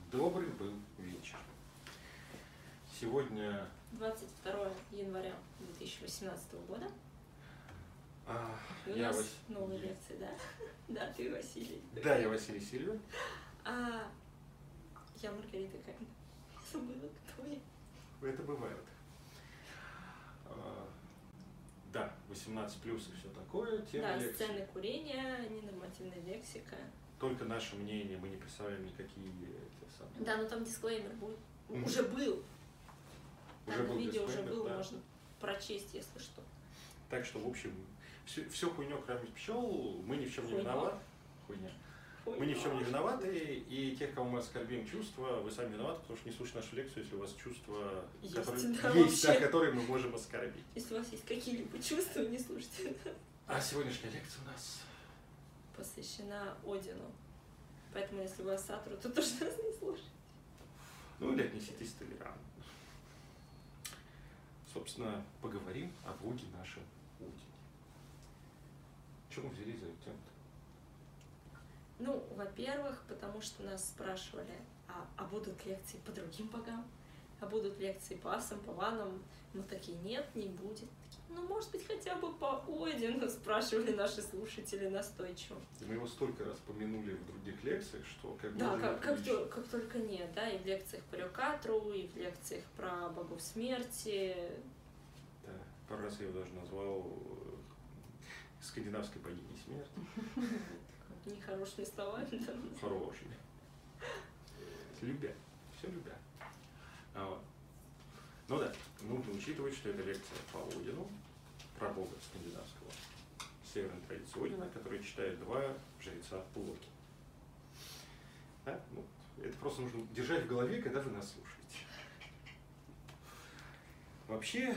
Добрый был вечер. Сегодня 22 января 2018 года. У я нас новые лекции, да? Да, ты Василий. Да, я Василий Сильвер. Я Маргарита Камин. Забыла, кто я. Это бывает. Да, 18 плюс и все такое. Тема лекции. Сцены курения, ненормативная лексика. Только наше мнение, мы не представляем никакие те самые. Да, но там дисклеймер будет. Уже был. Там видео уже был, да. Можно прочесть, если что. Так что, в общем, все хуйнё, кроме пчел, мы ни в чем не виноваты. Хуйня. Мы ни в чем не виноваты, и тех, кого мы оскорбим чувства, вы сами виноваты, потому что не слушайте нашу лекцию, если у вас чувства, которые мы можем оскорбить. Если у вас есть какие-либо чувства, не слушайте. А сегодняшняя лекция у нас посвящена Одину. Поэтому, если вы Асатру, то тоже нас не слушайте. Ну или отнеситесь толерантно. Собственно, поговорим о боге нашем Одине. Чего мы взялись за эту тему-то? Ну, во-первых, потому что нас спрашивали, а будут лекции по другим богам? А будут лекции по асам, по ванам? Мы такие, нет, не будет. Такие, ну, может быть, хотя бы по Одину, спрашивали наши слушатели настойчиво. Мы его столько раз помянули в других лекциях, что как бы... Да, как только нет, да, и в лекциях по Рёкатру, и в лекциях про богов смерти. Да, пару раз я его даже назвал скандинавской богиней смерти. Нехорошими словами, да? Хорошими. Любя. Все любя. Ну да, нужно учитывать, что это лекция по Одину, про бога скандинавского, северной традиции Одина, который читает два жреца Локи. Да? Ну, это просто нужно держать в голове, когда вы нас слушаете. Вообще,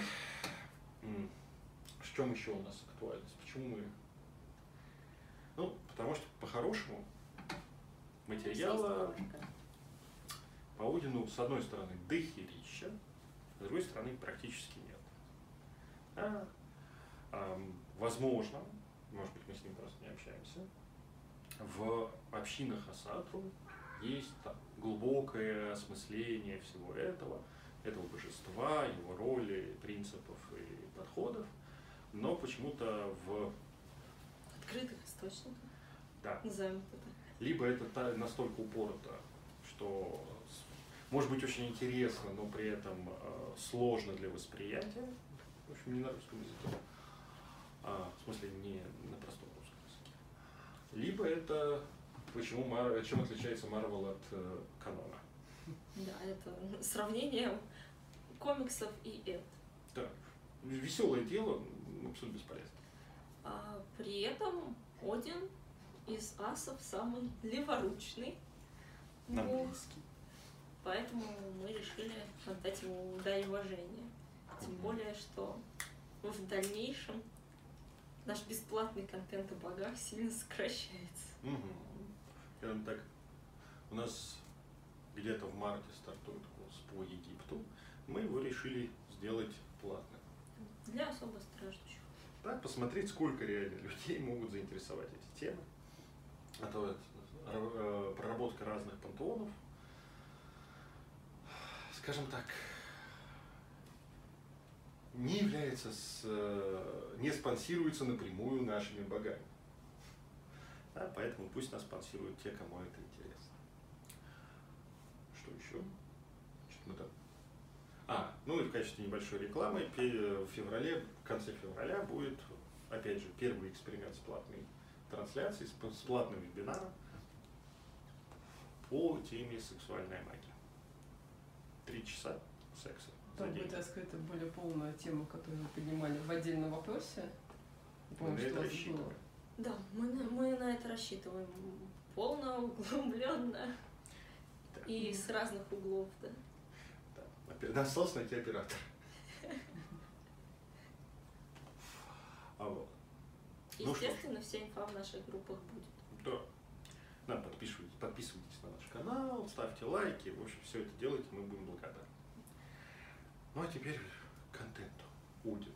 в чем еще у нас актуальность? Почему мы... Ну, потому что по-хорошему материала по Одину, с одной стороны, дохерища, с другой стороны, практически нет. Возможно, может быть, мы с ним просто не общаемся, в общинах Асатру есть глубокое осмысление всего этого божества, его роли, принципов и подходов, но почему-то в открытых источниках. Да. Назовем это. Либо это настолько упорото, что может быть очень интересно, но при этом сложно для восприятия. В общем, не на русском языке. В смысле, не на простом русском языке. Либо это чем отличается Марвел от канона. Да, это сравнение комиксов и это. Да. Веселое дело, абсолютно бесполезно. При этом Один из асов самый леворучный. Нам близкий. Поэтому мы решили отдать ему дань уважения. Тем более, что в дальнейшем наш бесплатный контент о богах сильно сокращается. Так, у нас где-то в марте стартует курс по Египту. Мы его решили сделать платным. Для особо страждущих. Да, посмотреть, сколько реально людей могут заинтересовать эти темы. А то проработка разных пантеонов, скажем так, не спонсируется напрямую нашими богами. Да, поэтому пусть нас спонсируют те, кому это интересно. Что еще? Ну и в качестве небольшой рекламы в конце февраля будет, опять же, первый эксперимент с платной трансляцией, с платным вебинаром по теме сексуальная магия. 3 часа секса. Там будет раскрыта более полная тема, которую мы поднимали в отдельном вопросе. Мы на это рассчитываем. Да, мы на это рассчитываем полно, углубленно и с разных углов, да. Да, осталось найти оператор. Естественно, вся инфа в наших группах будет. Да. Подписывайтесь на наш канал, ставьте лайки. В общем, все это делайте, мы будем благодарны. Ну а теперь к контенту. Один.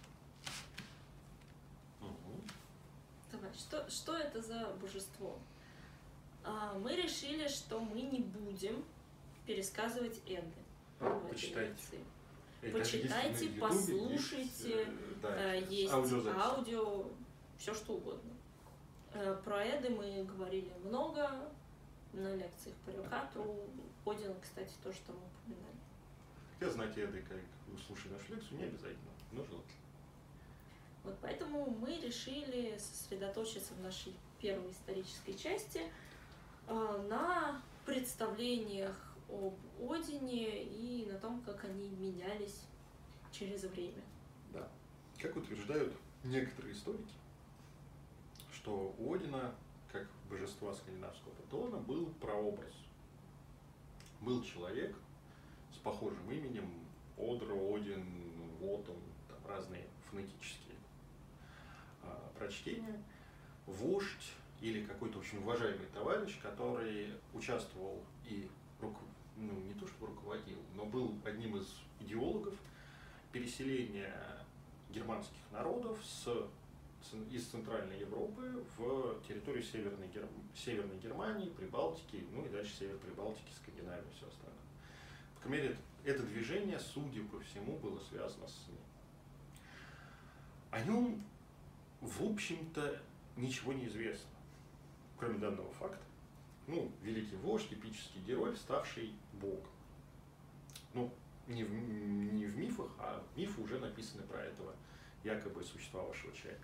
Давай, что это за божество? Мы решили, что мы не будем пересказывать Эдды. в этой Почитайте. лекции. Это Почитайте, есть на YouTube, послушайте, есть аудиозапись. аудио, все что угодно. Про Эдды мы говорили много на лекциях по Рюкату. Один, кстати, тоже там упоминали. Я знать Эды, как вы слушаете нашу лекцию, не обязательно, но желательно. Вот поэтому мы решили сосредоточиться в нашей первой исторической части на представлениях об Одине и на том, как они менялись через время. Да. Как утверждают некоторые историки, что у Одина, как божества скандинавского пантеона, был прообраз. Был человек с похожим именем Одр, Один, Вотон, там разные фонетические прочтения. Вождь или какой-то очень уважаемый товарищ, который участвовал и не то что руководил, но был одним из идеологов переселения германских народов из Центральной Европы в территорию Северной Германии, Прибалтики, ну и дальше север Прибалтики, Скандинавии и все остальное. По крайней мере, это движение, судя по всему, было связано с ним. О нем, в общем-то, ничего не известно, кроме данного факта. Ну, великий вождь, эпический герой, ставший богом. Ну, не в мифах, а мифы уже написаны про этого якобы существовавшего человека.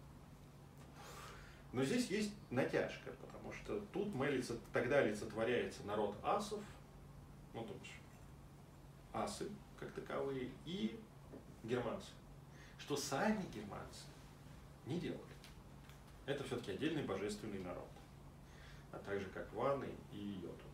Но здесь есть натяжка, потому что тут тогда олицетворяется народ асов, ну, то есть асы как таковые, и германцы. Что сами германцы не делали. Это все-таки отдельный божественный народ, а также как ваны и йотун.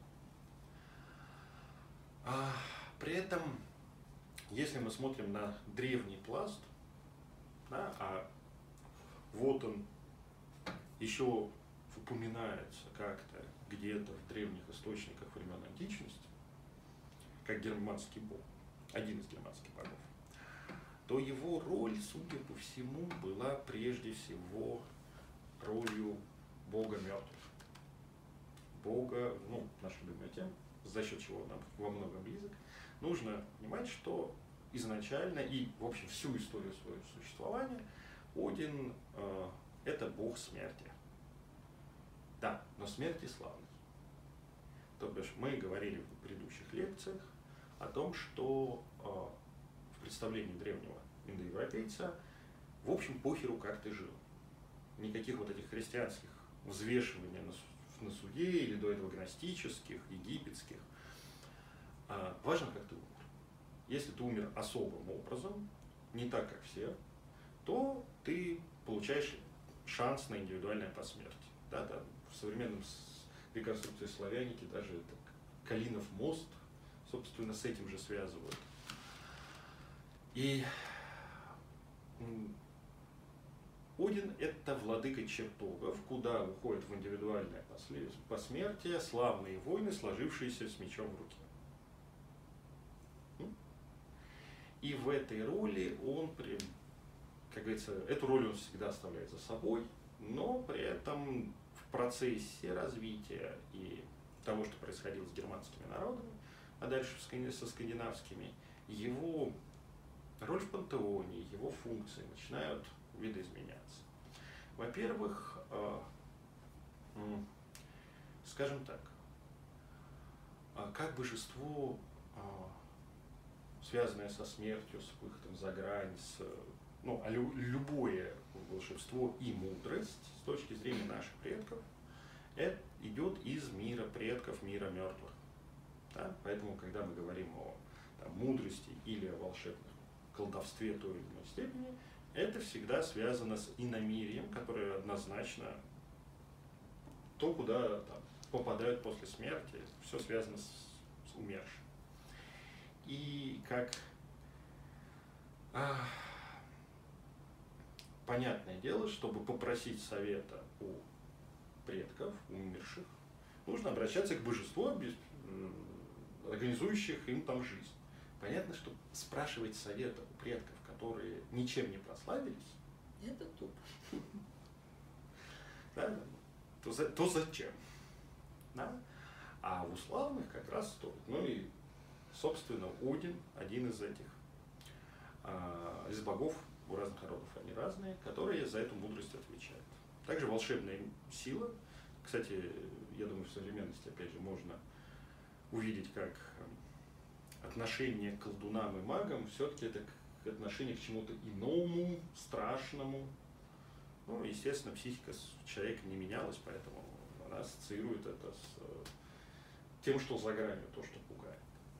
При этом, если мы смотрим на древний пласт, да, вот он еще упоминается как-то где-то в древних источниках времен античности, как германский бог, один из германских богов, то его роль, судя по всему, была прежде всего ролью бога мертвых. Бога, ну, наша любимая тема, за счет чего нам во многом близок. Нужно понимать, что изначально и, в общем, всю историю своего существования Один это бог смерти. Да, но смерти славный. То бишь, мы говорили в предыдущих лекциях о том, что в представлении древнего индоевропейца, в общем, похеру, как ты жил. Никаких вот этих христианских взвешиваний на суде или до этого гностических, египетских. Важно, как ты умер. Если ты умер особым образом, не так, как все, то ты получаешь шанс на индивидуальное посмертие. Да, там, в современном реконструкции славяники даже это Калинов мост, собственно, с этим же связывают. И Один – это владыка чертогов, куда уходят в индивидуальное посмертие славные воины, сложившиеся с мечом в руке. И в этой роли он, как говорится, эту роль он всегда оставляет за собой, но при этом в процессе развития и того, что происходило с германскими народами, а дальше со скандинавскими, его роль в пантеоне, его функции начинают видоизменяться. Во-первых, скажем так, как божество, связанное со смертью, с выходом за грань, любое волшебство и мудрость с точки зрения наших предков, это идет из мира предков, мира мертвых. Да? Поэтому, когда мы говорим о мудрости или о волшебном колдовстве той или иной степени, это всегда связано с иномирием, которое однозначно то, куда попадают после смерти, все связано с умершим. И как понятное дело, чтобы попросить совета у предков, у умерших, нужно обращаться к божеству, организующих им там жизнь. Понятно, что спрашивать совета у предков, которые ничем не прославились, это тупо. Да, то зачем? Да? А в условных как раз стоит. Ну и, собственно, Один один из этих, из богов, у разных народов они разные, которые за эту мудрость отвечают. Также волшебная сила. Кстати, я думаю, в современности, опять же, можно увидеть, как отношение к колдунам и магам все-таки это отношение к чему-то иному, страшному. Ну, естественно, психика человека не менялась, поэтому она ассоциирует это с тем, что за гранью, то, что пугает.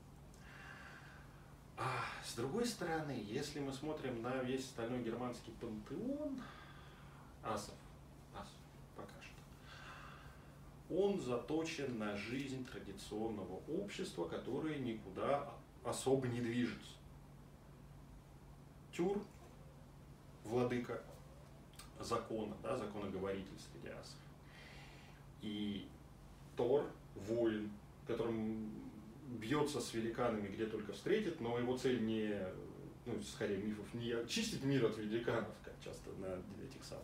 А с другой стороны, если мы смотрим на весь остальной германский пантеон, асов пока что, он заточен на жизнь традиционного общества, которое никуда особо не движется. Тюр, владыка закона, да, законоговоритель среди асов. И Тор, воин, которым бьется с великанами где только встретит, но его цель не, ну, скорее мифов, не очистить мир от великанов, как часто на этих самых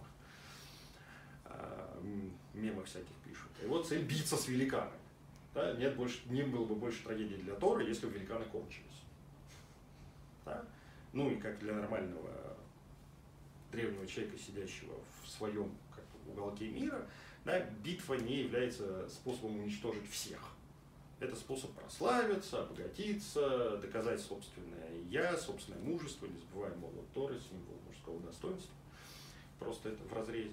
мемах всяких пишут. Его цель биться с великанами. Да? Не было бы больше трагедии для Тора, если бы великаны кончились. Да? Ну и как для нормального древнего человека, сидящего в своем уголке мира, да, битва не является способом уничтожить всех. Это способ прославиться, обогатиться, доказать собственное я, собственное мужество. Не забываем молот Торы, символ мужского достоинства. Просто это в разрезе.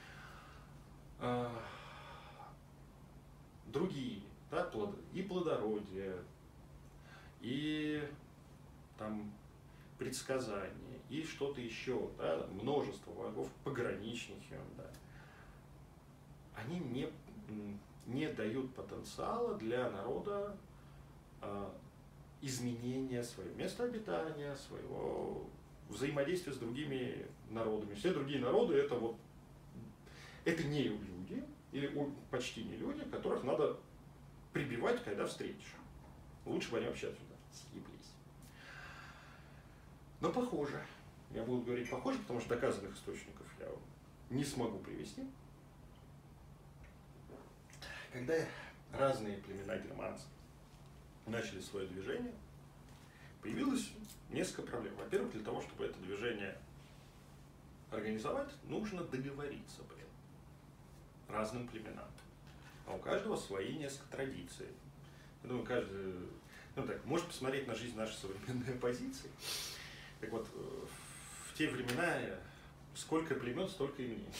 Другие, да, и плодородие, и там предсказания, и что-то еще, да, множество богов, пограничники, да, они не дают потенциала для народа изменения своего места обитания, своего взаимодействия с другими народами. Все другие народы это не люди, или почти не люди, которых надо прибивать, когда встретишь. Лучше бы они вообще отсюда съеблись. Но похоже. Я буду говорить похоже, потому что доказанных источников я не смогу привести. Когда разные племена германцев начали свое движение, появилось несколько проблем. Во-первых, для того, чтобы это движение организовать, нужно договориться разным племенам. А у каждого свои несколько традиций. Я думаю, каждый, может посмотреть на жизнь нашей современной оппозиции. Так вот, в те времена сколько племен, столько и мнений.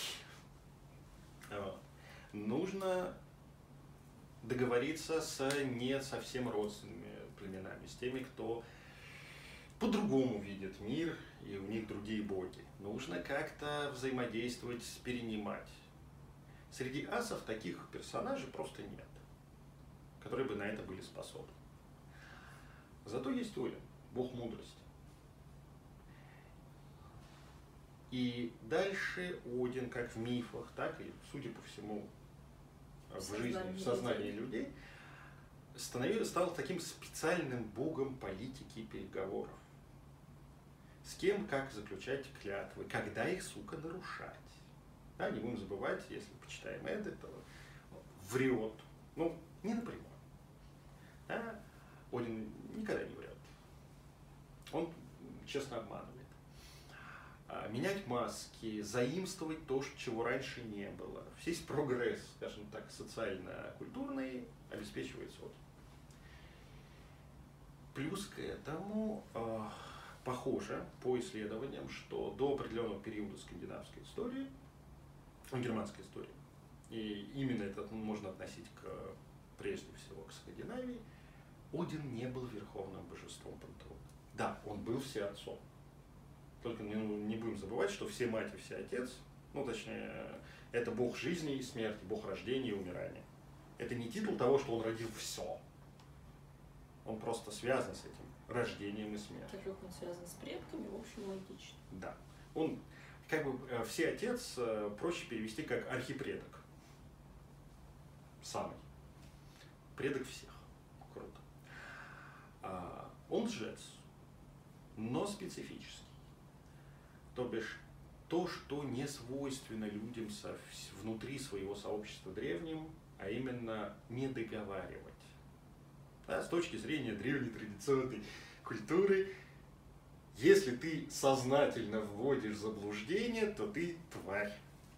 Нужно договориться с не совсем родственными племенами, с теми, кто по-другому видит мир, и у них другие боги. Нужно как-то взаимодействовать, перенимать. Среди асов таких персонажей просто нет, которые бы на это были способны. Зато есть Один, бог мудрости. И дальше Один, как в мифах, так и, судя по всему, в жизни, в сознании людей, стал таким специальным богом политики и переговоров. С кем, как заключать клятвы, когда их, сука, нарушать. Да, не будем забывать, если почитаем это, то врет. Не напрямую. Да? Один никогда не врет. Он честно обманывает. Менять маски, заимствовать то, чего раньше не было. Весь прогресс, скажем так, социально-культурный обеспечивается Один. Плюс к этому похоже по исследованиям, что до определенного периода скандинавской истории, германской истории, и именно это можно относить прежде всего к Скандинавии, Один не был верховным божеством пантеона. Да, он был всеотцом. Только не будем забывать, что все мать и все отец, точнее, это бог жизни и смерти, бог рождения и умирания. Это не титул того, что он родил все. Он просто связан с этим рождением и смертью. Так как он связан с предками, в общем, логично. Да. Он всеотец проще перевести как архипредок. Самый. Предок всех. Круто. Он жрец, но специфический. То бишь, то, что не свойственно людям внутри своего сообщества древним, а именно не договаривать. Да, с точки зрения древней традиционной культуры, если ты сознательно вводишь заблуждение, то ты тварь.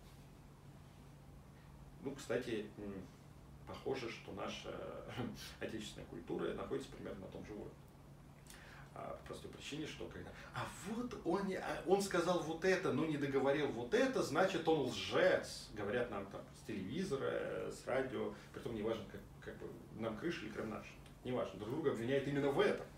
Ну, кстати, похоже, что наша отечественная культура находится примерно на том же уровне. По простой причине, что когда вот он сказал вот это, но не договорил вот это, значит он лжец. Говорят нам там с телевизора, с радио, притом неважно, как бы нам крыша или крем наш. Неважно, друг друга обвиняют именно в этом.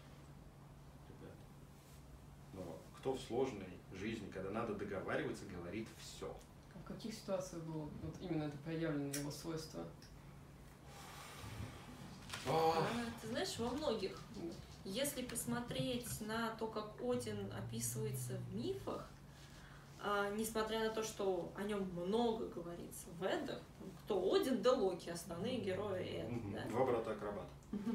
Но кто в сложной жизни, когда надо договариваться, говорит все. А в каких ситуациях было вот именно это проявлено его свойство? Ты знаешь, во многих. Если посмотреть на то, как Один описывается в мифах, несмотря на то, что о нем много говорится в Эддах, кто Один, да Локи, основные герои Эдда. Да? Два брата-акробата.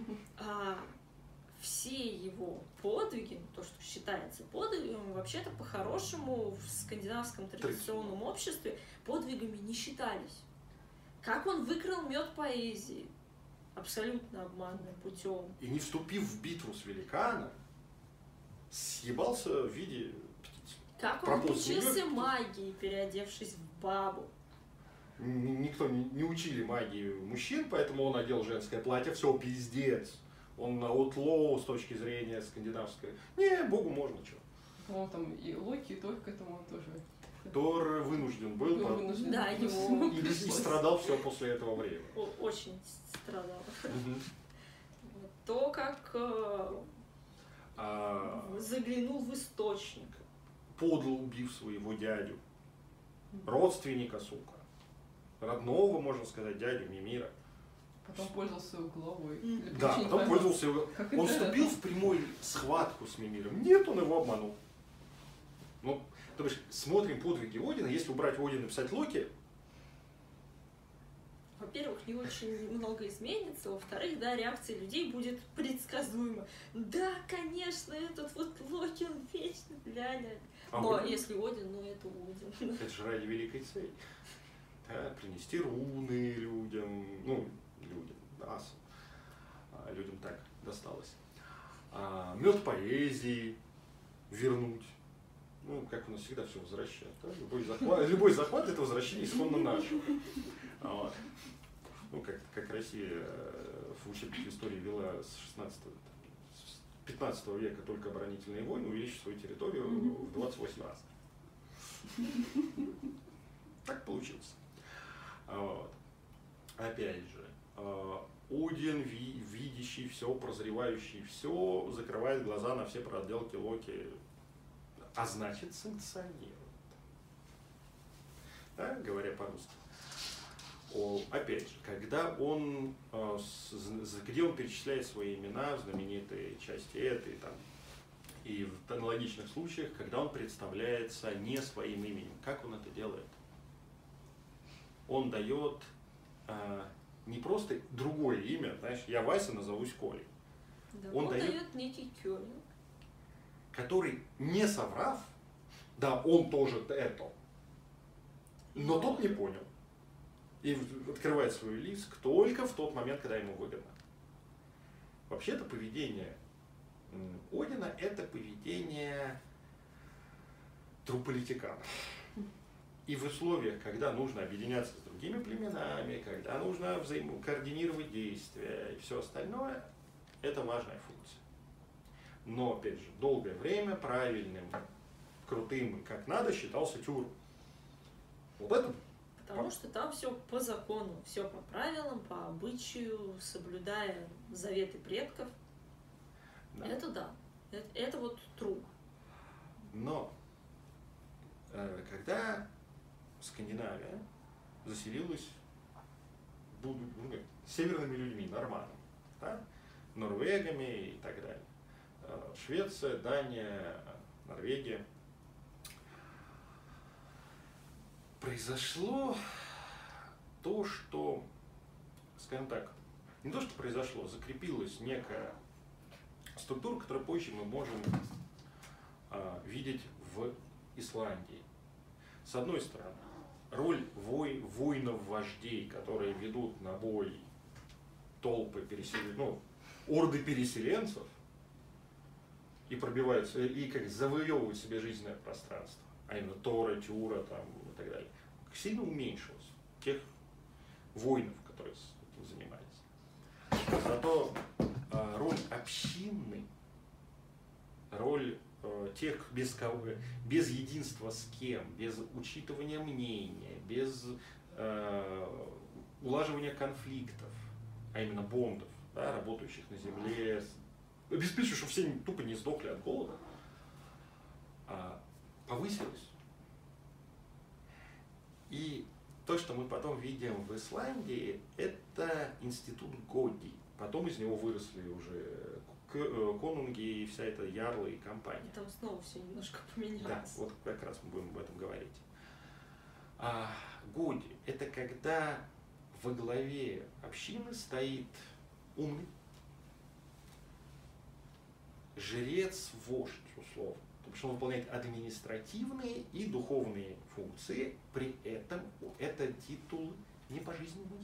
Все его подвиги, то, что считается подвигом, вообще-то по-хорошему в скандинавском традиционном обществе подвигами не считались. Как он выкрал мед поэзии, абсолютно обманным путем. И не вступив в битву с великаном, съебался в виде птицы. Как он учился магии, переодевшись в бабу. Никто не учили магии мужчин, поэтому он одел женское платье, все, пиздец. Он outlaw с точки зрения скандинавской. Не, богу можно, что. По-моему, там и Локи, и Тор к этому тоже. Тор вынужден был. Да, его. И страдал все после этого времени. Очень страдал. То, как заглянул в источник. Подло убив своего дядю. Родственника, сука. Родного, можно сказать, дядю Мимира. Потом пользовался его головой. Да, потом пользовался его. Он вступил в прямую схватку с Мимиром. Нет, он его обманул. Ну, то есть, смотрим подвиги Одина. Если убрать Одина и писать Локи. Во-первых, не очень много изменится. Во-вторых, да, реакция людей будет предсказуема. Да, конечно, этот вот Локи, он вечно, ля-ля. Но если Один, ну это Один. Это же ради великой цели. Да, принести руны людям, асам. Людям так досталось. Мед поэзии вернуть. Ну, как у нас всегда все возвращает. Да? Любой захват это возвращение исконно нашего. Вот. Ну, как Россия в учебнике истории вела с 15 века только оборонительные войны, увеличив свою территорию в 28 раз. Так получилось. Вот. Опять же, Один, видящий все, прозревающий все, закрывает глаза на все проделки Локи, а значит санкционирует. Да, говоря по-русски. Опять же, когда он, где он перечисляет свои имена в знаменитые части этой, там, и в аналогичных случаях, когда он представляется не своим именем, как он это делает? Он дает не просто другое имя, знаешь, я Вася, назовусь Колей. Да, он дает некий Кёлинг, который, не соврав, да, он тоже это, но тот не понял. И открывает свой лист только в тот момент, когда ему выгодно. Вообще-то поведение Одина – это поведение труполитикана. И в условиях, когда нужно объединяться с другими племенами, когда нужно координировать действия и все остальное, это важная функция. Но, опять же, долгое время правильным, крутым, как надо, считался Тюр. Вот это. Потому что там все по закону, все по правилам, по обычаю, соблюдая заветы предков. Да. Это да, это вот true. Но когда Скандинавия заселилась северными людьми, норманами, да? Норвегами и так далее, Швеция, Дания, Норвегия, произошло то, что, скажем так, не то, что произошло, закрепилась некая структура, которую позже мы можем видеть в Исландии. С одной стороны, роль воинов-вождей, которые ведут на бой толпы орды переселенцев и пробиваются, и как завоевывают себе жизненное пространство, а именно Тора, Тюра там, и так далее, сильно уменьшилось тех воинов, которые этим занимались. Зато роль общины, роль тех, без единства с кем, без учитывания мнения, без улаживания конфликтов, а именно бондов, да, работающих на земле, обеспечивая, чтобы все тупо не сдохли от голода, повысилась. И то, что мы потом видим в Исландии, это институт Годи. Потом из него выросли уже конунги и вся эта ярлы и компания. Там снова все немножко поменялось. Да, вот как раз мы будем об этом говорить. Годи – это когда во главе общины стоит умный жрец-вождь, условно. Потому что он выполняет административные и духовные функции, при этом это титул не пожизненный.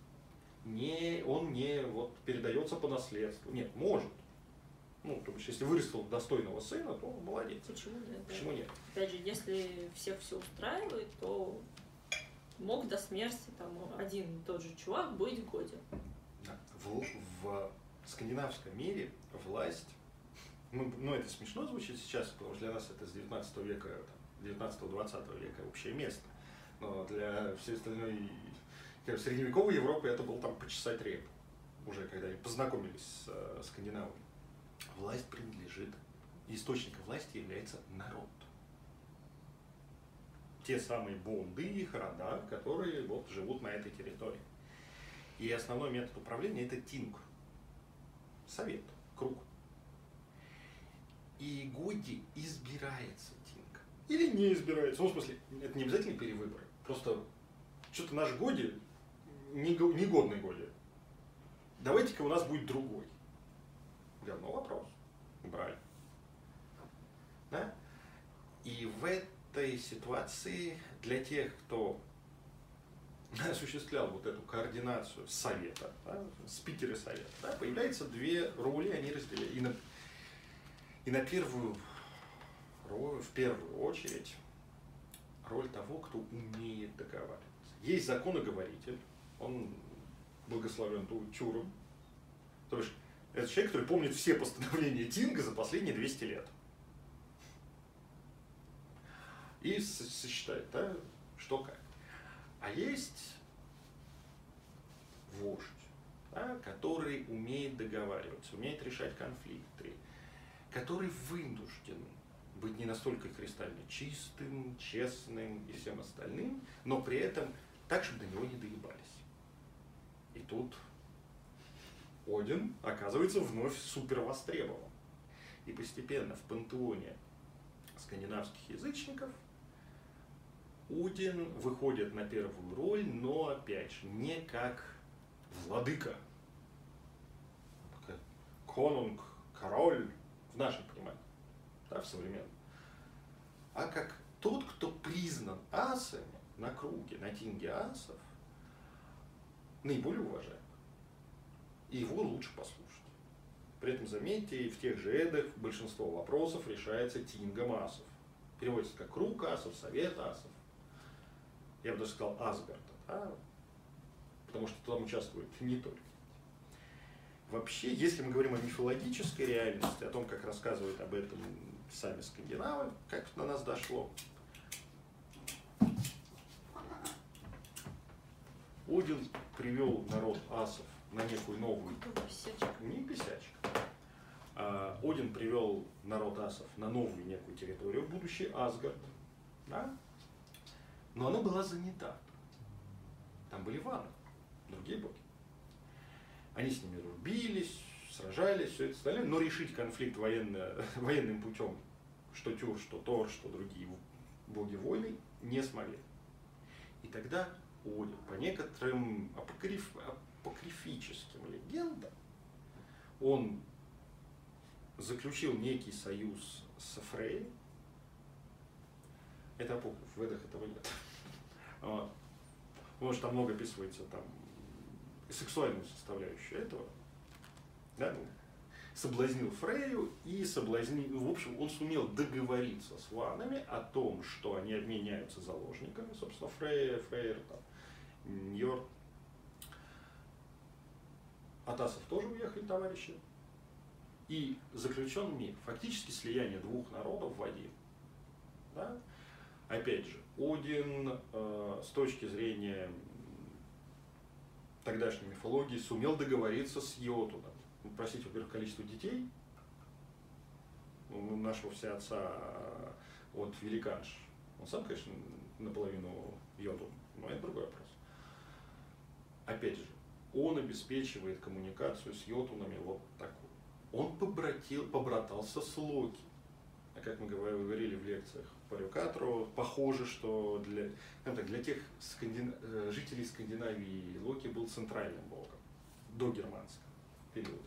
Он не вот, передается по наследству. Нет, может. Ну, то есть, если вырастил достойного сына, то молодец. Почему нет? Почему нет? Опять же, если всех все устраивает, то мог до смерти там один и тот же чувак быть в годе. Да. В скандинавском мире власть, ну это смешно звучит сейчас, потому что для нас это с 19 века, 19-20 века общее место. Но для всей остальной средневековой Европы это было там почесать реп, уже когда они познакомились с скандинавами. Власть принадлежит, источником власти является народ. Те самые бонды и их рода, которые вот живут на этой территории. И основной метод управления это тинг, совет, круг. И Годи избирается тинг. Или не избирается. Ну, в смысле, это не обязательно перевыборы. Просто что-то наш Годи негодный Годи. Давайте-ка у нас будет другой. Говно вопрос. Брали. Да? И в этой ситуации для тех, кто осуществлял вот эту координацию совета, да, спикеры совета, да, появляется две роли, они разделяют. И на первую роль, в первую очередь, роль того, кто умеет договариваться. Есть законоговоритель, он благословен Тюром. То есть это человек, который помнит все постановления Тинга за последние 200 лет. И сосчитает, да, что как. А есть вождь, да, который умеет договариваться, умеет решать конфликты, который вынужден быть не настолько кристально чистым, честным и всем остальным, но при этом так, чтобы до него не доебались. И тут Один оказывается вновь супер востребован. И постепенно в пантеоне скандинавских язычников Один выходит на первую роль, но опять же не как владыка, как конунг, король в нашем понимании, да, в современном, а как тот, кто признан асами на круге, на тинге асов, наиболее уважаем. И его лучше послушать. При этом, заметьте, в тех же эдах большинство вопросов решается тингом асов. Переводится как круг асов, совет асов. Я бы даже сказал Асгарда, да? Потому что там участвуют не только. Вообще, если мы говорим о мифологической реальности, о том, как рассказывают об этом сами скандинавы, как на нас дошло. Один привел народ асов на некую новую... Не бесячка. Один привел народ асов на новую некую территорию, будущий Асгард. Да? Но она была занята. Там были ваны, другие боги. Они с ними рубились, сражались, все это остальное, но решить конфликт военным путем, что Тюр, что Тор, что другие боги войны, не смогли. И тогда Один, по некоторым апокрифическим легендам, он заключил некий союз с Фрей. Это апокриф, в Эдах этого нет. Вот. Потому что там много описывается там, сексуальную составляющую этого. Да? Соблазнил Фрейю и соблазнил, в общем, он сумел договориться с ванами о том, что они обменяются заложниками, собственно, Фрейер, там, Ньорд. Атасов тоже уехали, товарищи. И заключен мир. Фактически слияние двух народов в один. Да? Опять же, Один с точки зрения тогдашней мифологии сумел договориться с Йотуном. Простите, во-первых, количество детей. У нашего всеотца от великанш. Он сам, конечно, наполовину Йотун, но это другой вопрос. Опять же, он обеспечивает коммуникацию с Йотунами вот такой. Он побратался с Локи. А как мы говорили в лекциях по Рюкатру, похоже, что для тех жителей Скандинавии Локи был центральным богом до германского периода.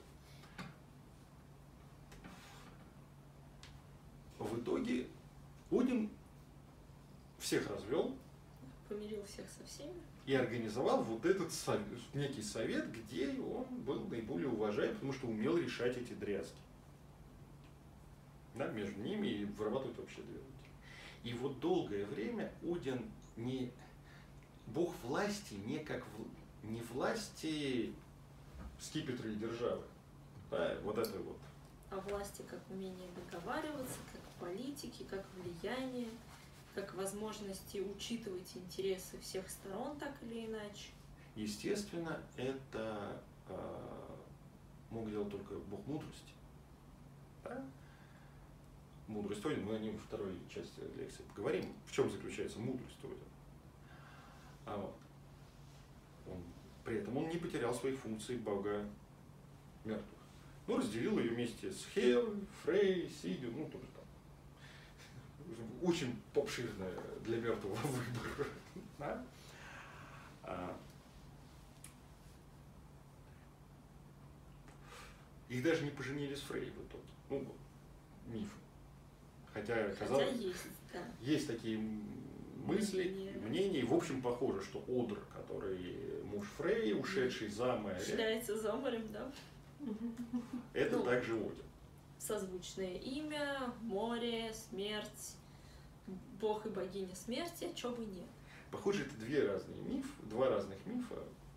В итоге Один всех развел, Помирил всех со всеми. И организовал вот этот некий совет, где он был наиболее уважаем, потому что умел решать эти дрязги. Да, между ними и вырабатывать общее движение. И вот долгое время Один не бог власти, не власти скипетра и державы. Да, вот это вот. О власти как умение договариваться, как политики, как влияние, как возможности учитывать интересы всех сторон так или иначе. Естественно, это мог делать только бог мудрости. Да? Мудрость Один, мы о нем во второй части лекции поговорим, в чем заключается мудрость Один. При этом он не потерял своих функций бога мертвых. Ну, разделил ее вместе с Хел, Фрей, Сидю, ну, тоже там. Очень обширная для мертвого выбор. Да? Их даже не поженили с Фрей в итоге. Ну, миф. Хотя есть, да. Есть такие мысли, мнения. И в общем похоже, что Одр, который муж Фрей, ушедший за море. Шляется за морем, да. Это также Один. Созвучное имя, море, смерть, бог и богиня смерти, а чего бы нет. Похоже, это два разных мифа,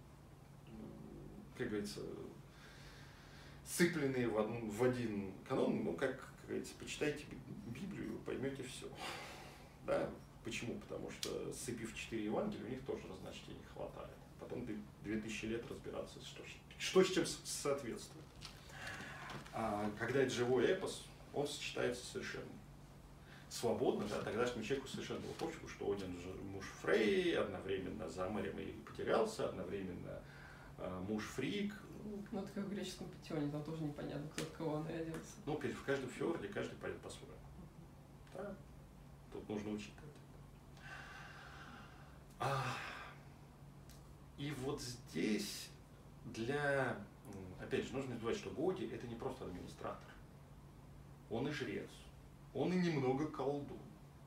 как говорится, сцепленные в один канон. Ну, как говорится, почитайте Библию, поймете все. Да? Почему? Потому что, сцепив 4 Евангелия, у них тоже разночтений хватает. Потом 2000 лет разбираться, что с чем соответствует. А когда это живой эпос, он сочетается совершенно свободно, да, тогдашнему человеку совершенно было пофигу, что Один же муж Фрей, одновременно за морем и потерялся, одновременно муж Фрик. Ну, это как в греческом пантеоне, там тоже непонятно, кто от кого нарядился. Ну, в каждом фьорде каждый поет по-своему. Да? Тут нужно учитывать. И вот здесь опять же, нужно не забывать, что Боди это не просто администратор. Он и жрец. Он и немного колдун.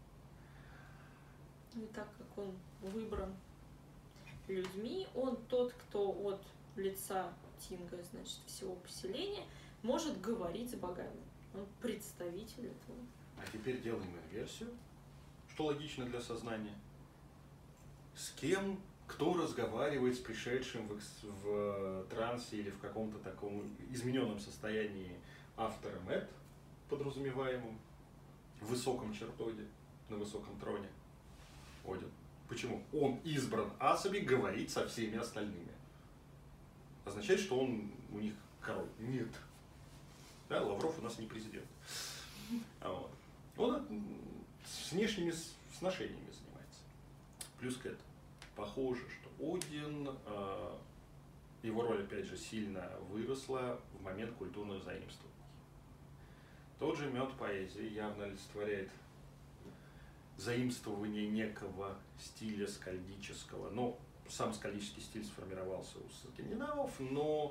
Ну и так как он выбран людьми, он тот, кто от лица Тинга, значит, всего поселения, может говорить с богами. Он представитель этого. А теперь делаем инверсию, что логично для сознания. С кем, кто разговаривает с пришедшим в трансе или в каком-то таком измененном состоянии автором Эд, подразумеваемым, в высоком чертоге, на высоком троне? Один. Почему? Он избран Асаби говорить со всеми остальными. Означает, что он у них король? Нет. Да, Лавров у нас не президент. Вот. Он с внешними сношениями занимается. Плюс к этому. Похоже, что Один, его роль, опять же, сильно выросла в момент культурных заимствований. Тот же мед поэзии явно олицетворяет заимствование некого стиля скальдического. Но сам скальдический стиль сформировался у скандинавов, но,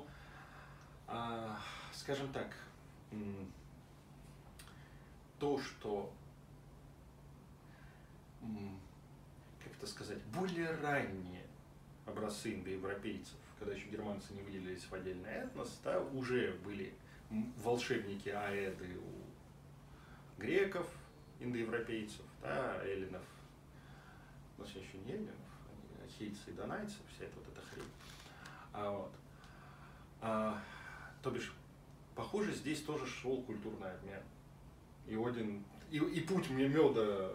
скажем так, то, что, как это сказать, более раннее образцы индоевропейцев, когда еще германцы не выделились в отдельный этнос, да, уже были волшебники Аэды у греков, индоевропейцев, да, эллинов, но все еще не эллинов, ахейцы и донайцы, вся эта вот эта хрень. То бишь, похоже, здесь тоже шел культурный обмен. И Один, и путь мне меда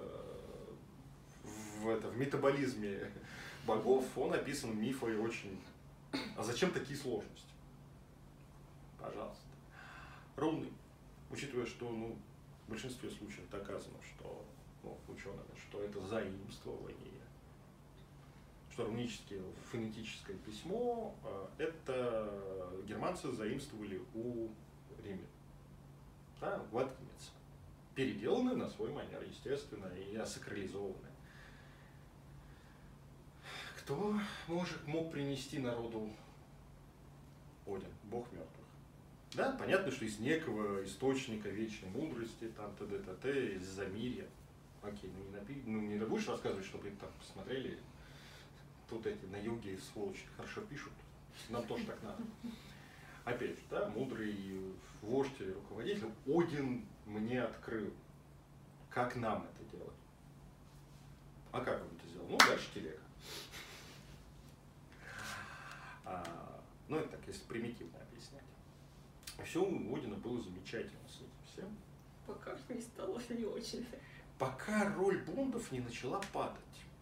в метаболизме богов, он описан мифой очень. А зачем такие сложности? Пожалуйста. Руны. Учитывая, что в большинстве случаев доказано, что учеными, что это заимствование, что руническое фонетическое письмо это германцы заимствовали у римлян. Да, латиница. Переделаны на свой манер, естественно, и осакрализованы. Кто мог принести народу Один, бог мертвых? Да, понятно, что из некого источника вечной мудрости, там т.д. из Замирья. Окей, не будешь рассказывать, чтобы их там посмотрели. Тут эти на юге сволочи хорошо пишут. Нам тоже так надо. Опять же, да, мудрый вождь и руководитель Один мне открыл, как нам это делать. А как он это сделал? Дальше телега. Это так, если примитивно объяснять. Все у Одина было замечательно с этим всем. Пока не стало не очень. Пока роль бундов не начала падать.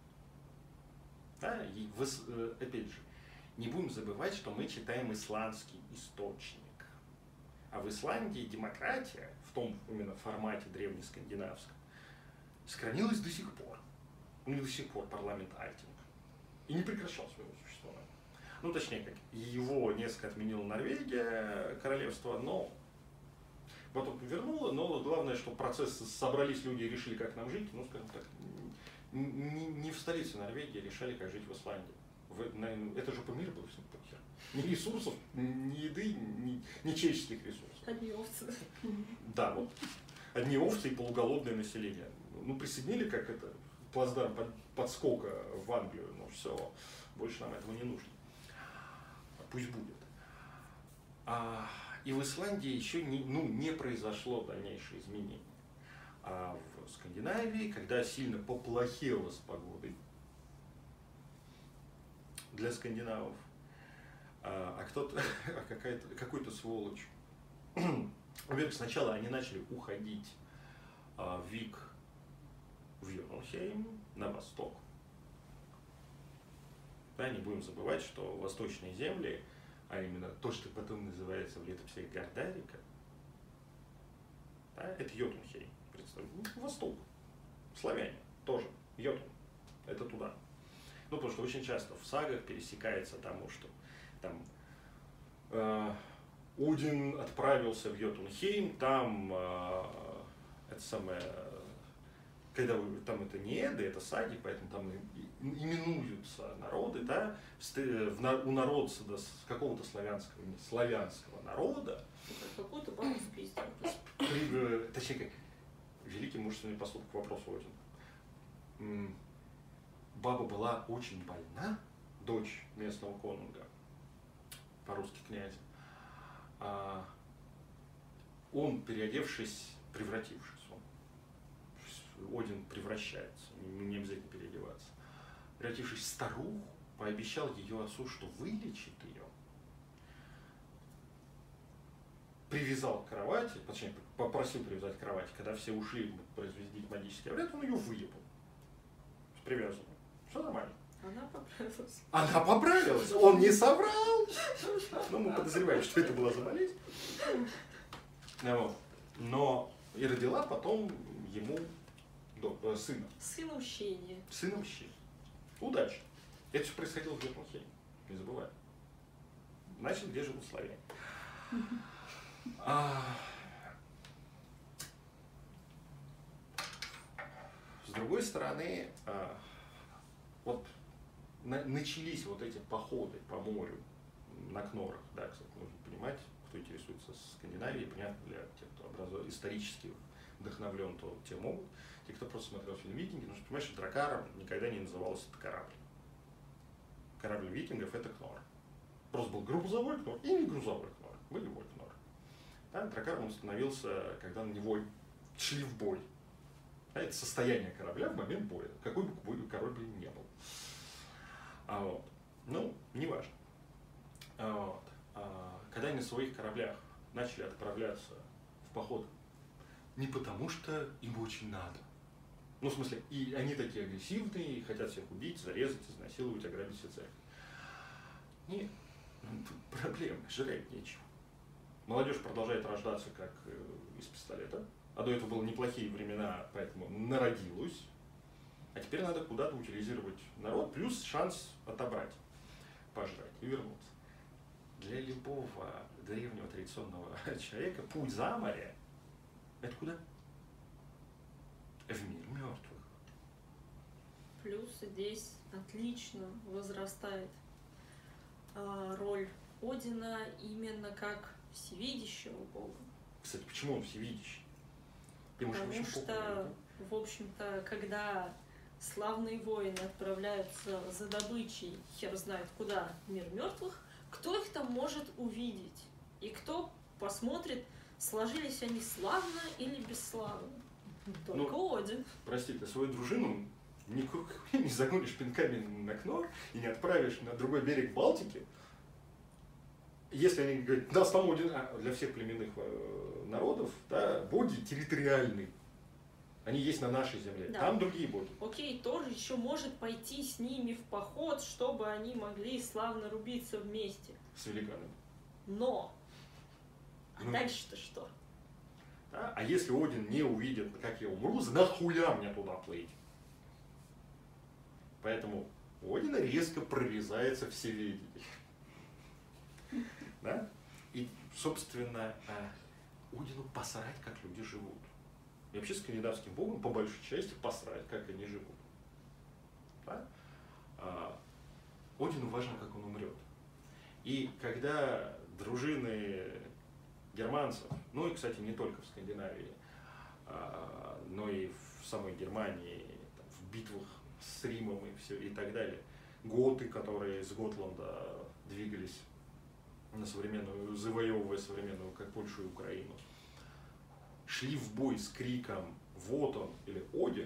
Да, и опять же, не будем забывать, что мы читаем исландский источник. А в Исландии демократия, в том именно формате древнескандинавском, сохранилась до сих пор. У них до сих пор парламент Альтинг. И не прекращал своего существования. Точнее, как его несколько отменила Норвегия, королевство, но потом вернуло, но главное, что процесс собрались люди и решили, как нам жить, скажем так, не в столице Норвегии решали, как жить в Исландии. Это же по миру было всем похер. Ни ресурсов, ни еды, ни человеческих ресурсов. Одни овцы. Да, одни овцы и полуголодное население. Присоединили как это, плацдарм подскока в Англию, все, больше нам этого не нужно. Пусть будет. И в Исландии еще не произошло дальнейшее изменение. А в Скандинавии, когда сильно поплохело с погодой для скандинавов, какой-то сволочь. Во-первых, сначала они начали уходить в Йотунхейм на восток. Да, не будем забывать, что восточные земли, а именно то, что потом называется в летописях Гордарика, да, это Йотунхейм. Восток. Славяне тоже. Йотун. Это туда. Потому что очень часто в сагах пересекается тому, что там Один отправился в Йотунхейм, там это самое, когда там это не Эды, это саги, поэтому там именуются народы, да, у народца какого-то славянского народа. Какую-то бабу спиздил. Точнее, как великий мужественный поступок к вопросу Один. Баба была очень больна, дочь местного конунга, по-русски князя. Он, превратившись, Один превращается, не обязательно переодеваться, превратившись в старуху, пообещал ее отцу, что вылечит ее. Привязал к кровати, точнее, попросил привязать к кровати, когда все ушли произвести магический обряд, он ее выебал. Привязанную. Все нормально. Она поправилась. Она поправилась, он не соврал. Мы подозреваем, что это была за болезнь. Но и родила потом ему сына. Сын мщения. Сын мщения. Удачи. Это все происходило в Йотунхейме. Не забывай. Значит, где живут славяне? С другой стороны, начались эти походы по морю на Кнорах, да, кстати, нужно понимать, кто интересуется Скандинавией, понятно, для тех, кто исторически вдохновлен, то те могут. Те, кто просто смотрел фильм «Викинги», нужно понимать, что дракаром никогда не назывался это корабль. корабль викингов это Кнор. Просто был грузовой Кнор и не грузовой Кнор. Был любой Кнор. Да, дракаром он становился, когда на него шли в бой. Да, это состояние корабля в момент боя. Какой бы корабль ни был. Вот. Ну, неважно. Вот. Когда они на своих кораблях начали отправляться в поход не потому, что им очень надо. Ну, в смысле, и они такие агрессивные, хотят всех убить, зарезать, изнасиловать, ограбить все церкви. Нет, тут проблемы, жрать нечего. Молодежь продолжает рождаться как из пистолета, а до этого было неплохие времена, поэтому народилось. А теперь надо куда-то утилизировать народ, плюс шанс отобрать, пожрать и вернуться. Для любого древнего традиционного человека путь за море — это куда? В мир мертвых. Плюс здесь отлично возрастает роль Одина именно как всевидящего бога. Кстати, почему он всевидящий? Потому что, в общем-то, когда славные воины отправляются за добычей, хер знает куда, в мир мертвых, кто их там может увидеть? И кто посмотрит, сложились они славно или бесславно? Только Один. Прости, ты свою дружину не загонишь пинками на Кнор и не отправишь на другой берег Балтики, если они говорят, нас там Один, для всех племенных народов, да, боги территориальные. Они есть на нашей земле, да. Там другие боги. Окей, тоже еще может пойти с ними в поход, чтобы они могли славно рубиться вместе. С великанами. Но! Дальше-то что? Да? А если Один не увидит, как я умру, нахуя мне туда плыть? Поэтому у Одина резко прорезается всеведение. Да? И, собственно, Одину посрать, как люди живут. И вообще скандинавским богам, по большей части, посрать, как они живут. Да? Одину важно, как он умрет. И когда дружины германцев, ну и, кстати, не только в Скандинавии, но и в самой Германии, там, в битвах с Римом и, все, и так далее, готы, которые из Готланда двигались на современную, завоевывая современную, как Польшу и Украину, шли в бой с криком «Вот он!» или «Один»,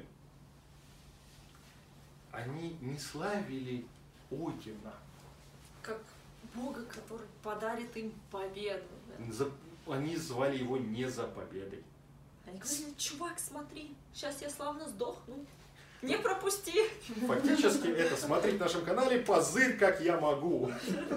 они не славили Одина как бога, который подарит им победу. Да? Они звали его не за победой. Они говорили: чувак, смотри, сейчас я славно сдохну, не пропусти. Фактически это смотреть на нашем канале «Позырь, как я могу».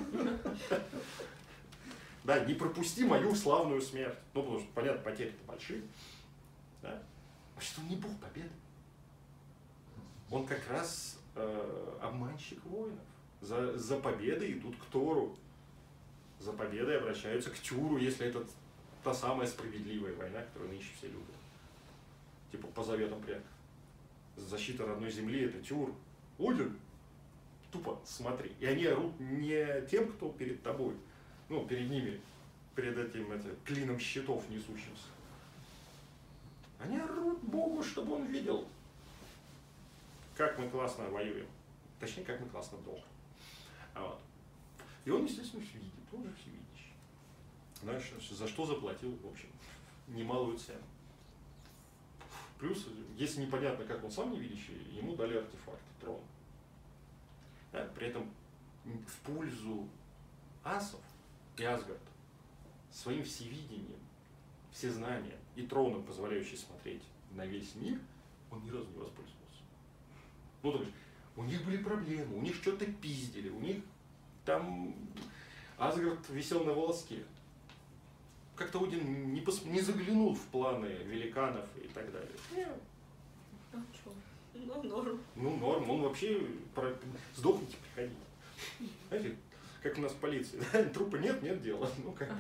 Да, не пропусти мою славную смерть. Ну, потому что, понятно, потери-то большие. Да? А что он не бог победы? Он как раз обманщик воинов. За победой идут к Тору. За победой обращаются к Тюру, если это та самая справедливая война, которую нынче все любят. Типа по заветам предков. Защита родной земли — это Тюр. Один, тупо смотри. И они орут не тем, кто перед тобой, ну, перед ними, перед этим клином щитов несущимся. Они орут Богу, чтобы он видел, как мы классно воюем. Точнее, как мы классно дохнем. Вот. И он, естественно, видит, он же всевидящий. Знаешь, за что заплатил, в общем, немалую цену. Плюс, если непонятно, как он сам невидящий, ему дали артефакт, трон. Да, при этом в пользу асов и Асгарда своим всевидением, всезнанием и троном, позволяющим смотреть на весь мир, он ни разу не воспользовался. Ну, то есть, у них были проблемы, у них что-то пиздили, у них там Асгард висел на волоске. Как-то Один не заглянул в планы великанов и так далее. Нет. А что? Ну, норм. Ну, норм. Он вообще сдохните, приходите. Знаете, как у нас в полиции. Да? Трупа нет, нет дела. Ну, как-то.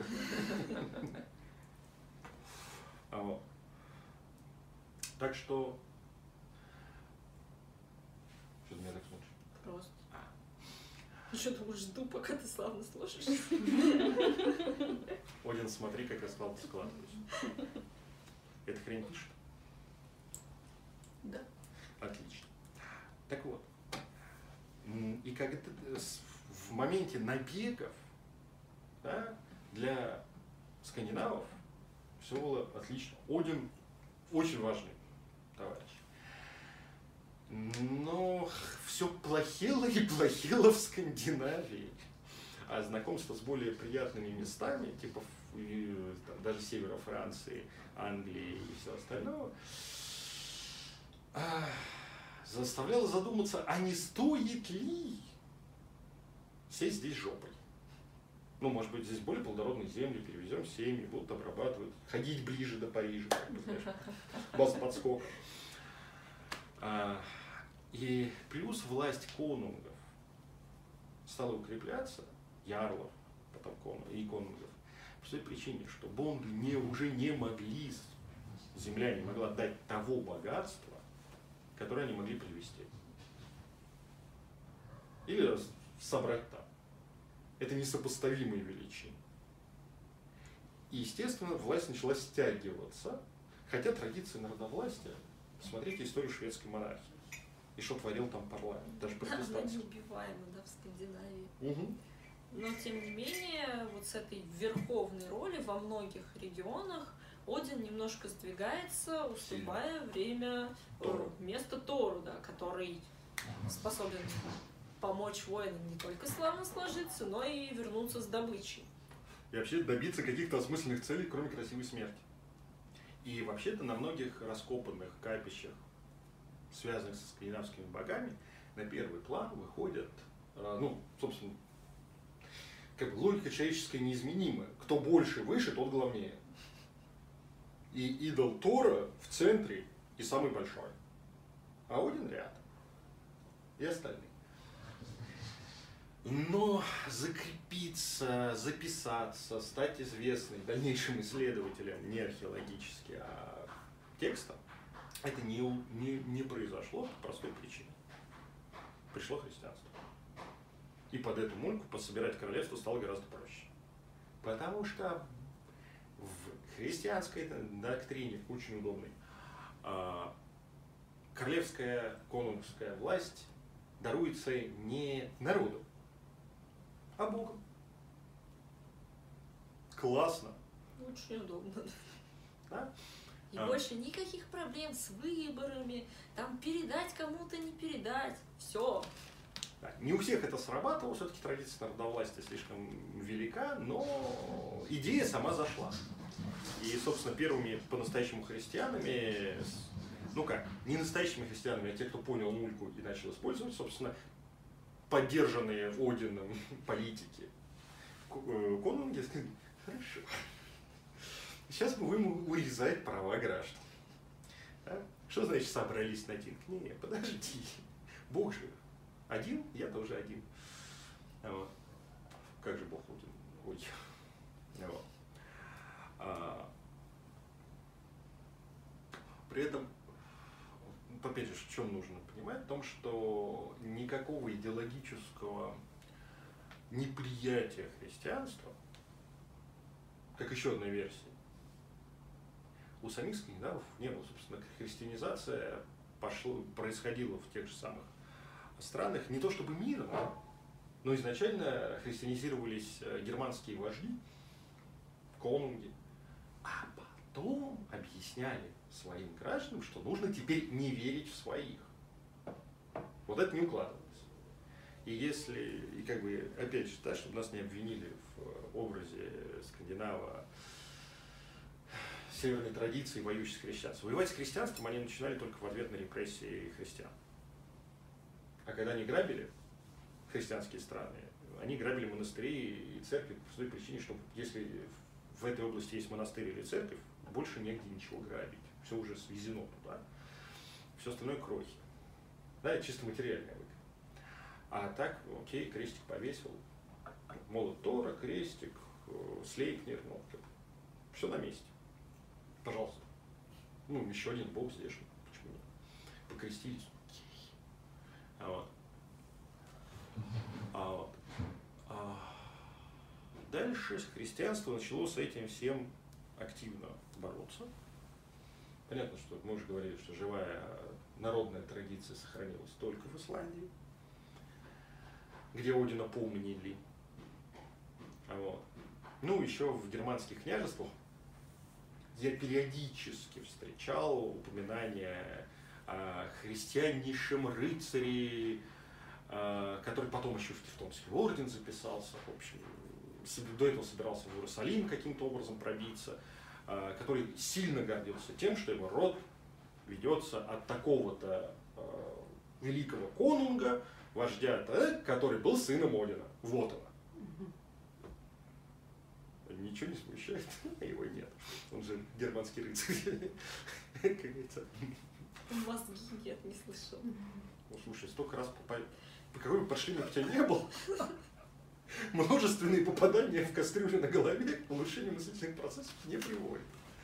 Вот. Так что... Что ты меня так смотришь? Просто. Еще думаю, жду, пока ты славно сложишь. Один, смотри, как я стал складывать. Это хрень пишет? Да. Отлично. Так вот. И как это, в моменте набегов, да, для скандинавов все было отлично. Один очень важный товарищ. Но все плохело и плохело в Скандинавии. А знакомство с более приятными местами, типа там, даже севера Франции, Англии и все остальное, заставляло задуматься, а не стоит ли сесть здесь жопой. Ну, может быть, здесь более плодородные земли, перевезем семьи, будут обрабатывать, ходить ближе до Парижа, как бы, знаешь, бас подскоком. И плюс власть конунгов стала укрепляться, ярлов, потом конунгов, по той причине, что бонды уже не могли, земля не могла дать того богатства, которое они могли привезти. Или собрать там. Это несопоставимые величины. И, естественно, власть начала стягиваться, хотя традиции народовластия, посмотрите историю шведской монархии. И что творил там парламент, даже протестантский. Она неубиваема, да, в Скандинавии. Угу. Но, тем не менее, вот с этой верховной роли во многих регионах Один немножко сдвигается, уступая место Тору, да, который способен помочь воинам не только славно сложиться, но и вернуться с добычей. И вообще добиться каких-то осмысленных целей, кроме красивой смерти. И вообще-то на многих раскопанных капищах, связанных со скандинавскими богами, на первый план выходят, ну, собственно, как бы логика человеческая неизменима. Кто больше, выше, тот главнее. И идол Тора в центре и самый большой. А Один рядом. И остальные. Но закрепиться, записаться, стать известным дальнейшим исследователем не археологически, а текстом, это не произошло по простой причине. Пришло христианство. И под эту мульку пособирать королевство стало гораздо проще. Потому что в христианской доктрине, очень удобной, королевская, конунгская власть даруется не народу, а Богом. Классно. Очень удобно. Да? И больше никаких проблем с выборами, там передать кому-то, не передать. Все. Да, не у всех это срабатывало, все-таки традиция народовластия слишком велика, но идея сама зашла. И, собственно, первыми по-настоящему христианами, ну как, не настоящими христианами, а те, кто понял мульку и начал использовать, собственно, поддержанные Одином политики, конунги сказали: хорошо, сейчас мы будем урезать права граждан. Да? Что значит собрались на Тинг? Не, подожди, Бог же один, я тоже один. Вот. Как же Бог один? Ой. Вот. При этом, опять же, в чем нужно понимать? В том, что никакого идеологического неприятия христианства, как еще одной версии, у самих скандинавов не было. Собственно, христианизация происходила в тех же самых странах, не то чтобы мирно, но изначально христианизировались германские вожди, конунги, а потом объясняли своим гражданам, что нужно теперь не верить в своих. Вот это не укладывалось. И если, и как бы, опять же, да, чтобы нас не обвинили в образе скандинава северной традиции, воюющей с христианством. Воевать с христианством они начинали только в ответ на репрессии христиан. А когда они грабили христианские страны, они грабили монастыри и церкви по той причине, что если в этой области есть монастырь или церковь, больше негде ничего грабить. Все уже свезено туда. Все остальное крохи. Да, это чисто материальная выгода. А так, окей, крестик повесил, молот Тора, крестик, Слейпнир, ну, все на месте. Пожалуйста. Ну, еще один Бог здесь, почему нет? Покрестились. Вот. Дальше христианство начало с этим всем активно бороться. Понятно, что мы уже говорили, что живая народная традиция сохранилась только в Исландии. где Одина помнили. Вот. Ну, еще в германских княжествах я периодически встречал упоминания о христианнейшем рыцаре, который потом еще в Тевтонский орден записался, в общем, до этого собирался в Иерусалим каким-то образом пробиться, который сильно гордился тем, что его род ведется от такого-то великого конунга, вождя, который был сыном Одина. Вот он. Ничего не смущает, его нет. Он же германский рыцарь. Как говорится. Мозги нет, не слышал. Ну, слушай, столько раз по какой бы подшипник у тебя не был, множественные попадания в кастрюлю на голове к улучшению мыслительных процессов не приводят.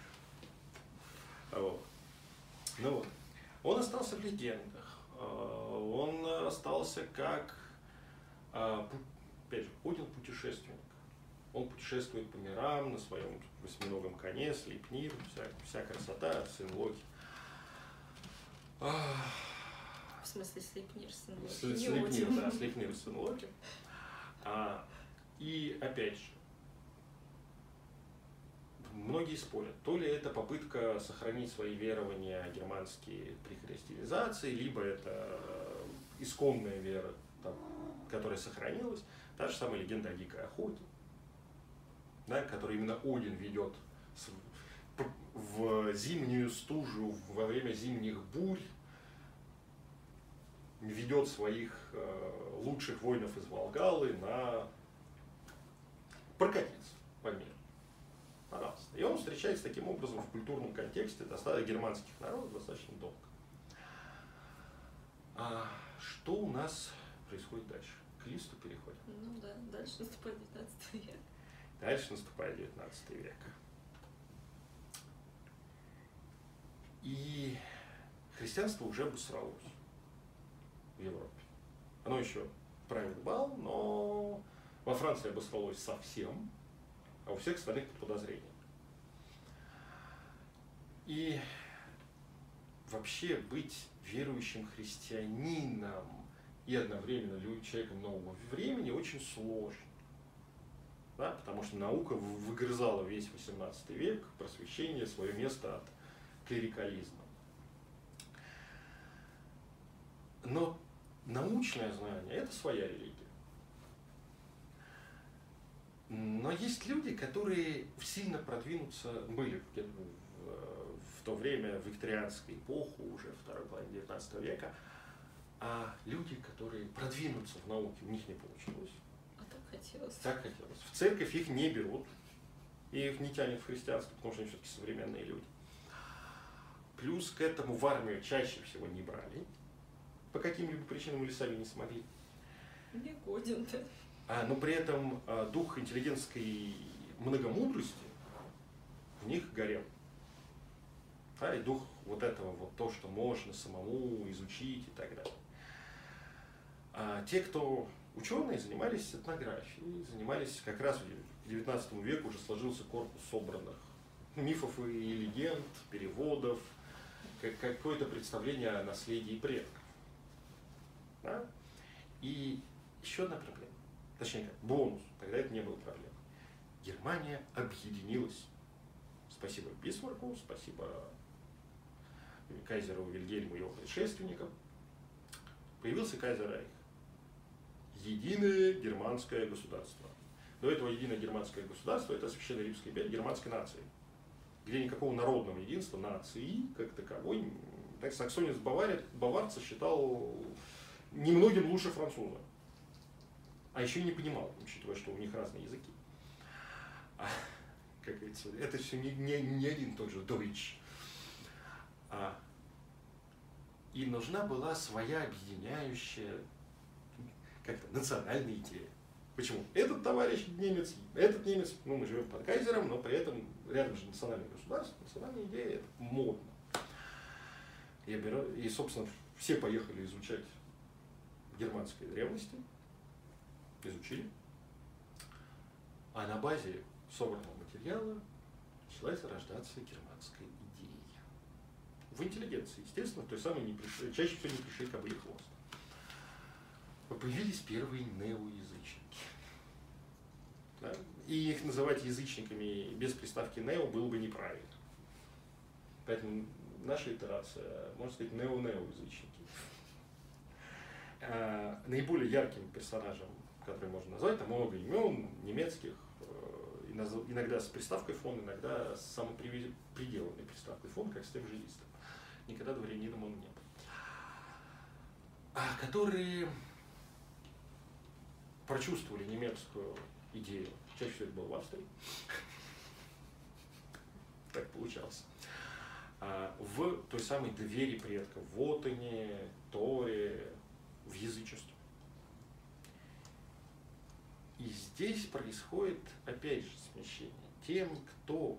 Вот. Ну вот. Он остался в легендах. Он остался как, опять же, Один путешественник. Он путешествует по мирам на своем восьминогом коне, Слейпнир, вся красота, сын Локи. В смысле, Слейпнир, сын Локи? Слейпнир, да, Слейпнир, сын Локи. И опять же, многие спорят, то ли это попытка сохранить свои верования германские при христианизации, либо это исконная вера, там, которая сохранилась. Та же самая легенда о дикой охоте, да, которую именно Один ведет в зимнюю стужу, во время зимних бурь, ведет своих лучших воинов из Волгалы на прокатиться по миру. Пожалуйста. И он встречается таким образом в культурном контексте германских народов достаточно долго. Что у нас происходит дальше? К листу переходим. Ну да, дальше наступает 19 век. Дальше наступает 19 век. И христианство уже обосралось в Европе. Оно еще правит бал, но во Франции обосралось совсем, а у всех остальных под подозрением. И вообще быть верующим христианином и одновременно человеком нового времени очень сложно. Да, потому что наука выгрызала весь 18 век, просвещение, свое место от клерикализма. Но научное знание – это своя религия. Но есть люди, которые сильно продвинутся, были в то время, в викторианскую эпоху, уже второй половине 19 века, а люди, которые продвинутся в науке, у них не получилось. А так хотелось. Так хотелось. В церковь их не берут, и их не тянет в христианство, потому что они все-таки современные люди. Плюс к этому в армию чаще всего не брали, по каким-либо причинам или сами не смогли. Не годен ты. Но при этом дух интеллигентской многомудрости в них горел. Да, и дух вот этого, вот то, что можно самому изучить и так далее. Те, кто ученые, занимались этнографией, занимались как раз в XIX веку уже сложился корпус собранных мифов и легенд, переводов, какое-то представление о наследии предков. Да? И еще одна проблема. Точнее, бонус. Тогда это не было проблемой. Германия объединилась. Спасибо Бисмарку, спасибо кайзеру Вильгельму и его предшественникам. Появился кайзер Рейх. Единое германское государство. До этого единое германское государство – это Священная Римская империя германской нации, где никакого народного единства, нации как таковой. Так саксонец баварца считал немногим лучше француза. А еще и не понимал, учитывая, что у них разные языки. Как говорится, это все не один тот же Deutsch. И нужна была своя объединяющая как-то национальная идея. Почему? Этот товарищ немец, этот немец, ну мы живем под кайзером, но при этом рядом же национальное государство, национальная идея, это модно. И, собственно, все поехали изучать германской древности, изучили, а на базе собранного материала начала зарождаться германская идея. В интеллигенции, естественно, той самой чаще всего не пришли кобыле хвост. появились первые неоязычники. Да? И их называть язычниками без приставки «нео» было бы неправильно. Поэтому наша итерация, можно сказать, нео-неоязычники. Наиболее ярким персонажем, который можно назвать, там много имен немецких, иногда с приставкой «фон», иногда с самоприделанной приставкой «фон», как с тем же Листом. Никогда дворянином он не был. Которые прочувствовали немецкую идею. Чаще всего это было в Австрии. Так получалось. В той самой двери предков, в Отоне, Торе, в язычестве. И здесь происходит, опять же, смещение. Тем, кто,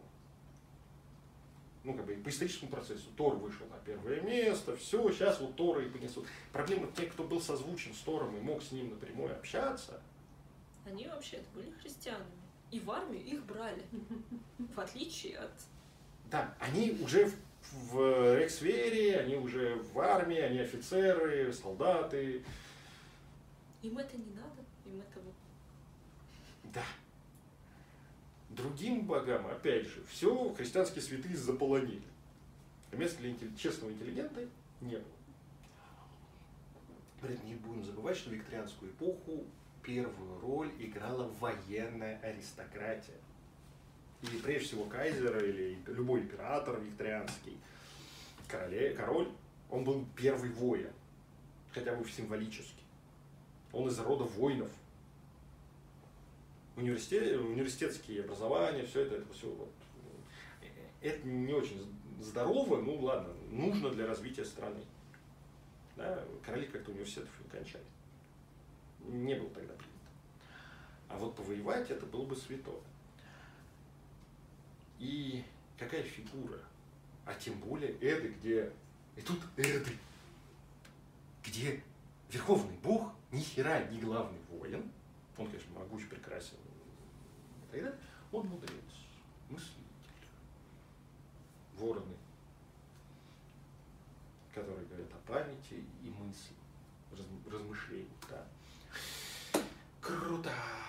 по историческому процессу, Тор вышел на первое место, все, сейчас вот Тора и понесут. Проблема тех, кто был созвучен с Тором и мог с ним напрямую общаться. Они вообще-то были христианами. И в армию их брали. В отличие от... Да, они уже в Рейхсвере, они уже в армии, они офицеры, солдаты. Им это не надо, им это вот... Да. Другим богам, опять же, все христианские святые заполонили. Места для честного интеллигента не было. При этом не будем забывать, что в викторианскую эпоху первую роль играла военная аристократия. И прежде всего кайзер или любой император викторианский, король, он был первый воин, хотя бы символически. Он из рода воинов. Университетские образования, все это все вот. Это не очень здорово, ну ладно, нужно для развития страны. Да, короли как-то университетов не кончали. Не было тогда принято. А вот повоевать это было бы святое. И какая фигура, а тем более Эды, где... И тут Эды, где верховный бог, ни хера не главный воин, он, конечно, могуч, прекрасен, и так далее, он мудрец, мыслитель, вороны, которые говорят о памяти и мысли, размышлении. Да. Круто!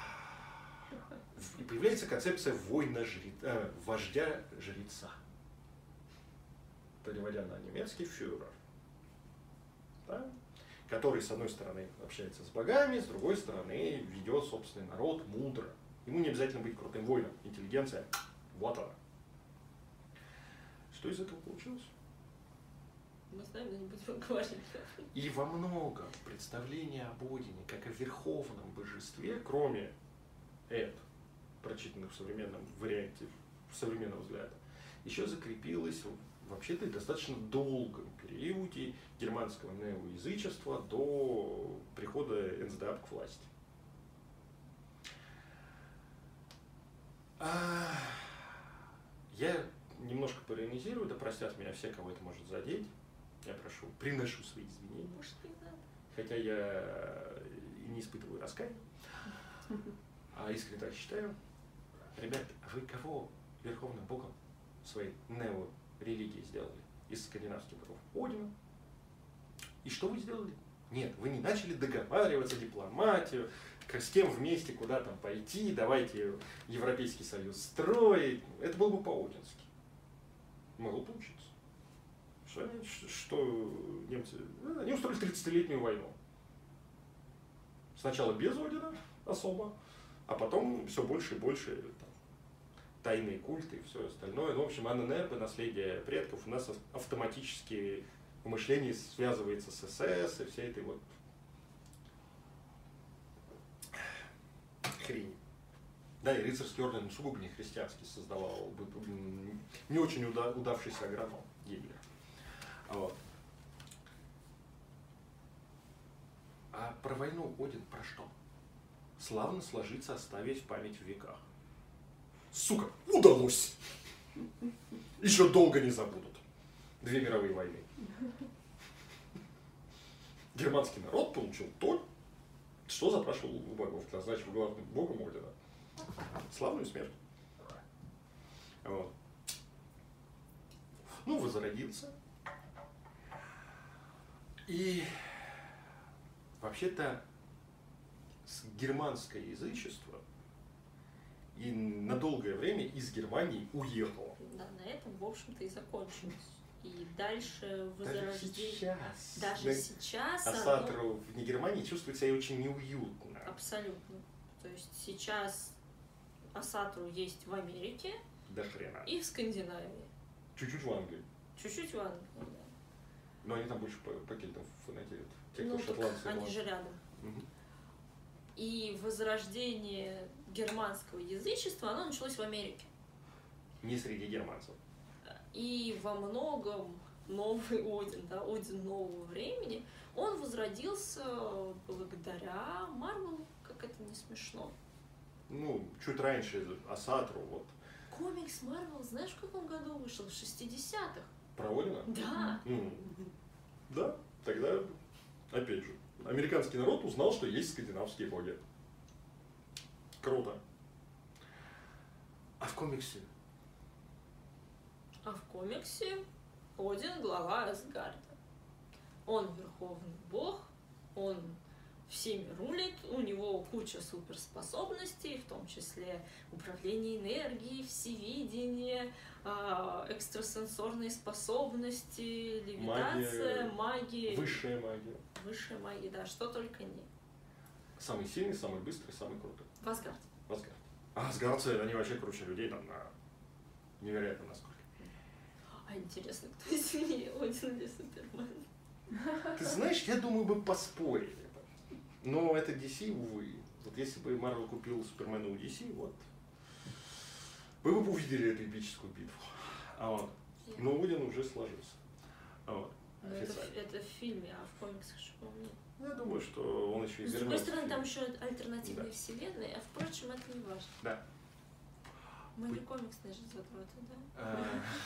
И появляется концепция вождя-жреца, переводя на немецкий фюрер, да? Который, с одной стороны, общается с богами, с другой стороны, ведет собственный народ мудро. Ему не обязательно быть крутым воином. Интеллигенция, вот она. Что из этого получилось? Мы знаем, но не будем говорить. И во многом представление о Бодине, как о верховном божестве, кроме прочитанных в современном варианте, современного взгляда, еще закрепилось вообще-то в достаточно долгом периоде германского неоязычества до прихода НСДАП к власти. Я немножко поиронизирую, да простят меня все, кого это может задеть. Я прошу, приношу свои извинения. Может, не надо. Хотя я и не испытываю раскаяния, а искренне так считаю. Ребят, а вы кого верховным богом своей неорелигии сделали из скандинавских богов? Одина. И что вы сделали? Нет, вы не начали договариваться, дипломатию, с кем вместе, куда там пойти, давайте Европейский Союз строить. Это было бы по-одински. Могло получиться. Что немцы... Они устроили 30-летнюю войну. Сначала без Одина особо, а потом все больше и больше там, тайные культы и все остальное. Ну, в общем, АННР, наследие предков, у нас автоматически в мышлении связывается с СС и всей этой вот хрень. Да, и рыцарский орден сугубо не христианский создавал, не очень удавшийся агроном Гитлер. Вот. А про войну Один про что? Славно сложиться, оставить в память в веках. Сука, удалось! Еще долго не забудут. 2 мировые войны. Германский народ получил то, что запрашивал у богов, назначив главным богом Одина. Славную смерть. Вот. Ну, возродился. И вообще-то германское язычество и на долгое время из Германии уехало. Да, на этом, в общем-то, и закончилось. И дальше возрождение. Даже Даже сейчас Асатру в Германии чувствует себя очень неуютно. Абсолютно. То есть сейчас Асатру есть в Америке До хрена. и в Скандинавии. Чуть-чуть в Англии. Чуть-чуть в Англии, да. Но они там больше по кельтам фанатеют. Те, кто Ну, так шотландцы. они же рядом. Мгм. И возрождение германского язычества, оно началось в Америке. Не среди германцев. И во многом новый Один, да, Один нового времени, он возродился благодаря Марвелу, как это не смешно. Ну, чуть раньше Асатру, вот. Комикс Марвел, знаешь, в каком году вышел? В 60-х. Про Одина? Да. Да, тогда, опять же, американский народ узнал, что есть скандинавские боги. Круто. А в комиксе? А в комиксе Один глава Асгарда. Он верховный бог, он всеми рулит, у него куча суперспособностей, в том числе управление энергией, всевидение, экстрасенсорные способности, левитация, магия. Высшая магия. Высшая магия, да, что только не. Самый сильный, самый быстрый, самый крутой. В Асгарде. Асгард. А асгардцы, они вообще круче людей там на невероятно насколько. А интересно, кто сильнее, Один или Супермен? Ты знаешь, я думаю, бы поспорили. Но это DC, увы. Вот если бы Marvel купил Супермена у DC, вот, вы бы увидели эту эпическую битву. Но Один уже сложился. Это в фильме, а в комиксах что помню. Я думаю, что он еще и С вернется. другой стороны, там еще альтернативные Да. вселенные, а впрочем, это не важно. Да. Мы не комиксные же задроты, да?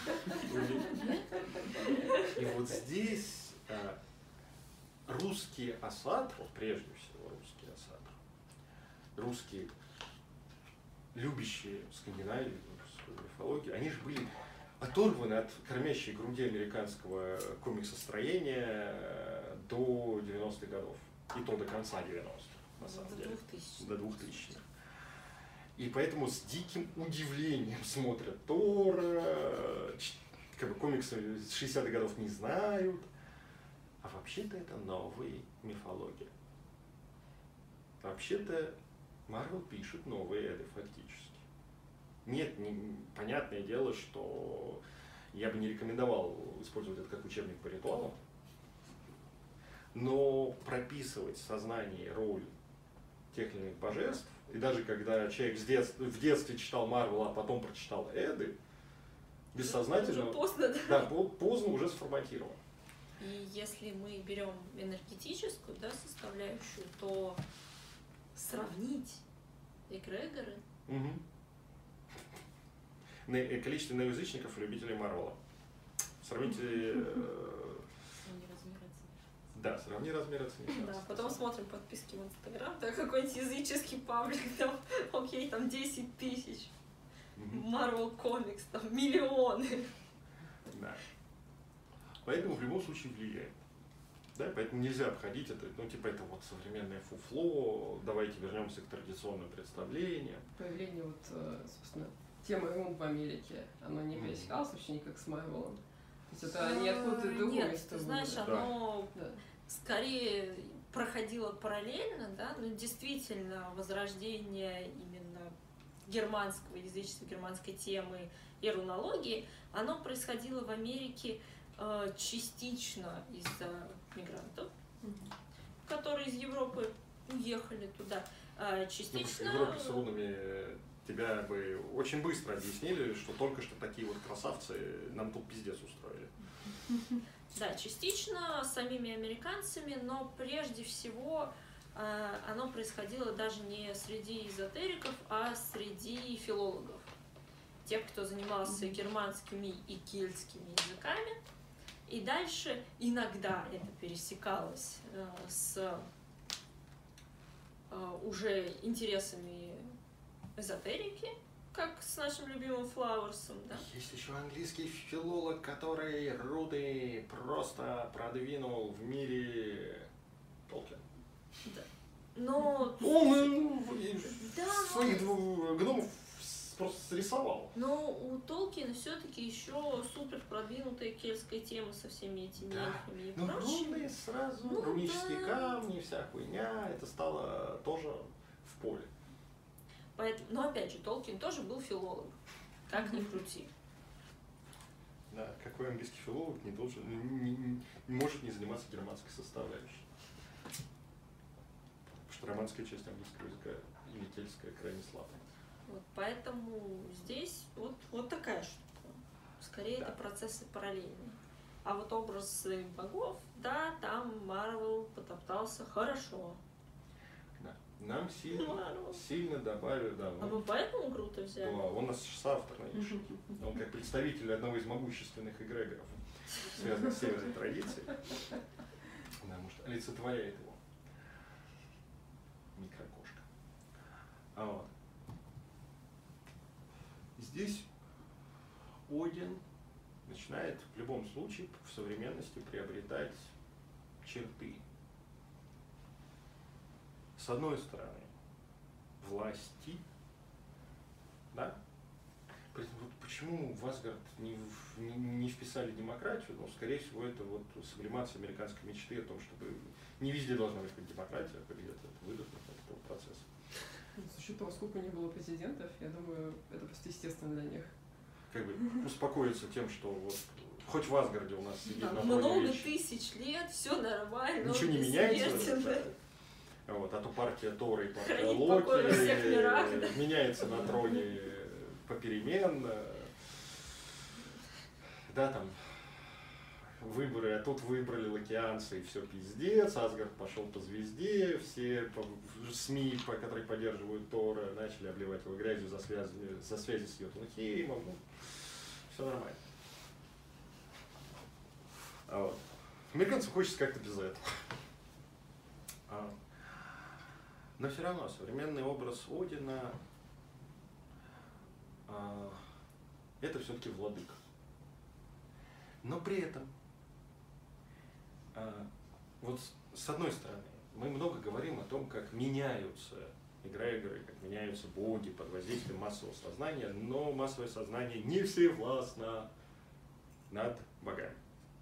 И вот здесь русские Асатру, прежде всего русские Асатру, русские, любящие Скандинавию, русскую мифологию, они же были оторваны от кормящей груди американского комиксостроения до 90-х годов. И то до конца 90-х, на самом деле. До 2000-х. И поэтому с диким удивлением смотрят Тора, как бы комиксы 60-х годов не знают. А вообще-то это новые мифологии. Вообще-то Марвел пишет новые Эды фактически. Нет, понятное дело, что я бы не рекомендовал использовать это как учебник по ритуалам, но прописывать в сознании роль тех или иных божеств, и даже когда человек в детстве читал Марвел, а потом прочитал Эды, бессознательно, Уже поздно, да? да, поздно уже сформатирован. И если мы берем энергетическую, да, составляющую, то сравнить эгрегоры. Угу. Количество неоязычников и любителей Марвела. Сравните... Сравни размер оценишь. Да, сравни размер оценишь. Да, потом смотрим подписки в Инстаграм, да, какой-нибудь языческий паблик, там, окей, там 10 тысяч. Marvel Comics, там миллионы. Да. Поэтому в любом случае влияет. Да, поэтому нельзя обходить это, ну, типа, это вот современное фуфло, давайте вернемся к традиционным представлениям. Появление вот, собственно, темы РУН в Америке, оно не пересекалось вообще никак с Марвелом? То есть это не откуда-то другое Нет, место ты знаешь, было? оно Да. скорее проходило параллельно, да, но действительно возрождение именно германского язычества, германской темы и рунологии, оно происходило в Америке частично из-за мигрантов, которые из Европы уехали туда, частично... Ну, в Европе с рунами тебя бы очень быстро объяснили, что только что такие вот красавцы нам тут пиздец устроили. Да, частично самими американцами, но прежде всего оно происходило даже не среди эзотериков, а среди филологов. Тех, кто занимался германскими и кельтскими языками. И дальше иногда это пересекалось с уже интересами эзотерики, как с нашим любимым Флауэрсом, да? Есть еще английский филолог, который руны просто продвинул в мире Толкин. Да. Но... Да, своих гномов просто срисовал. но у Толкина все-таки еще супер продвинутая кельтская тема со всеми этими эльфами и Ну, прочим. рунные сразу, Ну, рунические да. камни, вся хуйня, это стало тоже в поле. Поэтому, но опять же, Толкин тоже был филолог. Как ни крути. Да, какой английский филолог не должен, не может не заниматься германской составляющей. Потому что романская часть английского языка или кельтская крайне слабая. Вот, поэтому здесь вот такая штука. Скорее, Да. это процессы параллельные. А вот образы богов, да, там Марвел потоптался хорошо. Да. Нам Марвел. сильно добавили, да, А мы поэтому круто взяли. да, он наш соавтор на Иши. Он как представитель одного из могущественных эгрегоров, связанных с северной традицией, потому что олицетворяет его микрокошка. А вот. Здесь Один начинает в любом случае в современности приобретать черты. С одной стороны, власти, да? Вот почему в Асгард не вписали демократию? Ну, скорее всего, это вот сублимация американской мечты о том, чтобы не везде должна быть демократия, а где-то это выдохнуть от этого процесса. С учетом того, сколько не было президентов, я думаю, это просто естественно для них. Как бы успокоиться тем, что вот хоть в Асгарде у нас сидит Да, на троне много речь, тысяч лет, все нормально. ничего не он меняется. бессмертен, да. Да. Вот, а то партия Тора и партия Хранит покой во всех мирах, да. меняется на троне попеременно. Да, там выборы, а тут выбрали лакианцы, и все пиздец, Асгард пошел по звезде, все СМИ, которые поддерживают Тора, начали обливать его грязью за связи с Йотунхеймом. Ну, все нормально. А вот. Американцам хочется как-то без этого. Но все равно современный образ Одина это все-таки владыка. Но при этом вот с одной стороны мы много говорим о том, как меняются эгрегоры, как меняются боги под воздействием массового сознания, но массовое сознание не всевластно над богами.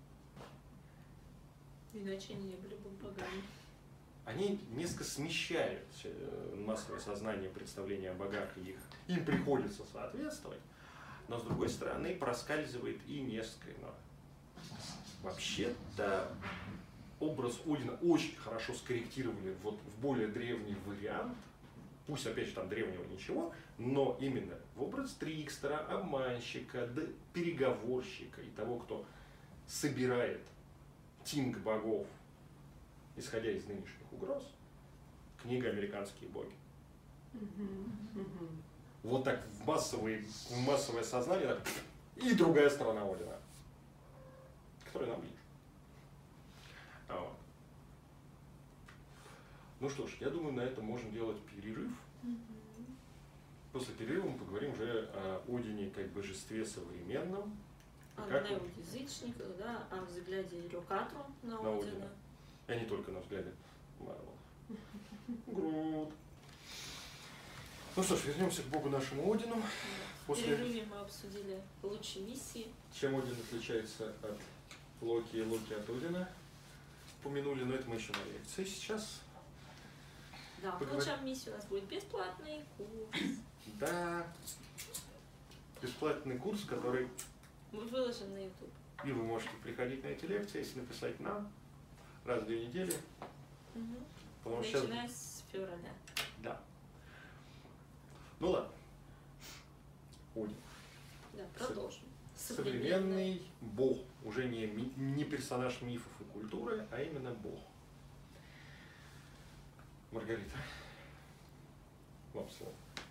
Иначе не были бы богами. Они несколько смещают массовое сознание, представление о богах, и им приходится соответствовать, но с другой стороны проскальзывает и несколько иное. Вообще-то образ Одина очень хорошо скорректировали вот в более древний вариант, пусть опять же там древнего ничего, но именно в образ трикстера, обманщика, переговорщика и того, кто собирает тинг богов, исходя из нынешних угроз, книга «Американские боги». Вот так в массовое сознание, так, и другая сторона Одина, которая нам ближе. Вот. Ну что ж, я думаю, на этом можно делать перерыв. После перерыва мы поговорим уже о Одине как божестве современном. О неоязычниках, да, о взгляде Рюкатру на Одина. И не только на взгляде Марвел. Груд. Ну что ж, вернемся к богу нашему Одину. В перерыве мы обсудили лучшие миссии. Чем Один отличается от Локи и Локи от Одина? Упомянули, но это мы еще на лекции. Сейчас да, по лучшам миссии у нас будет бесплатный курс. Да. Бесплатный курс, который мы выложим на YouTube. И вы можете приходить на эти лекции, если написать нам раз в 2 недели. Начиная с февраля. Да. Ну ладно. Один. Да, продолжим. Современный бог. Уже не персонаж мифов и культуры, а именно бог. Маргарита, вам слово.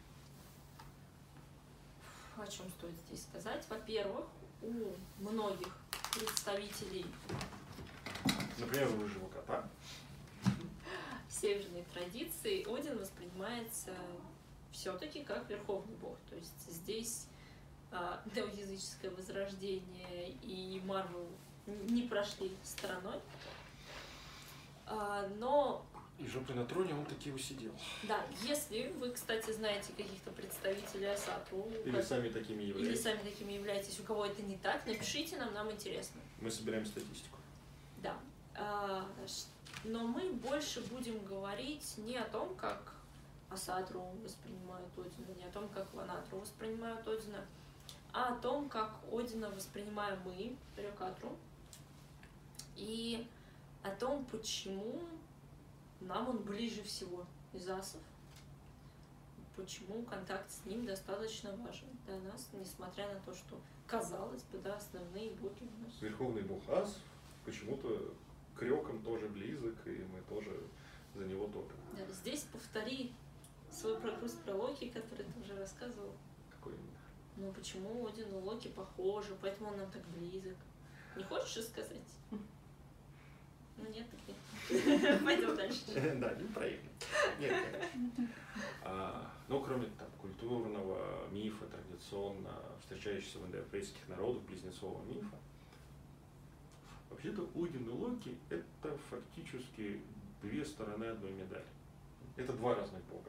О чем стоит здесь сказать? Во-первых, у многих представителей, например, у рыжего кота, северной традиции Один воспринимается все-таки как верховный бог. То есть здесь неоязыческое возрождение и Марвел не прошли стороной. Но И жопой на троне он таки усидел. Да, если вы, кстати, знаете каких-то представителей Асатру, Или сами такими являетесь, у кого это не так, напишите нам, нам интересно. Мы собираем статистику. Да. Но мы больше будем говорить не о том, как Асатру воспринимают Одина, не о том, как Ванатру воспринимают Одина, а о том, как Одина воспринимаем мы, Рёкатру, и о том, почему нам он ближе всего из асов, почему контакт с ним достаточно важен для нас, несмотря на то, что, казалось бы, да, основные боги у нас. Верховный бог Ас почему-то к Рёкам тоже близок, и мы тоже за него топим. Да, здесь повтори свой прогруз про Локи, который ты уже рассказывал. Какой именно? Ну почему Один и Локи похожи, поэтому он нам так близок. Не хочешь рассказать? Ну нет, так нет. Пойдем дальше. Да, не проехали. Нет, конечно. Но кроме там культурного мифа, традиционно встречающегося в индоевропейских народах, близнецового мифа, вообще-то Один и Локи — это фактически две стороны одной медали. Это два разных бога.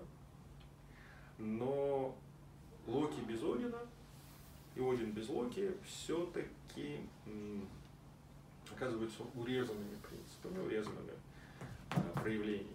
Но Локи без Одина и Один без Локи все-таки оказываются урезанными принципами, урезанными проявлениями.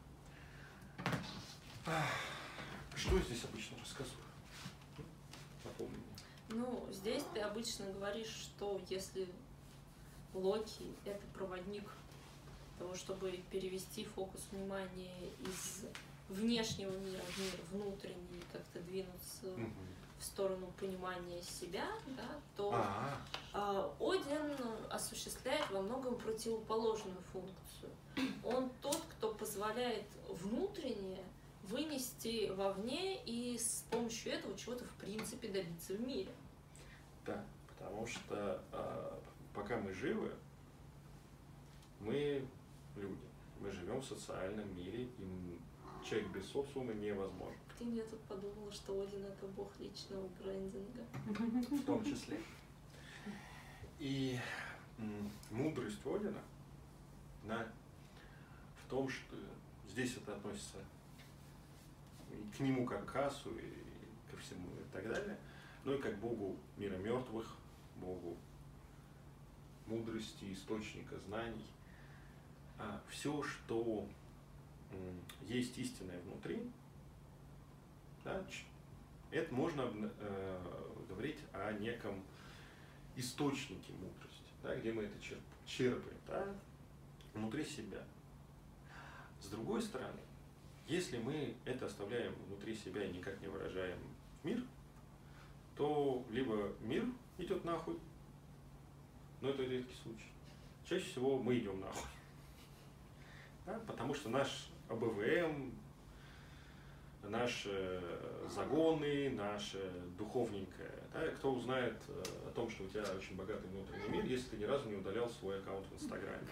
Что я здесь обычно рассказываю? Напомни мне. Ну, здесь ты обычно говоришь, что если Локи — это проводник того, чтобы перевести фокус внимания из внешнего мира в мир внутренний, как-то двинуться в сторону понимания себя, да, то Один осуществляет во многом противоположную функцию. Он тот, кто позволяет внутреннее вынести вовне и с помощью этого чего-то в принципе добиться в мире. Да, потому что пока мы живы, мы люди, мы живем в социальном мире, и человек без социума невозможен. Ты мне тут подумала, что Один — это бог личного брендинга. В том числе. И мудрость Одина в том, что здесь это относится к нему как к Асу и ко всему и так далее, но и как богу мира мертвых, богу мудрости, источника знаний. Все, что есть истинное внутри, да, это можно говорить о неком источнике мудрости, да, где мы это черпаем, да, внутри себя. С другой стороны, если мы это оставляем внутри себя и никак не выражаем в мир, то либо мир идет нахуй, но это редкий случай. Чаще всего мы идем нахуй. Да, потому что наш АБВМ, наши загоны, наше духовненькое. Да, кто узнает о том, что у тебя очень богатый внутренний мир, если ты ни разу не удалял свой аккаунт в Инстаграме.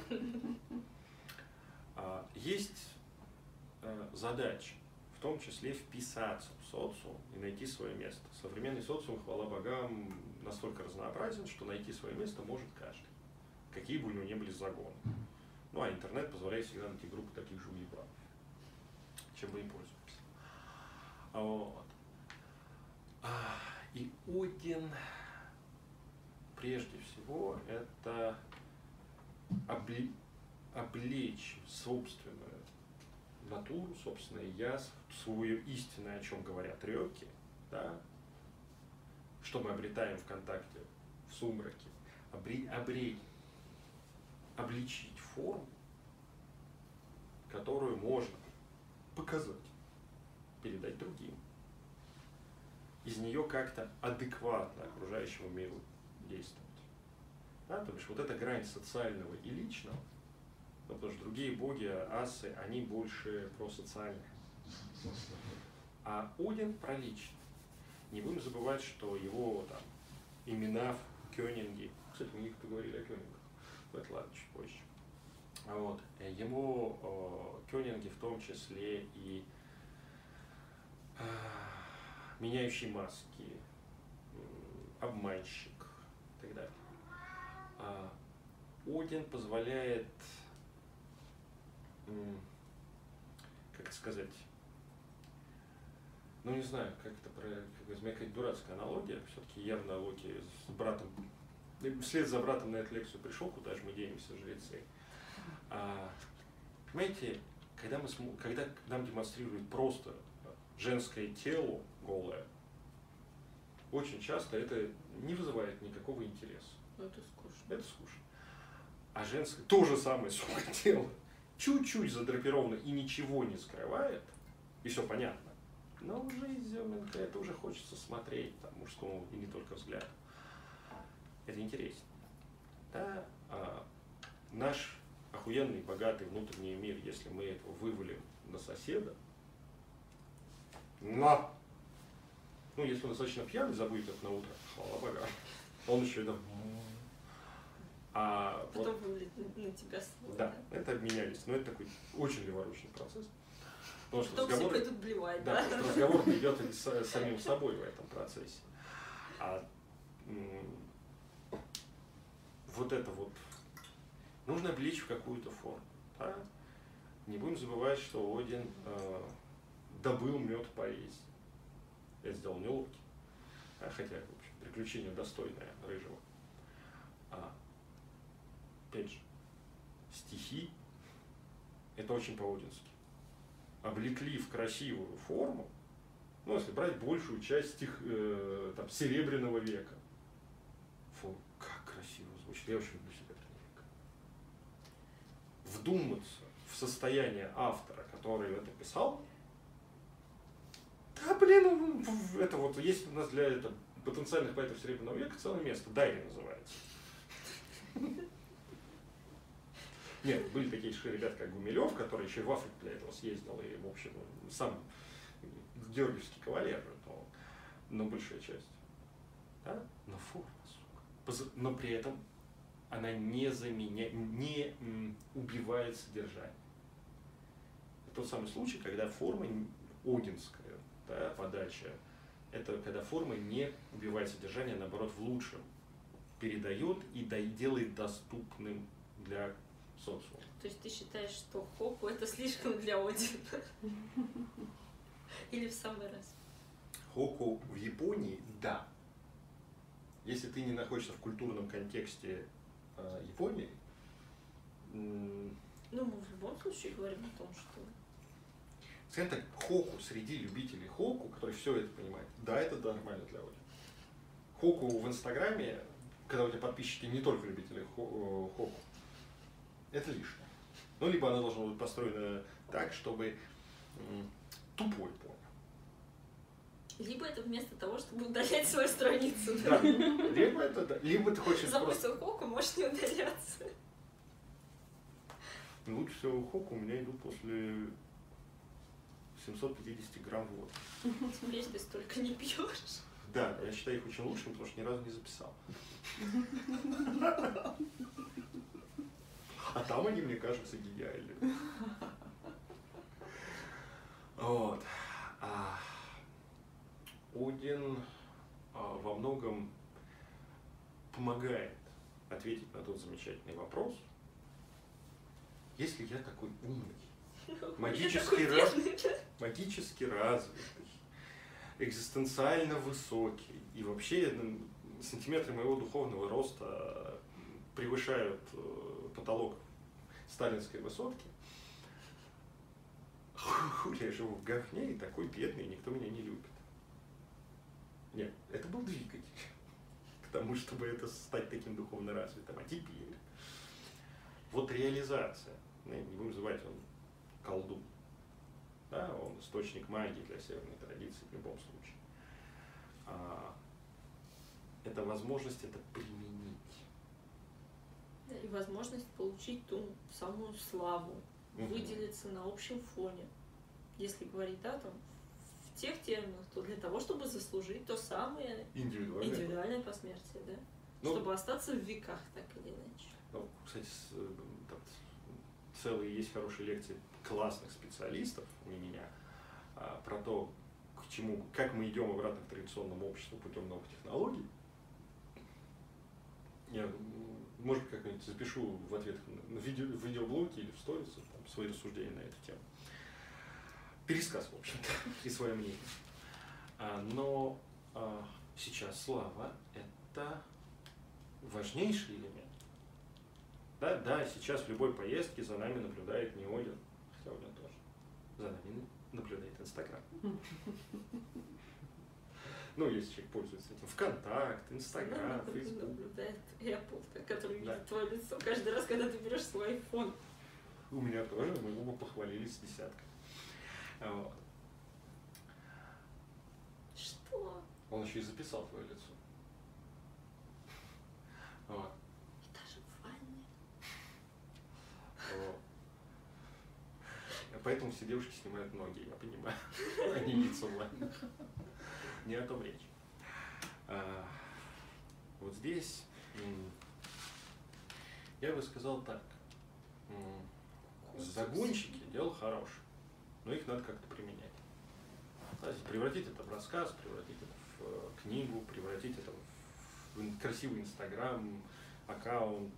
Есть задача, в том числе вписаться в социум и найти свое место. Современный социум, хвала богам, настолько разнообразен, что найти свое место может каждый, какие бы у него ни были загоны. Ну, а интернет позволяет всегда найти группу таких же уебанов, чем мы и пользуемся. Вот. И Один, прежде всего, это облечь собственную натуру, собственное я, свое истинное, о чем говорят рёки, да, что мы обретаем в контакте, в сумраке, обличить форму, которую можно показать, передать другим. Из нее как-то адекватно окружающему миру действовать. Да, то бишь вот эта грань социального и личного, потому что другие боги, асы, они больше про социальное. А Один про личное. Не будем забывать, что его там имена в Кёнинге, кстати, мы не поговорили о Кёнингах, но это ладно, чуть позже. Вот. Ему Кёнинги в том числе и меняющий маски, обманщик и так далее. Один позволяет как это сказать, ну не знаю, как это какая-то дурацкая аналогия, все-таки явно Локи с братом, вслед за братом на эту лекцию пришел, куда же мы денемся, жрецы. Понимаете, когда нам демонстрируют просто женское тело голое, очень часто это не вызывает никакого интереса. Ну, это скучно. Это скучно. А женское, то же самое сухое тело, чуть-чуть задрапировано и ничего не скрывает, и все понятно. Но уже изюминка, это уже хочется смотреть, там, мужскому и не только взгляд. Это интересно. Да? Наш охуенный, богатый внутренний мир, если мы этого вывалим на соседа, ну, если он достаточно пьяный, забудет это на утро, хвала богам, он еще это... Потом вывалит на тебя слово. Да, это обменялись, но это такой очень леворучный процесс. Потому что потом разговор, все пойдут блевать, да? Потому что разговор идет и с самим собой в этом процессе. Вот это вот нужно облечь в какую-то форму. Да? Не будем забывать, что Один добыл мед поесть. Я сделал неловкий. Хотя, в общем, приключение достойное рыжего. Опять же, стихи – это очень по-одински. Облекли в красивую форму, ну, если брать большую часть там, Серебряного века. Фу, как красиво звучит. Я очень люблю Серебряный век. Вдуматься в состояние автора, который это писал, да, блин, это вот есть у нас для потенциальных поэтов Серебряного века целое место. Дайри называется. Нет, были такие же ребята, как Гумилев, который еще и в Африку для этого съездил, и, в общем, сам георгиевский кавалер, но большая часть. Да? Но форма, сука. Но при этом она не убивает содержание. Это тот самый случай, когда форма одинская, да, подача, это когда форма не убивает содержание, а наоборот, в лучшем передает и делает доступным для социума. То есть ты считаешь, что Хоку это слишком для Одина? Или в самый раз? Хоку в Японии – да. Если ты не находишься в культурном контексте Японии… Ну, мы в любом случае говорим о том, что… Скажем так, Хоку среди любителей Хоку, которые все это понимают, да, это нормально для Одина. Хоку в Инстаграме, когда у тебя подписчики не только любители Хоку, это лишнее. Ну, либо она должна быть построена так, чтобы тупой понял. Либо это вместо того, чтобы удалять свою страницу. Да, либо это, да. Либо ты хочешь Запустил Хоку, можешь не удаляться. Лучше всего Хоку у меня идут после 750 грамм в год. Теперь ты столько не пьешь. Да, я считаю их очень лучшими, потому что ни разу не записал. А там они, мне кажется, гениальными. Вот. Один во многом помогает ответить на тот замечательный вопрос: если я такой умный, магически развитый, экзистенциально высокий, и вообще сантиметры моего духовного роста превышают потолок сталинской высотки, хули я живу в говне и такой бедный, никто меня не любит. Нет, это был двигатель к тому, чтобы это стать таким духовно развитым. А теперь вот реализация, не будем называть он колдун, да, он источник магии для северной традиции в любом случае. Это возможность это применить. И возможность получить ту самую славу, выделиться на общем фоне. Если говорить, да, там, в тех терминах, то для того, чтобы заслужить то самое индивидуальное посмертие, да? Ну, чтобы остаться в веках, так или иначе. Ну, кстати, целые есть хорошие лекции классных специалистов, не меня, про то, к чему, как мы идем обратно к традиционному обществу путем новых технологий. Я, может, как-нибудь запишу в ответ в видеоблоге или в сторис свои рассуждения на эту тему. пересказ, в общем-то, и свое мнение. Но сейчас слава – это важнейший элемент. Да, сейчас в любой поездке за нами наблюдает не Один, хотя Один тоже. За нами наблюдает Инстаграм. Ну, если человек пользуется этим. ВКонтакт, Инстаграм, Фейсбук. Наблюдает Apple, который видит твое лицо каждый раз, когда ты берешь свой iPhone. У меня тоже, мы оба похвалились десяткой. Вот. Что? Он еще и записал твое лицо. Вот. И даже в ванне. Вот. Поэтому все девушки снимают ноги, я понимаю. Они лицо в ванне. Не о том речь. Вот здесь я бы сказал так. Загонщики – дело хорошее, но их надо как-то применять. Знаете, превратить это в рассказ, превратить это в книгу, превратить это в красивый Инстаграм, аккаунт,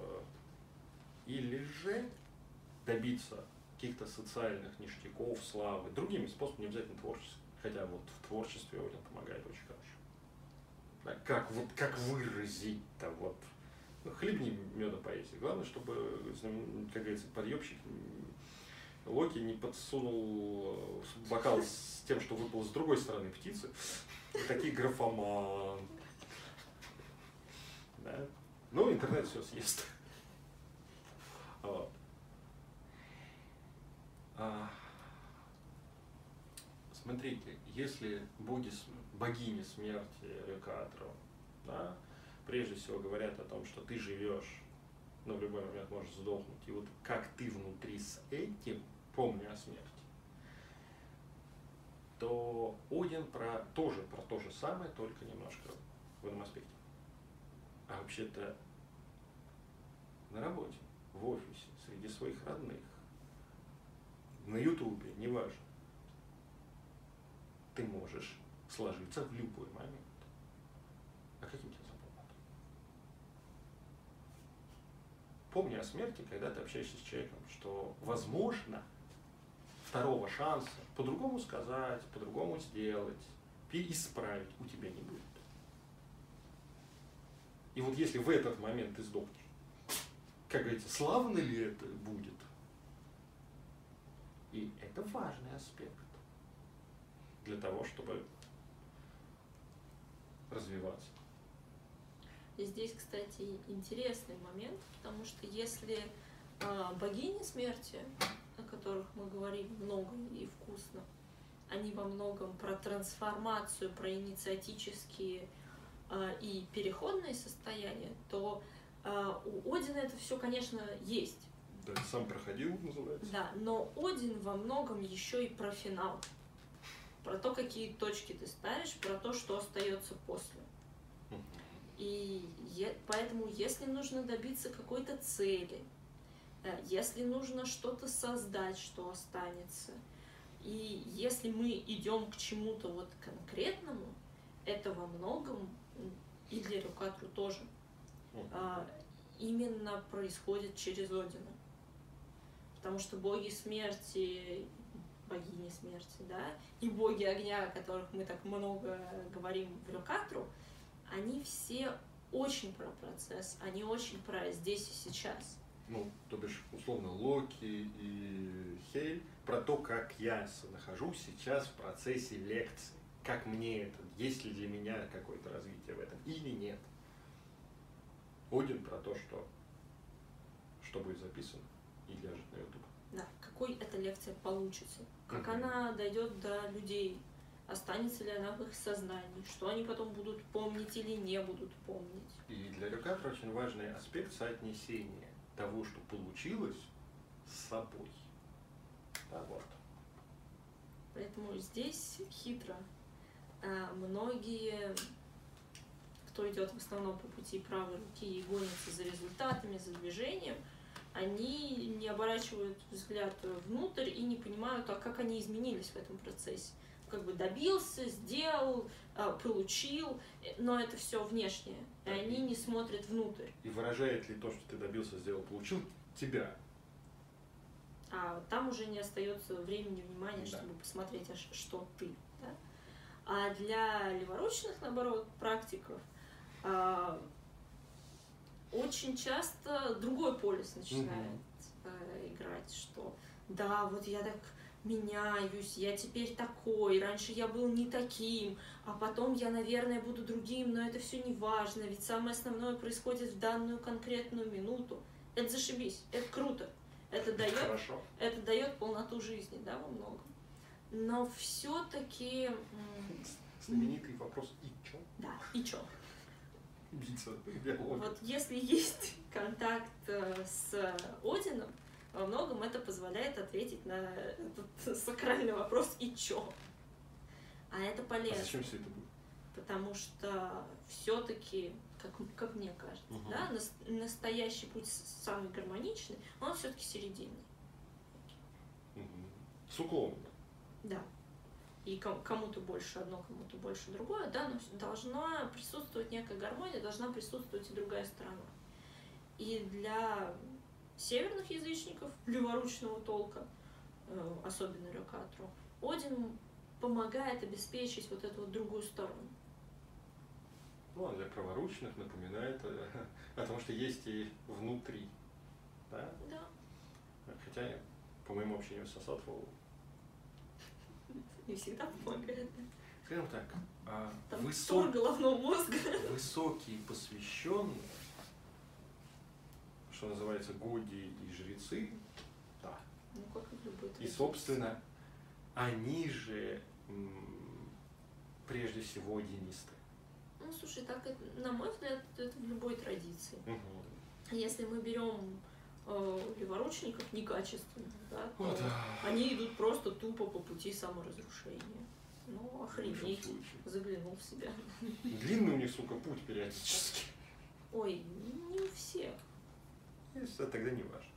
или же добиться каких-то социальных ништяков, славы, другими способами, не обязательно творческими. Хотя вот в творчестве Один помогает очень хорошо. Да, как выразить-то вот. Хлебни меда поэзии. Главное, чтобы, как говорится, подъемщик Локи не подсунул бокал с тем, что выпал с другой стороны птицы. Такие графоман. Да? Ну, интернет все съест. Вот. Смотрите, если богини смерти Рекатру, да, прежде всего говорят о том, что ты живешь, но в любой момент можешь сдохнуть, и вот как ты внутри с этим, помни о смерти, то Один тоже про то же самое, только немножко в этом аспекте. А вообще-то на работе, в офисе, среди своих родных, на Ютубе, неважно, ты можешь сложиться в любой момент. А каким тебе запомнят? Помни о смерти, когда ты общаешься с человеком, что, возможно, второго шанса по-другому сказать, по-другому сделать, исправить у тебя не будет. И вот если в этот момент ты сдохнешь, как говорится, славно ли это будет? И это важный аспект для того, чтобы развиваться. И здесь, кстати, интересный момент, потому что если богини смерти, о которых мы говорим много и вкусно, они во многом про трансформацию, про инициатические и переходные состояния, то у Одина это все, конечно, есть. Да, сам проходил, называется. Да, но Один во многом еще и про финал. Про то, какие точки ты ставишь, про то, что остается после. И поэтому, если нужно добиться какой-то цели, если нужно что-то создать, что останется, и если мы идем к чему-то вот конкретному, это во многом, и для Рюкатру тоже, именно происходит через Одина. Потому что боги смерти, богини смерти, да, и боги огня, о которых мы так много говорим в Рюкатру, они все очень про процесс, они очень про здесь и сейчас. Ну, то бишь, условно, Локи и Хель про то, как я нахожусь сейчас в процессе лекции. Как мне это, есть ли для меня какое-то развитие в этом или нет. Один про то, что будет записано и ляжет на YouTube. Да, какой эта лекция получится, как она дойдет до людей, останется ли она в их сознании, что они потом будут помнить или не будут помнить. И для Рюкатра очень важный аспект соотнесения того, что получилось, с собой. Да, вот. Поэтому здесь хитро. Многие, кто идет в основном по пути правой руки и гонится за результатами, за движением, они не оборачивают взгляд внутрь и не понимают, а как они изменились в этом процессе. Как бы добился, сделал, получил, но это все внешнее, и они не смотрят внутрь. И выражает ли то, что ты добился, сделал, получил, тебя? А там уже не остается времени, внимания, Да. чтобы посмотреть, что ты. Да? А для леворучных, наоборот, практиков очень часто другой полюс начинает играть, что да, вот я так меняюсь, я теперь такой, раньше я был не таким, а потом я, наверное, буду другим, но это все не важно, ведь самое основное происходит в данную конкретную минуту. Это зашибись, это круто, это дает полноту жизни, да, во многом. Но все-таки... Знаменитый вопрос «и чё?» Да, и чё? Диалог. Вот если есть контакт с Одином, во многом это позволяет ответить на этот сакральный вопрос «и чё?». А это полезно. А зачем все это будет? Потому что все-таки, как мне кажется, да, настоящий путь самый гармоничный, он все-таки серединный. С уклоном. Да. И кому-то больше одно, кому-то больше другое, да, но должна присутствовать некая гармония, должна присутствовать и другая сторона. И для северных язычников, леворучного толка, особенно рёкатру, Один помогает обеспечить вот эту вот другую сторону. Ну, а для праворучных напоминает о том, что есть и внутри. Да? Да. Хотя, по моему общению с Асатву, Не всегда помогает. скажем так, Там тур головного мозга. высокие посвященные, что называется, годи и жрецы, да. Ну, как и в любой И, традиции. собственно, они же прежде всего одинисты. Ну, слушай, так, на мой взгляд, это в любой традиции. Если мы берем леворучников некачественных, да, то они идут просто тупо по пути саморазрушения. Ну, охренеть, заглянул в себя. Длинный у них, сука, путь периодически. Ой, не у всех. Это тогда не важно.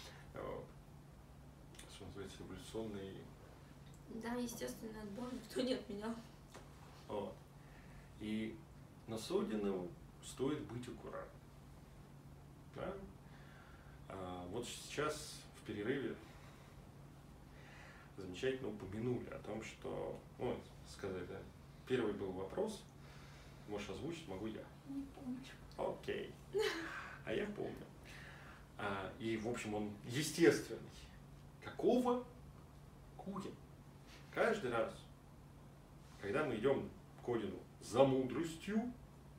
Что называется, эволюционный... Да, естественный отбор никто не отменял. Вот. И на Содином стоит быть аккуратным. Да? Вот сейчас в перерыве замечательно упомянули о том, что, ну, сказать, да, первый был вопрос, можешь озвучить, могу я. Не помню. Окей. А я помню. И, в общем, он естественный. Какого хуя? Каждый раз, когда мы идем к Одину за мудростью,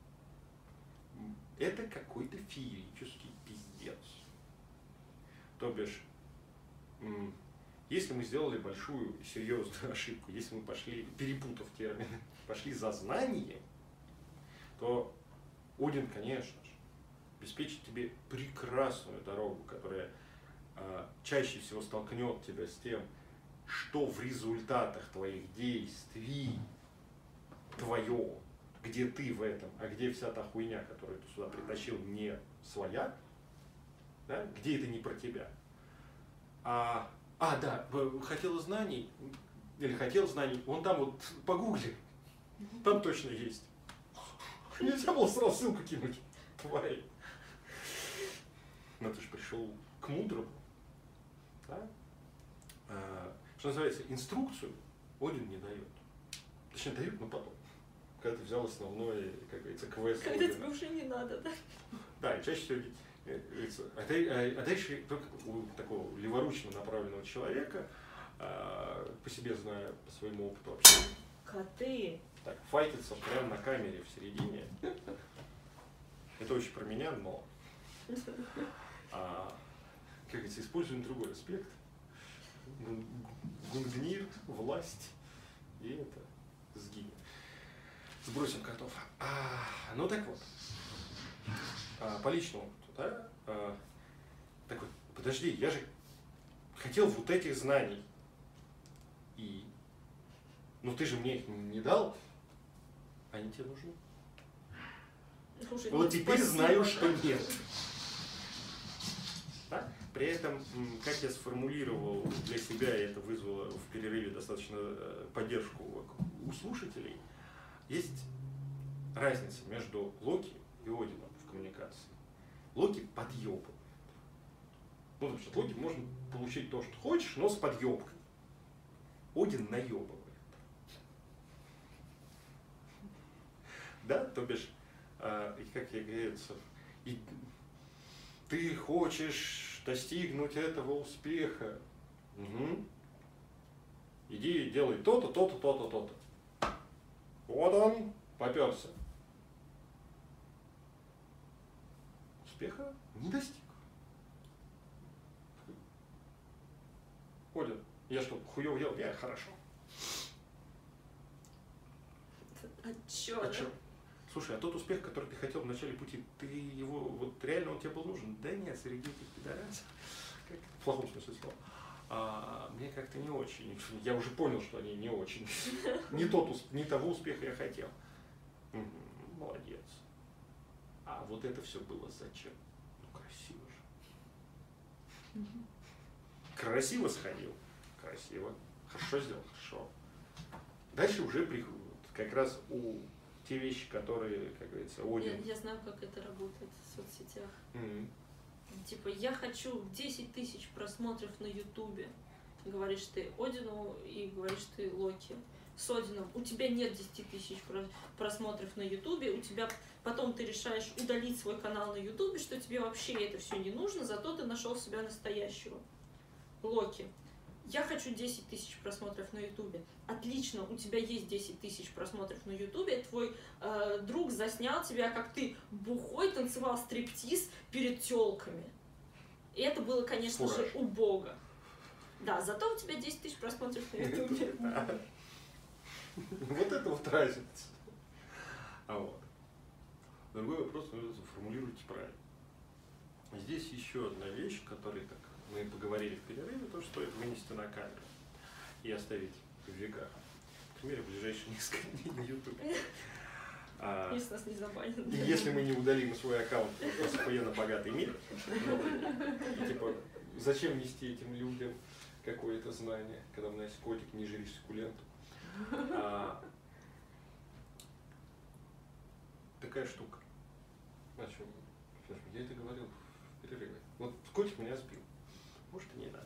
это какой-то феерический пиздец. То бишь, если мы сделали большую и серьезную ошибку, если мы пошли, перепутав термины, пошли за знанием, то Один, конечно же, обеспечит тебе прекрасную дорогу, которая чаще всего столкнет тебя с тем, что в результатах твоих действий твое, где ты в этом, а где вся та хуйня, которую ты сюда притащил, не своя, да? Где это не про тебя. Да, хотел знаний, вон там вот погугли, там точно есть. Нельзя было сразу ссылку кинуть, тварь. Но ты же пришел к мудрому, да? Что называется, инструкцию Один не дает. Точнее, дает, но потом. Когда ты взял основной, как говорится, квест. Когда тебе уже не надо, да? Да, и чаще всего а дальше только у такого леворучно направленного человека, по себе знаю, по своему опыту вообще. Коты. Так, файтится прямо на камере в середине. Это очень про меня, но как говорится, используем другой аспект. Гунгнир, власть, и это сгинет. Сбросим котов. Ну так вот, по личному опыту, да? Так вот, подожди, я же хотел вот этих знаний. Ну ты же мне их не дал, они тебе нужны. Уже Вот нет, теперь спасибо, знаю, да? что нет. Да? При этом, как я сформулировал для себя, и это вызвало в перерыве достаточно поддержку у слушателей, есть разница между Локи и Одином в коммуникации. Локи подъебывает. Ну, потому что от Локи можно получить то, что хочешь, но с подъебкой. Один наебывает. Да, то бишь, и как я говорится, и ты хочешь достигнуть этого успеха. Угу. Иди делай то-то, то-то, то-то, то-то. Вот он, поперся. Успеха не достиг. Оля, я что, хуёво делал? Я хорошо. А чё? А чё? Слушай, а тот успех, который ты хотел в начале пути, ты его, вот реально он тебе был нужен? Да нет, среди этих пидорасов, в плохом смысле слова, мне как-то не очень. Я уже понял, что они не очень. Не того успеха я хотел. Молодец. А вот это все было зачем? Ну, красиво же. Красиво сходил. Красиво. Хорошо сделал. Хорошо. Дальше уже приходит как раз те вещи, которые, как говорится, Один. Я знаю, как это работает в соцсетях. Типа, я хочу 10 тысяч просмотров на Ютубе. Говоришь ты Одину и говоришь ты Локи. С Одином у тебя нет 10 тысяч просмотров на Ютубе, у тебя потом ты решаешь удалить свой канал на Ютубе, что тебе вообще это все не нужно, зато ты нашел себя настоящего. Локи. Я хочу 10 тысяч просмотров на Ютубе. Отлично, у тебя есть 10 тысяч просмотров на Ютубе. Твой друг заснял тебя, как ты бухой танцевал стриптиз перед тёлками. И это было, конечно же, убого. Да, зато у тебя 10 тысяч просмотров на Ютубе. Вот это вот разница. А вот. Другой вопрос, вы формулируйте правильно. Здесь еще одна вещь, которой так мы поговорили в перерыве, то, что стоит вынести на камеру и оставить в веках. К примеру, в ближайшие несколько дней на YouTube. Если нас не забанят. И если мы не удалим свой аккаунт ОСПН «Богатый мир», и, типа, зачем нести этим людям какое-то знание, когда у нас котик, не жри суккуленту. Такая штука. Значит, я это говорил в перерыве. Вот котик меня сбил. Может, и не надо.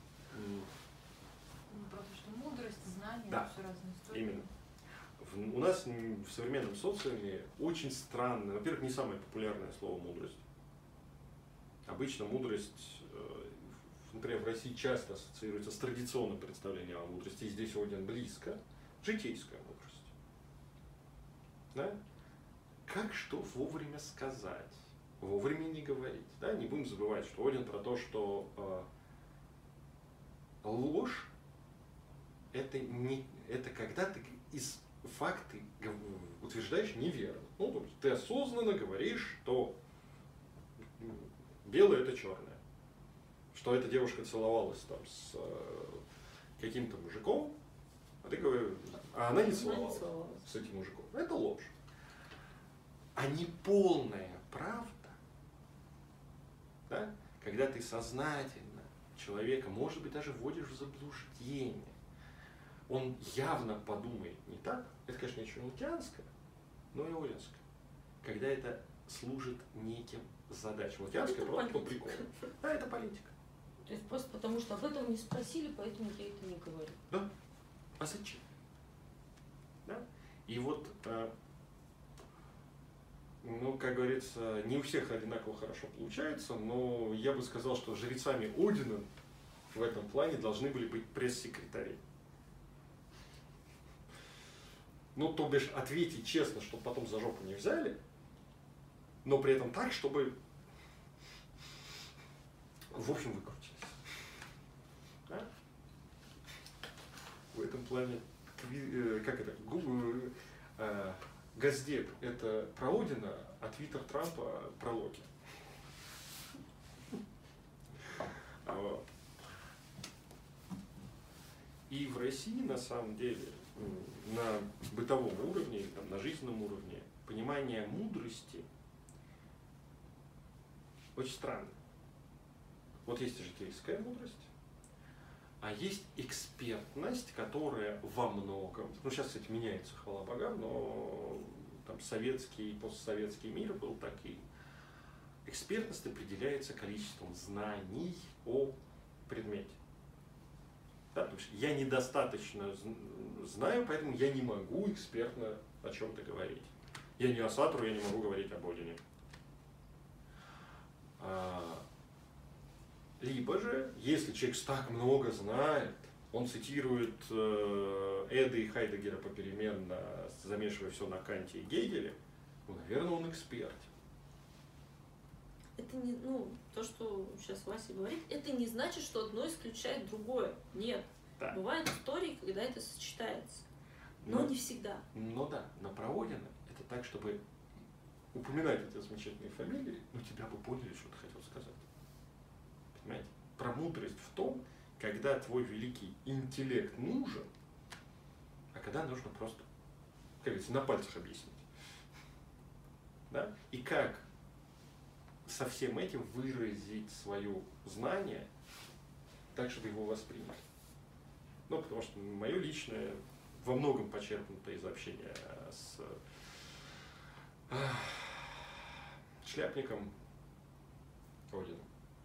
Просто что мудрость, знания, да, все разные истории. Именно. У нас в современном социуме очень странно. Во-первых, не самое популярное слово мудрость. Обычно мудрость, например, в России часто ассоциируется с традиционным представлением о мудрости. И здесь Один близко. Житейская мудрость. Да? Как что вовремя сказать, вовремя не говорить. Да? Не будем забывать, что Один про то, что ложь это когда ты из факты утверждаешь неверно. Ну, то есть ты осознанно говоришь, что белое это черное. Что эта девушка целовалась там с каким-то мужиком, а она не целовалась с этим мужиком. Это ложь. А не полная правда, да? Когда ты сознательно человека, может быть, даже вводишь в заблуждение, он явно подумает не так, это, конечно, еще лукианское, но и одинское. Когда это служит неким задачам. Лукианское просто по приколу. Да, это политика. То есть просто потому, что об этом не спросили, поэтому я это не говорю. Да. А зачем? Да? И вот, ну, как говорится, не у всех одинаково хорошо получается, но я бы сказал, что жрецами Одина в этом плане должны были быть пресс-секретари. Ну, то бишь, ответить честно, чтобы потом за жопу не взяли, но при этом так, чтобы, в общем, выкрутились. Да? В этом плане, как это, Газдеп это про Одина, а Твиттер Трампа про Локи. Вот. И в России, на самом деле, на бытовом уровне, там, на жизненном уровне, понимание мудрости очень странно. Вот есть житейская мудрость, а есть экспертность, которая во многом, ну сейчас, кстати, меняется, хвала богам, но там советский и постсоветский мир был таким, Экспертность определяется количеством знаний о предмете. Да, потому что я недостаточно знаю, поэтому я не могу экспертно о чем-то говорить. Я не о Сатру, я не могу говорить об Одине. Либо же, если человек так много знает, он цитирует Эда и Хайдеггера попеременно, замешивая все на Канте и Гегеле, ну, наверное, он эксперт. Это не, то, что сейчас Вася говорит, это не значит, что одно исключает другое. Нет. Да. Бывают истории, когда это сочетается. Но не всегда. Но да, на Проводина это так, чтобы упоминать эти замечательные фамилии, ну тебя бы поняли, что ты хотел сказать. Понимаете? Про мудрость в том, когда твой великий интеллект нужен, а когда нужно просто, как говорится, на пальцах объяснить. Да? И как со всем этим выразить свое знание так, чтобы его восприняли. Ну, потому что мое личное во многом почерпнуто из общения с Шляпником Одином.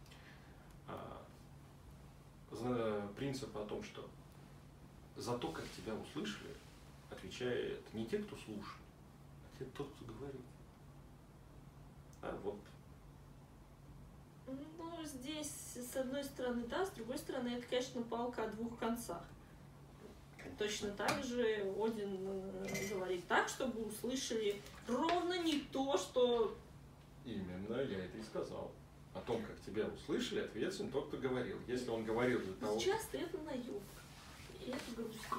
Принцип о том, что за то, как тебя услышали, отвечает не те, кто слушает, а тот, кто говорит. Вот. Ну, здесь, с одной стороны, да, с другой стороны, это, конечно, палка о двух концах. Точно так же Один говорит так, чтобы услышали ровно не то, что... Именно, я это и сказал. О том, как тебя услышали, ответственен тот, кто говорил. Если он говорил для того... Часто это наебка. И это грустно.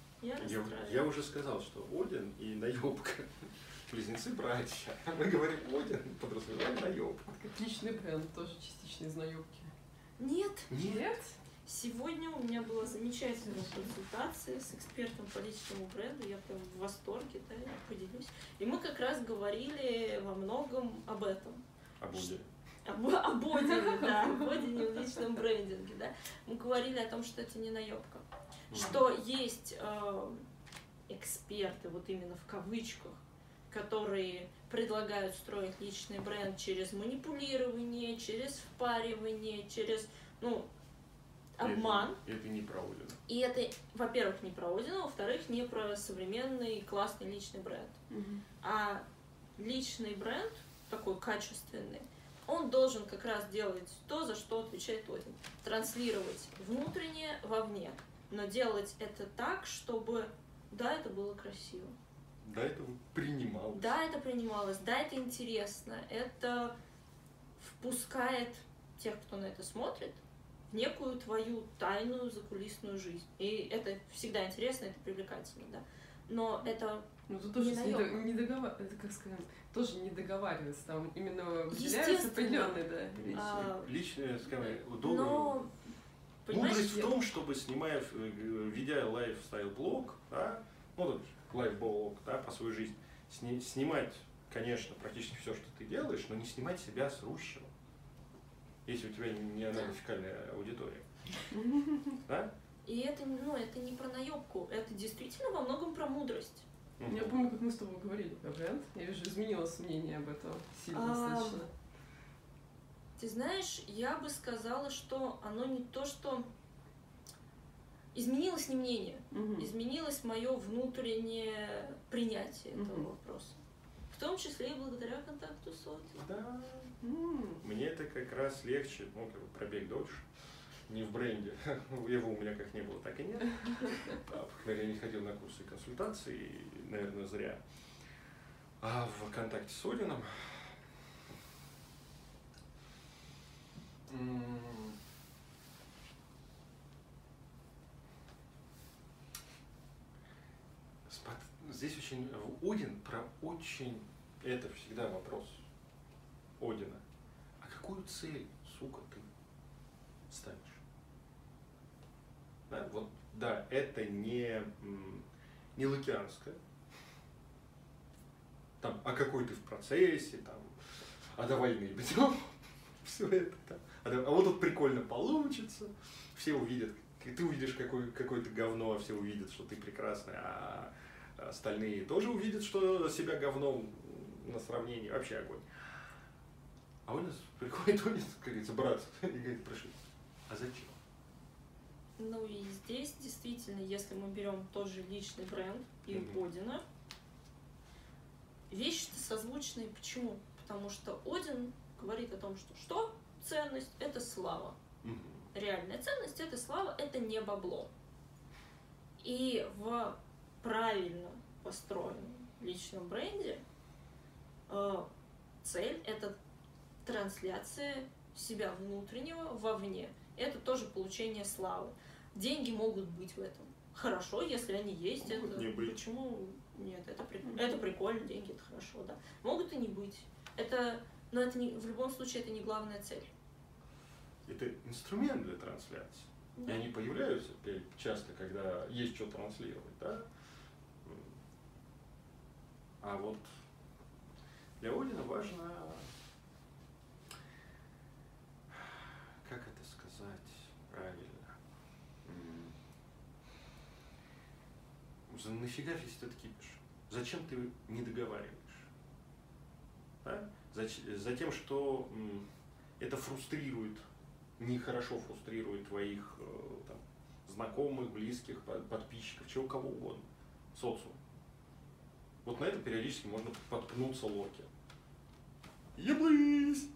Я уже сказал, что Один и наебка близнецы-братья. Мы говорим Один, подразумеваем наебку. Как личный бренд, тоже частично из наебки. Нет. Нет? Сегодня у меня была замечательная консультация с экспертом по личному бренду. Я прям в восторге, да, я поделюсь. И мы как раз говорили во многом об этом. Об Одине. Об Одине, да, об Одине в личном брендинге, да. Мы говорили о том, что это не наебка. Что есть эксперты, вот именно в кавычках, которые предлагают строить личный бренд через манипулирование, через впаривание, через, обман. И это не про Одина. И это, во-первых, не про Одина, во-вторых, не про современный классный личный бренд. А личный бренд, такой качественный, он должен как раз делать то, за что отвечает Один. Транслировать внутреннее вовне. Но делать это так, чтобы, да, это было красиво. Да, это принималось. Да, это принималось, да, это интересно. Это впускает тех, кто на это смотрит, в некую твою тайную закулисную жизнь. И это всегда интересно, это привлекательно, да. Но это тут тоже не это, как скажем, тоже не договаривается, там именно выделяются определенные, да, вещи. Личное, скажем, но, мудрость в том, чтобы, ведя лайфстайл-блог, да, лайф-блог, да, про свою жизнь, снимать, конечно, практически все, что ты делаешь, но не снимать себя срущего. Если у тебя не аналитикальная аудитория. Да? И это не про наебку, это действительно во многом про мудрость. Я помню, как мы с тобой говорили про бренд. Я вижу, изменилось мнение об этом сильно достаточно. Ты знаешь, я бы сказала, что оно не то, что... Изменилось не мнение, изменилось мое внутреннее принятие этого вопроса. В том числе и благодаря контакту с Одином. Да. Мне это как раз легче, пробег дольше. Не в бренде. Его у меня как не было, так и нет. Я не ходил на курсы и консультации, наверное, зря. А в контакте с Одином здесь очень Один про очень, это всегда вопрос Одина. А какую цель, сука, ты ставишь? Да, да, это не лакианское. Там, а какой ты в процессе, там, а давай не бьем. Все это там. А вот тут прикольно получится. Все увидят, ты увидишь какое-то говно, а все увидят, что ты прекрасная, а остальные тоже увидят, что себя говном на сравнении. Вообще огонь. А у нас приходит Один, как говорится, брат, и говорит, прошу, а зачем? Ну и здесь действительно, если мы берем тот же личный бренд и Одина, вещи-то созвучные. Почему? Потому что Один говорит о том, что ценность – это слава. Реальная ценность – это слава, это не бабло. И в правильно построенном личном бренде цель – это трансляция себя внутреннего вовне. Это тоже получение славы. Деньги могут быть в этом. Хорошо, если они есть. Могут это не быть. Почему нет? Это прикольно, деньги это хорошо, да. Могут и не быть. Но это не, в любом случае это не главная цель. Это инструмент для трансляции. Да. И они появляются часто, когда есть что транслировать, да? А вот для Одина важно, как это сказать правильно, нафига весь этот кипиш? Зачем ты не договариваешь? Да? Затем, что это фрустрирует, нехорошо фрустрирует твоих там, знакомых, близких, подписчиков, чего кого угодно, социум. Вот на это периодически можно подпнуться локи. Еблись!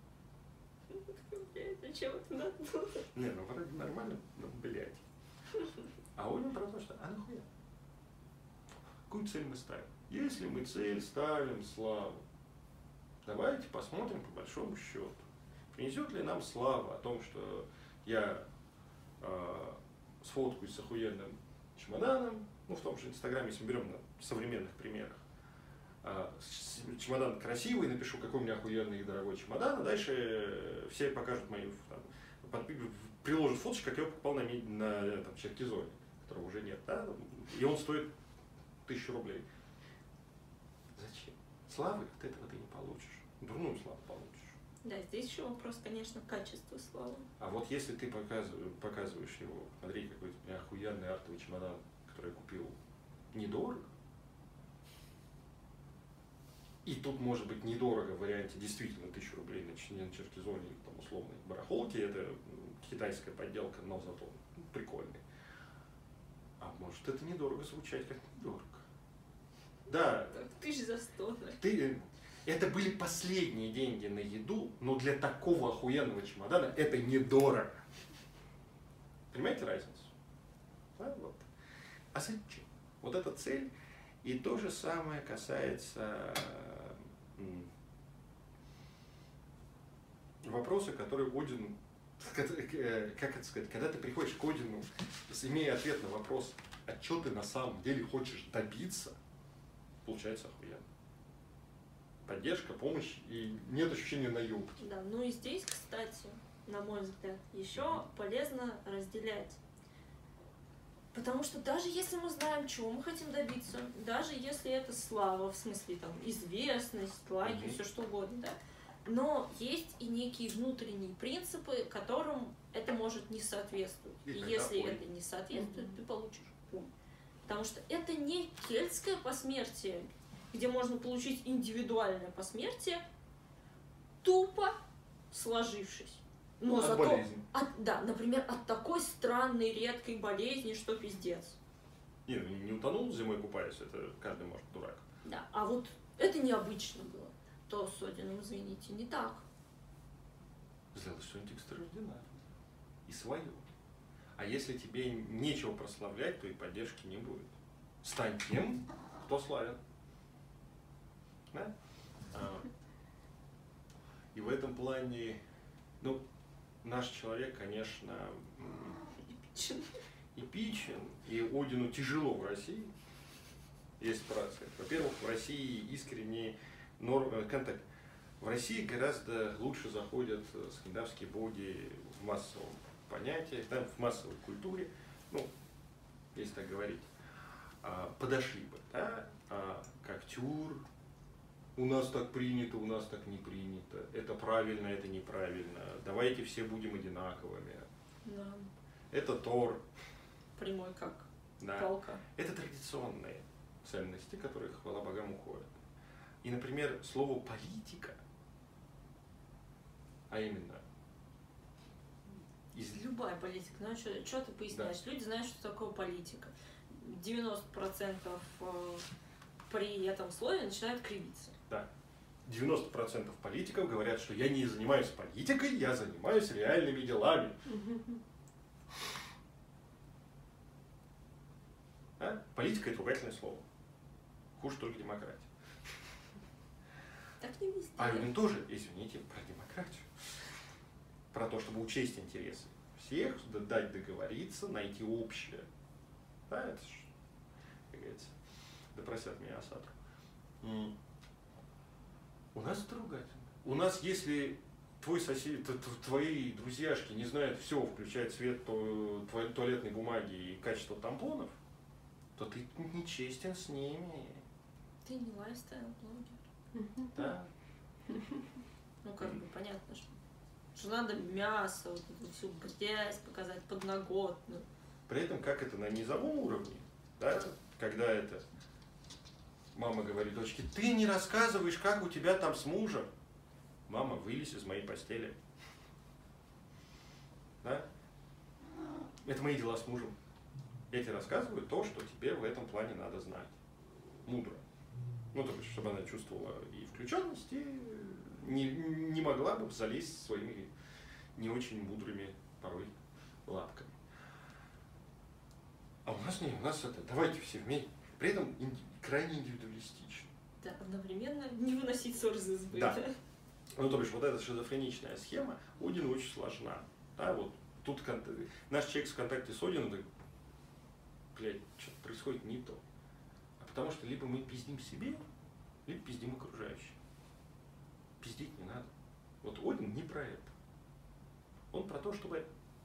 Зачем это надо? Не, ну вроде нормально, но блядь. А Один про то, что а нахуя? Какую цель мы ставим? Если мы цель ставим славу, давайте посмотрим по большому счету. Принесет ли нам слава о том, что я сфоткаюсь с охуенным чемоданом, ну в том же Инстаграме, если мы берем на современных примерах, чемодан красивый, напишу, какой у меня охуенный и дорогой чемодан, а дальше все покажут мою, там, приложат фоточку, как я его покупал на там, Черкизоне, которого уже нет, да? И он стоит 1000 рублей. Зачем? Славы от этого ты не получишь. Дурную славу получишь. Да, здесь еще вопрос, конечно, качества славы. А вот если ты показываешь его, смотри, какой у меня охуенный артовый чемодан, который я купил недорого, и тут может быть недорого в варианте действительно 1000 рублей на Черкизоне или там условной барахолке, это китайская подделка, но зато прикольный. А может это недорого звучать как недорого. Да. 1100. Это были последние деньги на еду, но для такого охуенного чемодана это недорого. Понимаете разницу? Да, вот. А зачем? Вот эта цель. И то же самое касается вопроса, который Один, как это сказать, когда ты приходишь к Одину, имея ответ на вопрос, а что ты на самом деле хочешь добиться, получается охуенно. Поддержка, помощь и нет ощущения наебки. Да, ну и здесь, кстати, на мой взгляд, еще полезно разделять. Потому что даже если мы знаем, чего мы хотим добиться, даже если это слава, в смысле там известность, лайки, все что угодно, да, но есть и некие внутренние принципы, которым это может не соответствовать. И если это не соответствует, ты получишь хуй. Потому что это не кельтское посмертие, где можно получить индивидуальное посмертие, тупо сложившись. Но от зато, болезни. Да, например, от такой странной, редкой болезни, что пиздец. Не утонул зимой купаясь, это каждый может дурак. Да, а вот это необычно было. То с Одином, извините, не так. Сделай что-нибудь экстраординарное. И свое. А если тебе нечего прославлять, то и поддержки не будет. Стань тем, кто славен. Да? И в этом плане, ну, наш человек, конечно, эпичен, и Одину тяжело в России, если правильно сказать. Во-первых, в России искренне контакт. В России гораздо лучше заходят скандинавские боги в массовом понятии, да, в массовой культуре, ну, если так говорить, подошли бы, да, как Тюр. У нас так принято, у нас так не принято. Это правильно, это неправильно. Давайте все будем одинаковыми. Да. Это Тор. Прямой как Да. палка. Это традиционные ценности, которые, хвала богам, уходят. И, например, слово политика А именно, Любая политика. Ну, что ты поясняешь? Люди знают, что такое политика. 90% при этом слове начинают кривиться. да, 90% политиков говорят, что я не занимаюсь политикой, я занимаюсь реальными делами. А? Политика – это ругательное слово. Хуже только демократия. Так не везде. А им тоже, извините, про демократию. Про то, чтобы учесть интересы всех, дать договориться, найти общее. Да, это ж, как говорится, да просят меня осадру. У нас это ругательно. У нас, если твой сосед, твои друзьяшки не знают все, включая цвет туалетной бумаги и качество тампонов, то ты нечестен с ними. Ты не лайфстайл-блогер. Да. Ну, как бы, понятно, что надо мясо, вот эту всю грязь показать, подноготную. При этом, как это на низовом уровне, да, когда это мама говорит дочке, ты не рассказываешь, как у тебя там с мужем. Мама, вылезь из моей постели. Да? Это мои дела с мужем. Я тебе рассказываю то, что тебе в этом плане надо знать. Мудро. Ну, то есть, чтобы она чувствовала и включенность, и не могла бы залезть своими не очень мудрыми порой лапками. А у нас не, у нас это, давайте все вместе. При этом крайне индивидуалистично. Да, одновременно не выносить ссор из избы. Да. Ну, то есть, вот эта шизофреничная схема Одину очень сложна. Да, вот тут наш человек в контакте с Одином, блядь, что-то происходит не то. А потому что либо мы пиздим себе, либо пиздим окружающим. Пиздить не надо. Вот Один не про это. Он про то, чтобы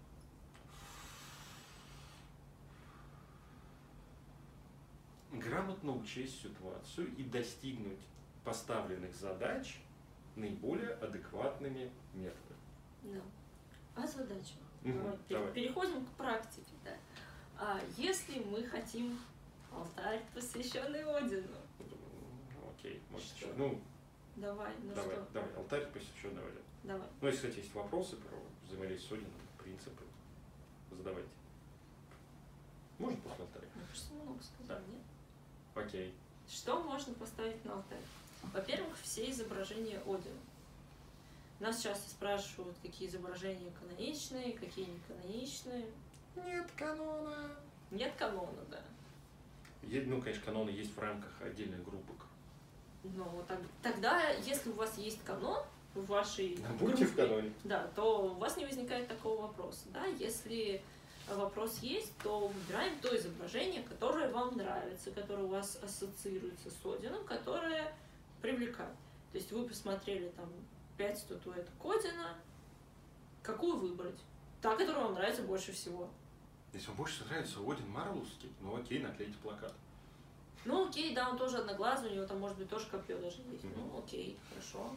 грамотно учесть ситуацию и достигнуть поставленных задач наиболее адекватными методами. Да. А задача? Давай. Переходим к практике. Да. Если мы хотим алтарь, посвященный Одину. Окей, может, Что? ну, Давай, давай, что? давай, алтарь посвященный Одину. Давай. Ну, если, кстати, есть вопросы про взаимодействие с Одином, принципы, задавайте. Можно после алтаря? Ну, кажется, много сказал, Да. нет? Окей. Что можно поставить на алтарь? Во-первых, все изображения Одина. Нас часто спрашивают, какие изображения каноничные, какие не каноничные. Нет канона. Нет канона, да. Ну, конечно, каноны есть в рамках отдельных группок. Но тогда, если у вас есть канон в вашей Будьте в группе, каноне. да, то у вас не возникает такого вопроса. Да? Если вопрос есть, то выбираем то изображение, которое вам нравится, которое у вас ассоциируется с Одином, которое привлекает. То есть вы посмотрели там 5 статуэток Одина, какую выбрать? Та, которая вам нравится больше всего. Если вам больше нравится Один Марлусский, ну окей, наклейте плакат. Ну окей, да, он тоже одноглазый, у него там может быть тоже копье даже есть. Ну окей, хорошо.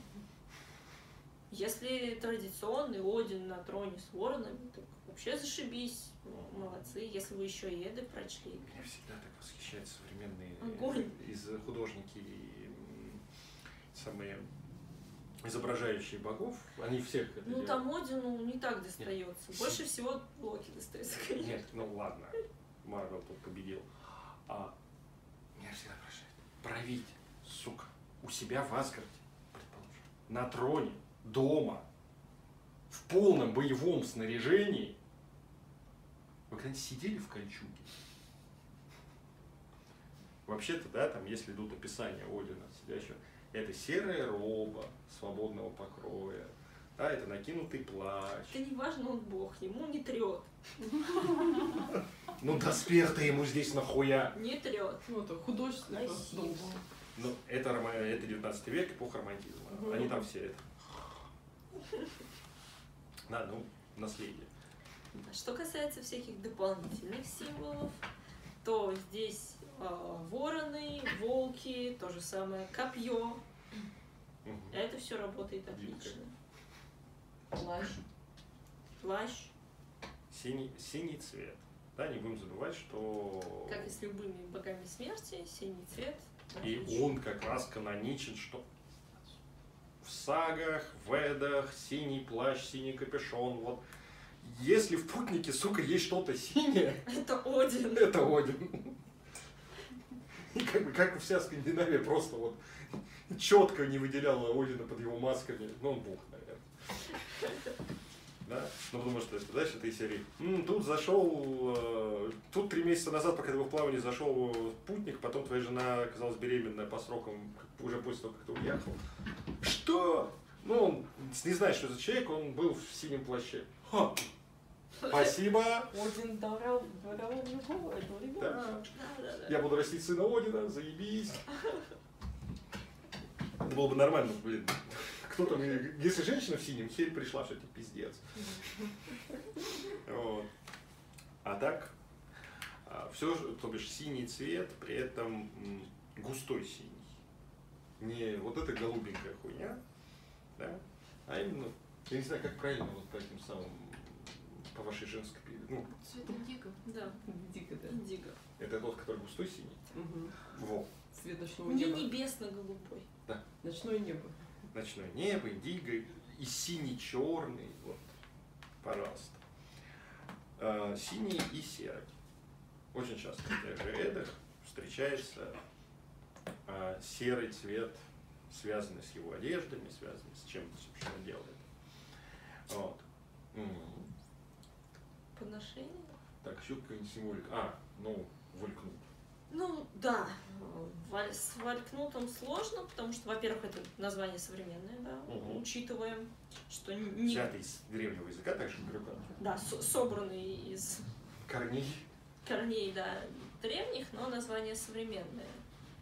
Если традиционный Один на троне с воронами, так вообще зашибись, молодцы. Если вы еще и Эды прочли. Меня всегда так восхищают современные Огонь. художники и самые изображающие богов. Они всех это Ну делают. там Одину не так достается. Нет. Больше всего Локи достается, конечно. Нет, ну ладно, Марвел тут победил. Меня всегда прощают. Править, сука, у себя в Асгарде, предположим, на троне, дома, в полном боевом снаряжении. Вы когда-нибудь сидели в кольчуге? Вообще-то, да, там, если идут описания Одина сидящего, это серая роба свободного покроя, да, это накинутый плащ. Это не важно, он бог, ему не трет. Ну, доспех-то ему здесь нахуя? Не трет. Ну, это художественный просто Спасибо. дом. Ну, это 19 век, эпоха романтизма. Они там все это. Да, ну, наследие. Что касается всяких дополнительных символов, то здесь вороны, волки, то же самое копье. Мгм. Это все работает отлично. Плащ. Плащ, Синий цвет. Да, не будем забывать, что как и с любыми богами смерти, синий цвет. и отлично. он как раз каноничен, что в в сагах, в Эдах, синий плащ, синий капюшон. Вот. Если в путнике, сука, есть что-то синее, Это Один. это Один. И как и вся Скандинавия просто вот четко не выделяла Одина под его масками. Ну, он бог, наверное. Да? Ну, потому что, знаешь, этой серии. Тут зашел, тут 3 месяца назад, пока ты был в плавании, зашел путник, потом твоя жена оказалась беременная по срокам уже после того, как ты уехал. Что? Ну, он не знает, что за человек, он был в синем плаще. Ха. Спасибо. Один даровал любовь, это любовь. Да. Да. Я буду растить сына Одина, заебись. Это было бы нормально, блин. Кто там, если женщина в синем, херь пришла, что это пиздец. Вот. А так, все, то бишь синий цвет, при этом густой синий. Не вот эта голубенькая хуйня, да, а именно, я не знаю, как правильно вот по этим самым, по вашей женской, ну, Цвет индиго. Да. Дико, да. Индиго. это тот, который густой синий. Мгм. Во. Цвет ночного Не неба. небесно-голубой. Ночное небо. Ночное небо, индиго и синий-черный, вот, пожалуйста. Синий и серый. Очень часто в тех же Эдах встречается серый цвет, связанный с его одеждами, связанный с чем-то, собственно, он делает. Вот. Поношение? Так, еще какая-нибудь символика. Ну, валькнут. Ну, да. С валькнутом сложно, потому что, во-первых, это название современное, да, учитываем, что не... Взятый из древнего языка, так же брюкан. Да, собранный из Корней. корней, да, древних, но название современное.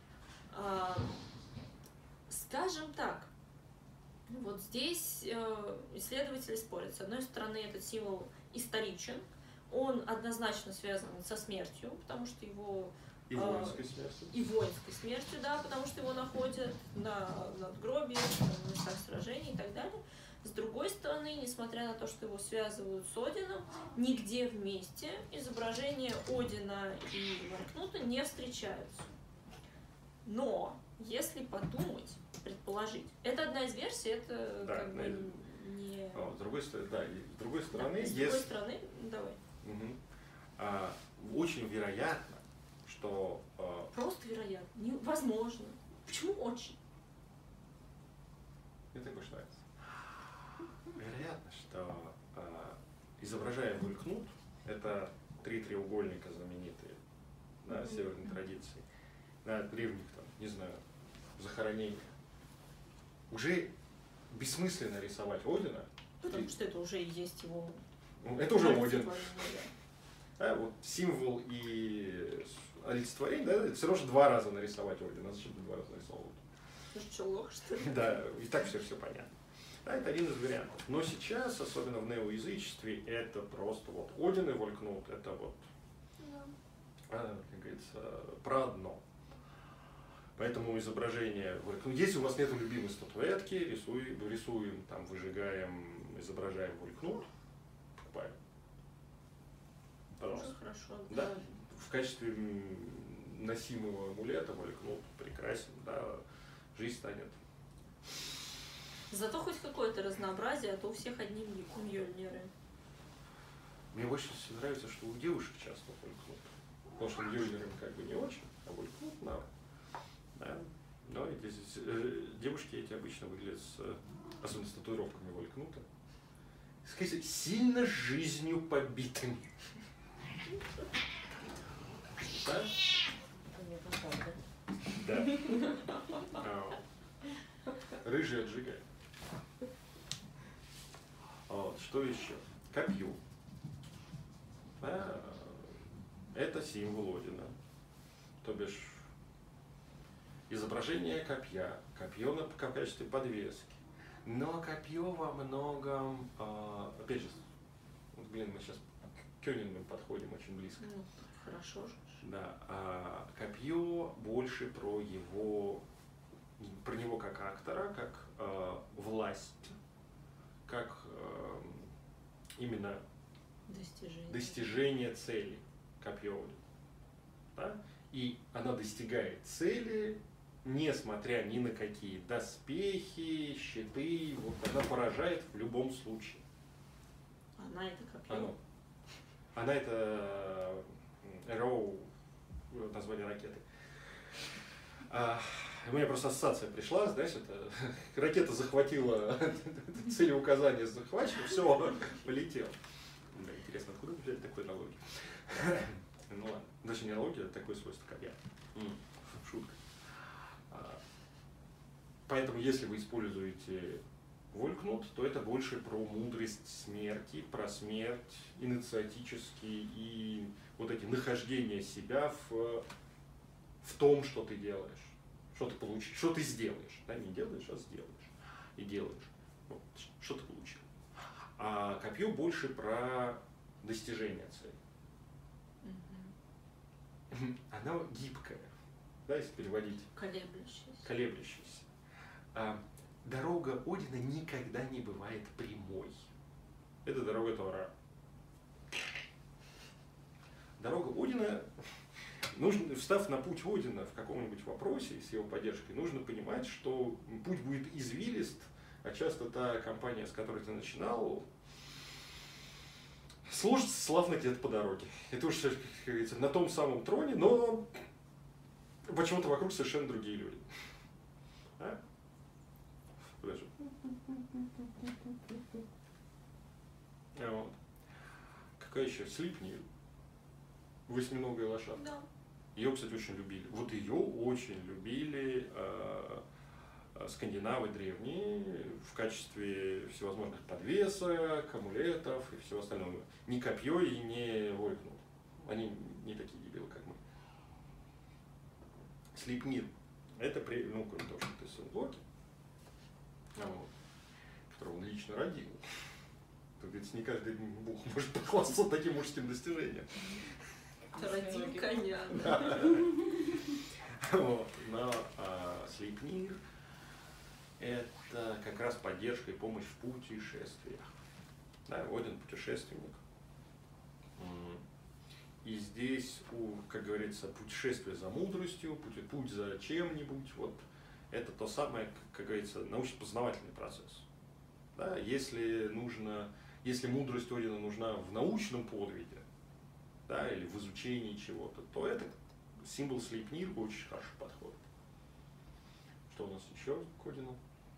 Скажем так, вот здесь исследователи спорят. С одной стороны, этот символ историчен, он однозначно связан со смертью, потому что его... И воинской смертью. И воинской смертью, да, потому что его находят на надгробиях, на местах сражений и так далее. С другой стороны, несмотря на то, что его связывают с Одином, нигде вместе изображения Одина и Валькнута не встречаются. Но, если подумать, предположить, это одна из версий, это Да, как бы не... С другой стороны, да, и с другой стороны, С другой стороны, давай. Очень вероятно, что Просто вероятно, невозможно. Почему очень? мне так больше нравится. Вероятно, что изображая валькнут, это 3 треугольника знаменитые, да, северной традиции, на древних, там, не знаю, захоронениях. Уже бессмысленно рисовать Одина. Потому что это уже и есть его... Это уже Один. Да. Да, вот символ и олицетворение, да, это все равно же 2 раза нарисовать Одина. Зачем ты 2 раза нарисовывать? Ну что, лох, что ли? Да, и так все понятно. Да, это один из вариантов. Но сейчас, особенно в неоязычестве, это просто вот Один и Валькнут, это вот, как говорится, про одно. Поэтому изображение Валькнут. Если у вас нет любимой статуэтки, рисуем, там, выжигаем, изображаем Валькнут, покупаем. Пожалуйста. Уже хорошо. Да. В качестве носимого амулета Валькнут прекрасен, да, жизнь станет. Зато хоть какое-то разнообразие, а то у всех одни мьёльниры. Мне больше всего нравится, что у девушек часто Валькнут. Потому что мьёльниры как бы не очень, а Валькнут надо. Да. Но девушки эти обычно выглядят особенно с татуировками Валькнута. Скажите, сильно жизнью побитыми. Да? Да. Рыжий отжигает. Вот, что еще? Копье. Да. Это символ Одина. То бишь изображение копья. Копье в качестве подвески. Но копье во многом, опять же, вот, блин, мы сейчас к Кёнингу подходим очень близко. Ну, хорошо же. Да, копье больше про него как актора, как власть, как именно достижение цели копье. Да? И она достигает цели несмотря ни на какие доспехи, щиты, вот она поражает в любом случае. Она это копье. Она это Arrow, название ракеты. У меня просто ассоциация пришла, знаешь, это ракета захватила целеуказание захвачено, все, полетел. Да, интересно, откуда взять такой аналогию? Ну ладно, даже не аналогия, а такое свойство копья. Шутка. Поэтому, если вы используете Волькнут, то это больше про мудрость смерти, про смерть инициатические и вот эти нахождения себя в том, что ты делаешь. Что ты получишь, что ты сделаешь. Да, не делаешь, а сделаешь. И делаешь. Вот, что ты получил. А копье больше про достижение цели. Она гибкая, да, если переводить. Колеблющаяся. Дорога Одина никогда не бывает прямой. Это дорога Тора. Дорога Одина, встав на путь Одина в каком-нибудь вопросе с его поддержкой, нужно понимать, что путь будет извилист, а часто та компания, с которой ты начинал, сложится славно где-то по дороге. Это уж, как говорится, на том самом троне, но почему-то вокруг совершенно другие люди. А? Подожди. Вот. Какая еще? Слипни. Восьминогая лошадка. Да. Ее, кстати, очень любили. Вот ее очень любили скандинавы древние в качестве всевозможных подвесок, амулетов и всего остального. Не копье и не Волькнут. Они не такие дебилы, как мы. Слипнир. Это, ну, кроме того, что ты сын Локи, которого он лично родил. Как говорится, не каждый бог может похвастаться таким мужским достижением. Родил коня. Вот. Но Слипнир – это как раз поддержка и помощь в путешествиях. Да, Один путешественник. И здесь, как говорится, путешествие за мудростью, путь за чем-нибудь, вот это то самое, как говорится, научно-познавательный процесс. Да, если мудрость Одина нужна в научном подвиге, да, или в изучении чего-то, то этот символ Слипнир очень хорошо подходит. Что у нас еще к Одину?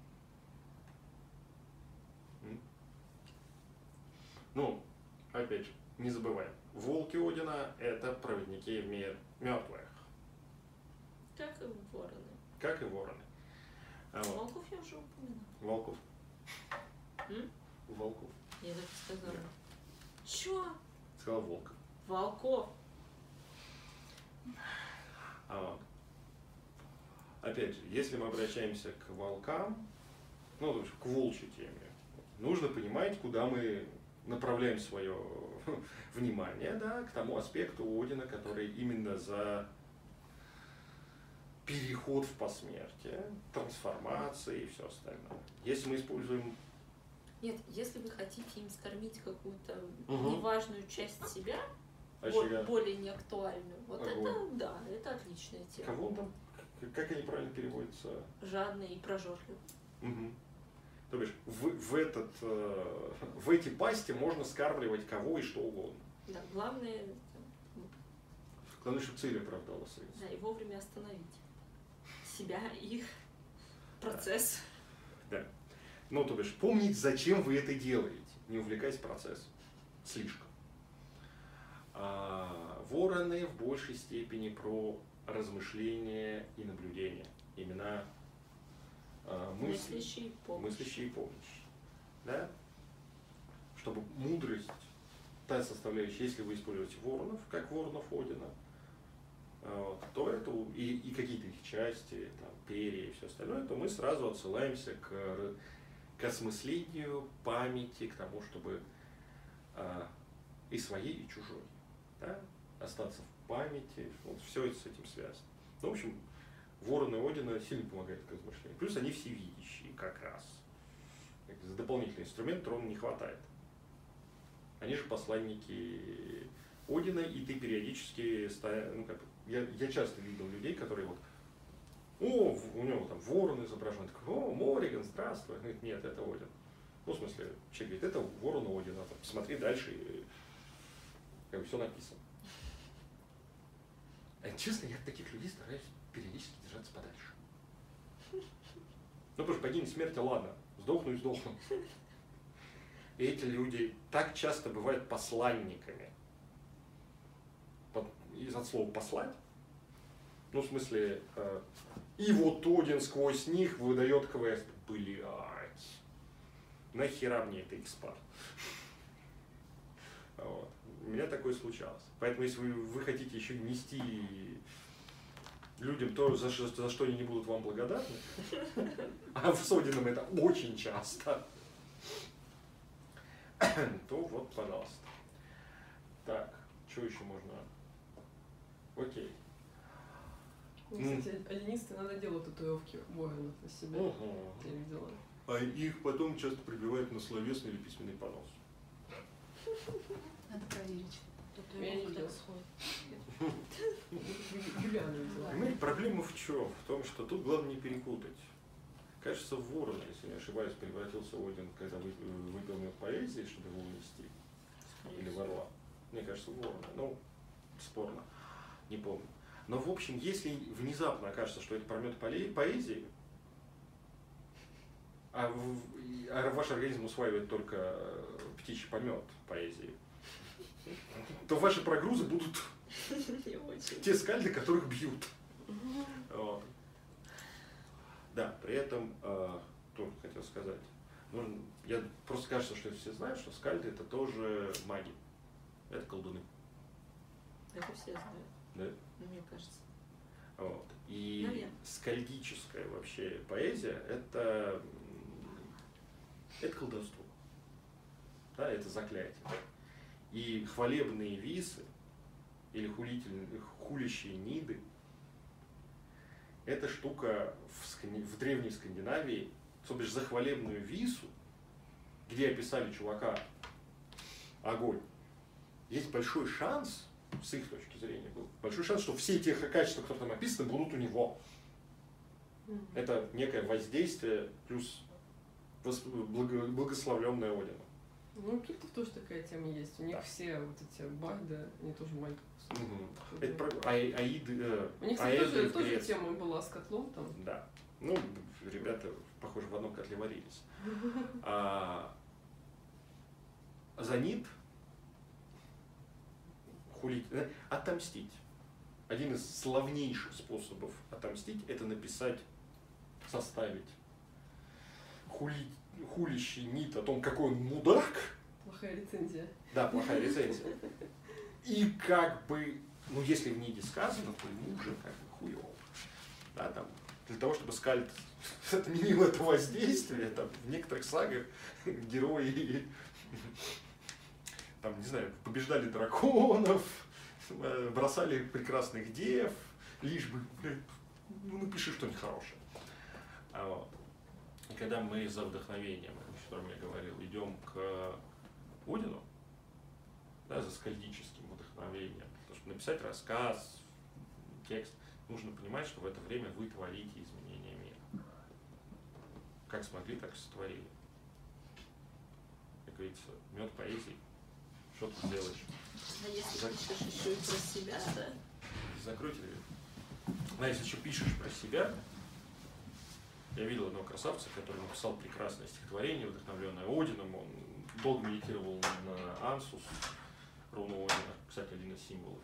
Ну, опять же, не забываем. Волки Одина – это проводники в мир мертвых. Как и вороны. Как и вороны. Волков я уже упоминала. Волков. Волков. Я так сказала. Чё? Сказал волк. Волков. Опять же, если мы обращаемся к волкам, ну, то есть к волчьей теме, нужно понимать, куда мы направляем свое внимание, да, к тому аспекту Одина, который именно за переход в посмертие, трансформации и все остальное. Если мы используем... Нет, если вы хотите им скормить какую-то неважную часть себя, более неактуальную, вот это, да, это отличная тема. Кого он там, как они правильно переводятся? Жадный и прожорливый. То бишь, в эти пасти можно скармливать кого и что угодно. Да, главное... Главное, чтобы цель оправдалась. Да, и вовремя остановить себя, их процесс. Да. Ну, то бишь, помнить, зачем вы это делаете, не увлекаясь процессом. Слишком. Вороны в большей степени про размышления и наблюдения. Именно мыслящие и помощь. Да? Чтобы мудрость, та составляющая, если вы используете воронов, как воронов Одина, то это и какие-то их части, там, перья и все остальное, то мы сразу отсылаемся к осмыслению памяти, к тому, чтобы и своей, и чужой, да, остаться в памяти, вот все это с этим связано. Ну, в общем, вороны Одина сильно помогают к размышлению. Плюс они всевидящие как раз. За дополнительный инструмент трона не хватает. Они же посланники Одина, и ты периодически, ну, как, я часто видел людей, которые вот у него там ворон изображен. Такой, о, Мориган, здравствуй. Он говорит, нет, это Один. Ну, в смысле, человек говорит, это ворон Один. А посмотри дальше, и как бы все написано. Честно, я от таких людей стараюсь периодически держаться подальше. Ну, потому что богиня смерти, ладно, сдохну и сдохну. И эти люди так часто бывают посланниками. Из-за слова «послать». Ну, в смысле, и вот Один сквозь них выдает квест. Блядь, нахера мне это экспарт? Вот. У меня такое случалось. Поэтому, если вы хотите еще нести людям то, за что они не будут вам благодарны, а с Одином это очень часто, то вот, пожалуйста. Так, что еще можно? Окей. Кстати, одинисты надо делать татуировки воинов на себе. Я видела. А их потом часто прибивают на словесный или письменный понос. Надо проверить. Я не видела. Юлиана видела. Понимаете, проблема в чем? В том, что тут главное не перепутать. Кажется, в ворона, если не ошибаюсь, превратился Один, когда выпил мед поэзии, чтобы его унести. Или в орла. Мне кажется, в ворона. Ну, спорно. Не помню. Но, в общем, если внезапно окажется, что это про мед поэзии, а ваш организм усваивает только птичий помет поэзии, то ваши прогрузы будут те скальды, которых бьют. Вот. Да, при этом, тоже хотел сказать, я просто кажется, что все знают, что скальды это тоже маги. Это колдуны. Это все знают. Да? Мне кажется. Вот. И Наверное. скальдическая вообще поэзия это колдовство. Да, это заклятие. И хвалебные висы или хулящие ниды эта штука в древней Скандинавии, то бишь за хвалебную вису, где описали чувака огонь, есть большой шанс, с их точки зрения был, большой шанс, что все те качества, которые там описаны, будут у него. Это некое воздействие плюс благословленное Одина. Ну, у кельтов тоже такая тема есть. У них все вот эти барды, они тоже маги. Это про Аиды. У них, кстати, тоже тема была с котлом там. Да. Ну, ребята, похоже, в одном котле варились. Занит, хулить, отомстить. Один из славнейших способов отомстить — это написать, составить хулящий нит о том, какой он мудак. Плохая рецензия. Да, плохая рецензия. И как бы, ну если в ниде сказано, то ему уже как бы хуёво. Да, там, для того, чтобы скальд отменил это воздействие, там, в некоторых сагах герои там, не знаю, побеждали драконов, бросали прекрасных дев, лишь бы, ну, напиши что-нибудь хорошее. Вот. И когда мы за вдохновением, о котором я говорил, идем к Одину, да, за скальдическим вдохновением, потому что написать рассказ, текст, нужно понимать, что в это время вы творите изменения мира. Как смогли, так и сотворили. Как говорится, мед поэзии. Что ты сделаешь? А если пишешь еще и про себя, да? Закройте дверь. А если еще пишешь про себя, я видел одного красавца, который написал прекрасное стихотворение, вдохновленное Одином. Он долго медитировал на Ансус, руну Одина, кстати, один из символов.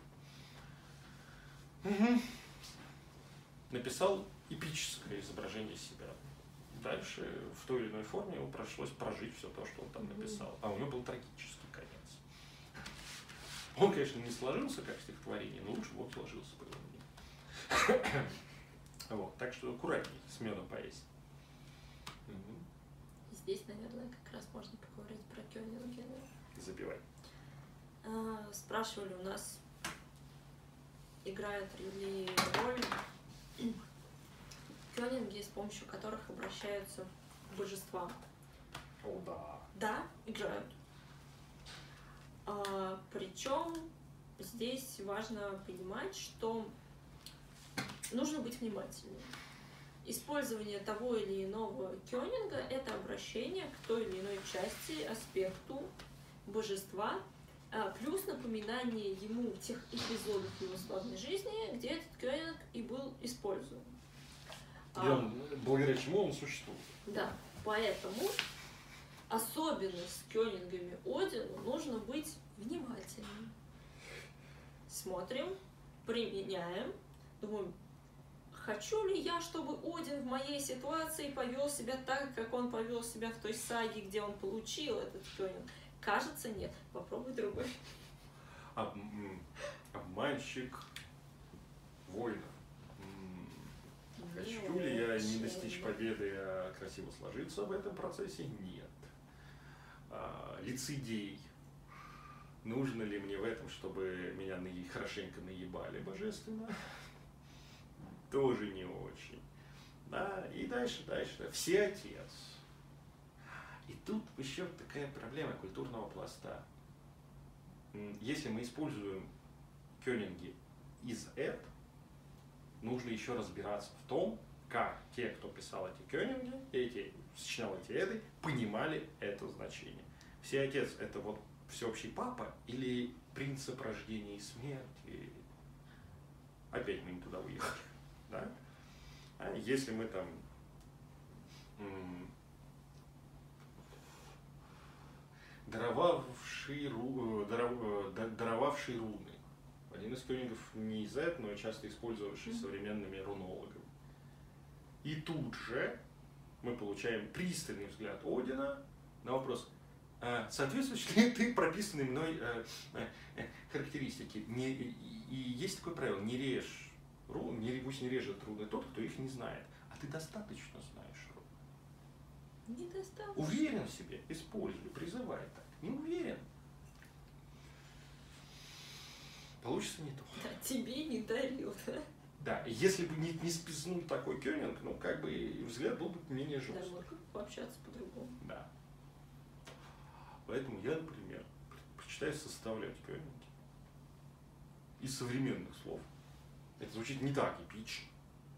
Написал эпическое изображение себя. Дальше в той или иной форме ему пришлось прожить все то, что он там написал. А у него был трагический конец. Он, конечно, не сложился как стихотворение, но лучше бы он сложился, по его мнению. Вот, так что аккуратней с медом поесть. Здесь, наверное, как раз можно поговорить про Кёнингена. Забивай. Спрашивали у нас, играют ли роль кёнинги, с помощью которых обращаются к божествам. О, да. Да, играют. Причем здесь важно понимать, что нужно быть внимательным. использование того или иного кёнинга – это обращение к той или иной части, аспекту божества, плюс напоминание ему тех эпизодов его славной жизни, где этот кёнинг и был использован. И он, благодаря чему он существует. Да, поэтому особенность с кёнингами Одину нужно быть внимательным. Смотрим, применяем, думаем, хочу ли я, чтобы Один в моей ситуации повел себя так, как он повел себя в той саге, где он получил этот кёнинг? Кажется, нет. Попробуй другой. Обманщик воинов. Не Хочу ли я не очень. достичь победы, а красиво сложиться в этом процессе? Нет. Лицедей. Нужно ли мне в этом, чтобы меня хорошенько наебали божественно? Тоже не очень. Да, и дальше. Всеотец. И тут еще такая проблема культурного пласта. Если мы используем кёнинги из эд, нужно еще разбираться в том, как те, кто писал эти кёнинги, сочинял эти эды, понимали это значение. Всеотец – это вот всеобщий папа или принцип рождения и смерти? Опять мы не туда уехали. Да? А если мы там даровавший руны. Один из кёнингов не из эд, но часто использовавший современными рунологами. И тут же мы получаем пристальный взгляд Одина на вопрос, соответствуешь ли ты прописанной мной характеристике. И есть такое правило, не режь рун, пусть не режет руны тот, кто их не знает. А ты достаточно знаешь рун. Недостаточно. Уверен в себе, используй, призывай так. Не уверен. Получится не то. Да, тебе не дарил, да? Да, если бы не спизнул такой кёнинг, ну как бы взгляд был бы менее Да, жесткий. можно пообщаться по-другому. Да. Поэтому я, например, предпочитаю составлять кёнинги из современных слов. Это звучит не так эпично.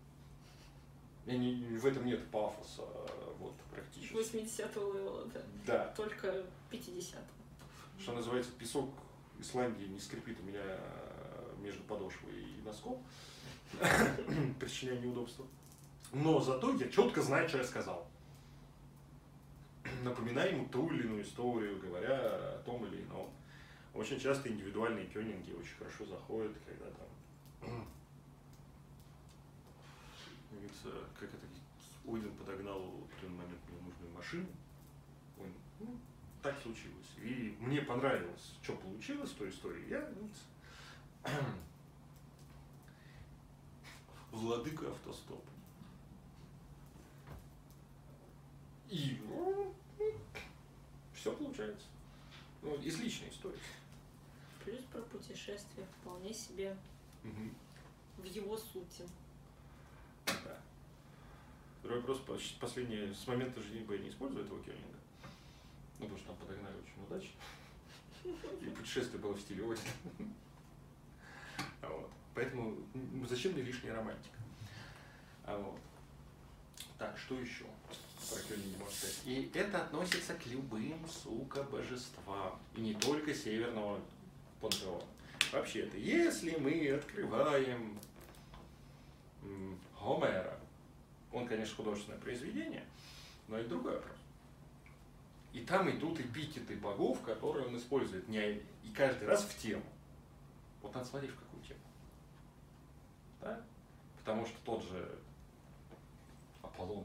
В этом нет пафоса, вот, практически. 80-го левела, да. Да. Только 50-го. Что называется, песок Исландии не скрипит у меня между подошвой и носком, причиняя неудобства. Но зато я четко знаю, что я сказал. Напоминаю ему ту или иную историю, говоря о том или ином. Очень часто индивидуальные кёнинги очень хорошо заходят, когда там как это, Один подогнал в определенный момент мне нужную машину. Он, так случилось. И мне понравилось, что получилось в той истории. Я владыка автостопа. И все получается. Ну, из личной истории. Плюс про путешествие вполне себе в его сути. Да. Второй вопрос, последний, с момента женитьбы я не использую этого кёнинга. Ну, потому что там подогнали очень удачно. И путешествие было в стиле Один. Вот. Поэтому зачем мне лишняя романтика? Вот. Так, что еще про кёнинги можно сказать? И это относится к любым, сука, божествам. И не только северного пантеона. Вообще-то, если мы открываем Гомера, он, конечно, художественное произведение, но и другой вопрос. И там идут эпитеты богов, которые он использует, и каждый раз в тему. Вот надо смотреть, в какую тему. Да? Потому что тот же Аполлон.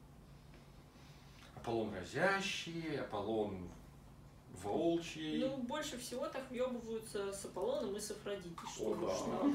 Аполлон разящий, Аполлон волчий. Ну, больше всего так въебываются с Аполлоном и с Афродитой. Что О, да. нужно?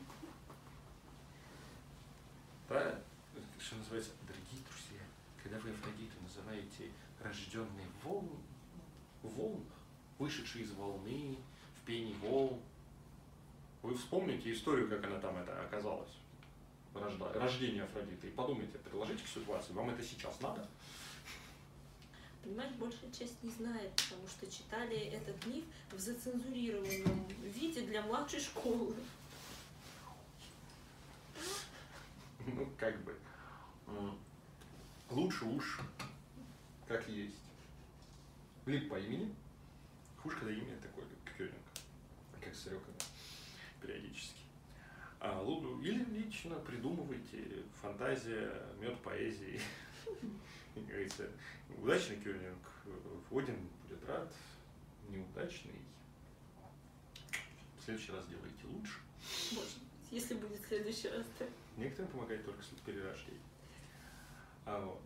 Да? Что называется, дорогие друзья, когда вы Афродиту называете рожденной в волнах, вышедшей из волны, в пении волн, вы вспомните историю, как она там это оказалась, рождение Афродиты, и подумайте, приложите к ситуации, вам это сейчас надо? Понимаешь, большая часть не знает, потому что читали этот миф в зацензурированном виде для младшей школы. Ну, как бы. Лучше уж как есть. Либо по имени. Хуже, когда имя такое, как Кёнинг. Как с рёками. Периодически. Или лично придумывайте. Фантазия, мед поэзии. Как говорится, удачный Кёнинг. Один будет рад. Неудачный. В следующий раз делайте лучше. Может быть, если будет в следующий раз, так. Некоторым помогает только перерождение. Вот.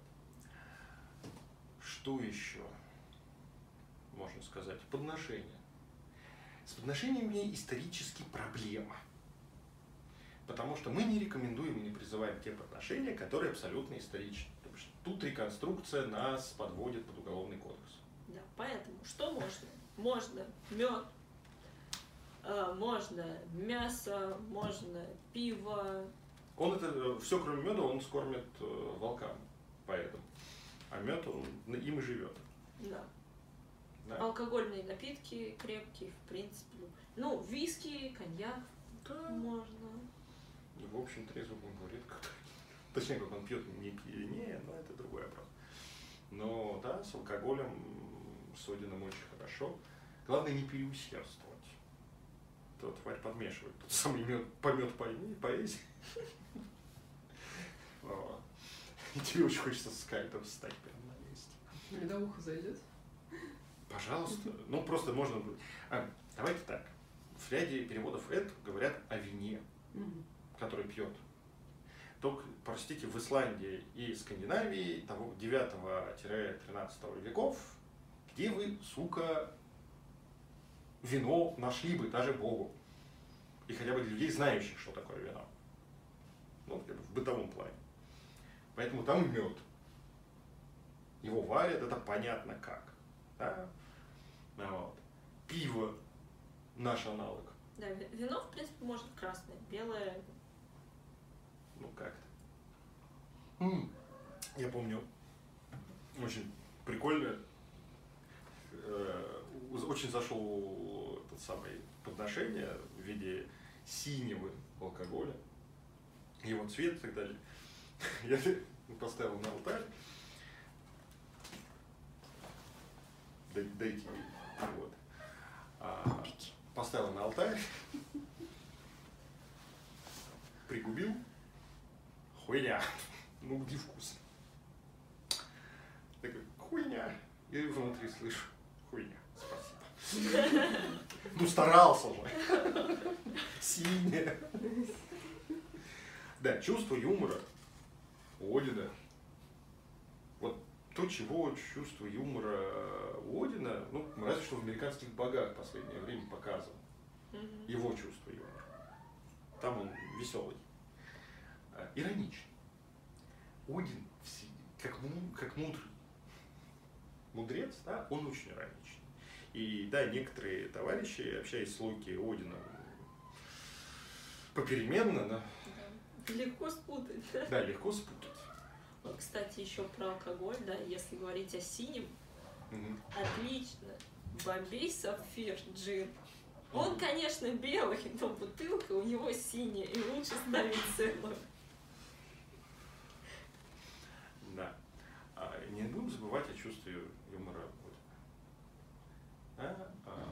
Что еще можно сказать? Подношения. С подношениями исторически проблема. Потому что мы не рекомендуем и не призываем те подношения, которые абсолютно историчны. Потому что тут реконструкция нас подводит под уголовный кодекс. Да, поэтому что можно? Можно мед, можно мясо, можно пиво. Он это все, кроме меда, он скормит волкам, поэтому. А мед, он им и живет. Да. Да. Алкогольные напитки крепкие, в принципе. Ну, виски, коньяк Да. можно. В общем, трезвым он говорит, точнее, как он пьет не пьянее, но это другой вопрос. Но да, с алкоголем, с Одином очень хорошо. Главное не переусердствовать. То тварь подмешивает. Тот самый помет поэзии. И тебе очень хочется с кайтом встать прямо на месте. Медовуха зайдет? Пожалуйста. Ну, просто можно... Давайте так. В ряде переводов «эд» говорят о вине, который пьет. Только, простите, в Исландии и Скандинавии того 9-13 веков, где вы, сука, вино нашли бы даже Богу. И хотя бы для людей, знающих, что такое вино. Ну, в бытовом плане. Поэтому там мед. Его варят, это понятно как. Да? Вот. Пиво наш аналог. Да, вино, в принципе, может красное, белое. Ну как-то. Я помню, очень прикольно. Очень зашел тот самый подношение в виде синего алкоголя, его цвет и так далее. Я поставил на алтарь. Дайте вот. Поставил на алтарь. Пригубил. Хуйня. Ну где вкусно. Такой, хуйня. И внутри слышу. Хуйня. Спасибо. Ну старался же. Синяя. Да, чувство юмора у Одина. Вот то, чего чувство юмора у Одина, ну, разве что в «Американских богах» в последнее время показано. Его чувство юмора. Там он веселый. Ироничный. Один, как мудрый мудрец, да, он очень ироничный. И да, некоторые товарищи, общаясь с Локи и Одином попеременно, но... Легко спутать. Да, легко спутать. Вот, кстати, еще про алкоголь, да, если говорить о синем, отлично. Бомбей Сапфир джин. Он, конечно, белый, но бутылка у него синяя, и лучше ставить целую. Да. Не будем забывать о чувстве юмора Одина.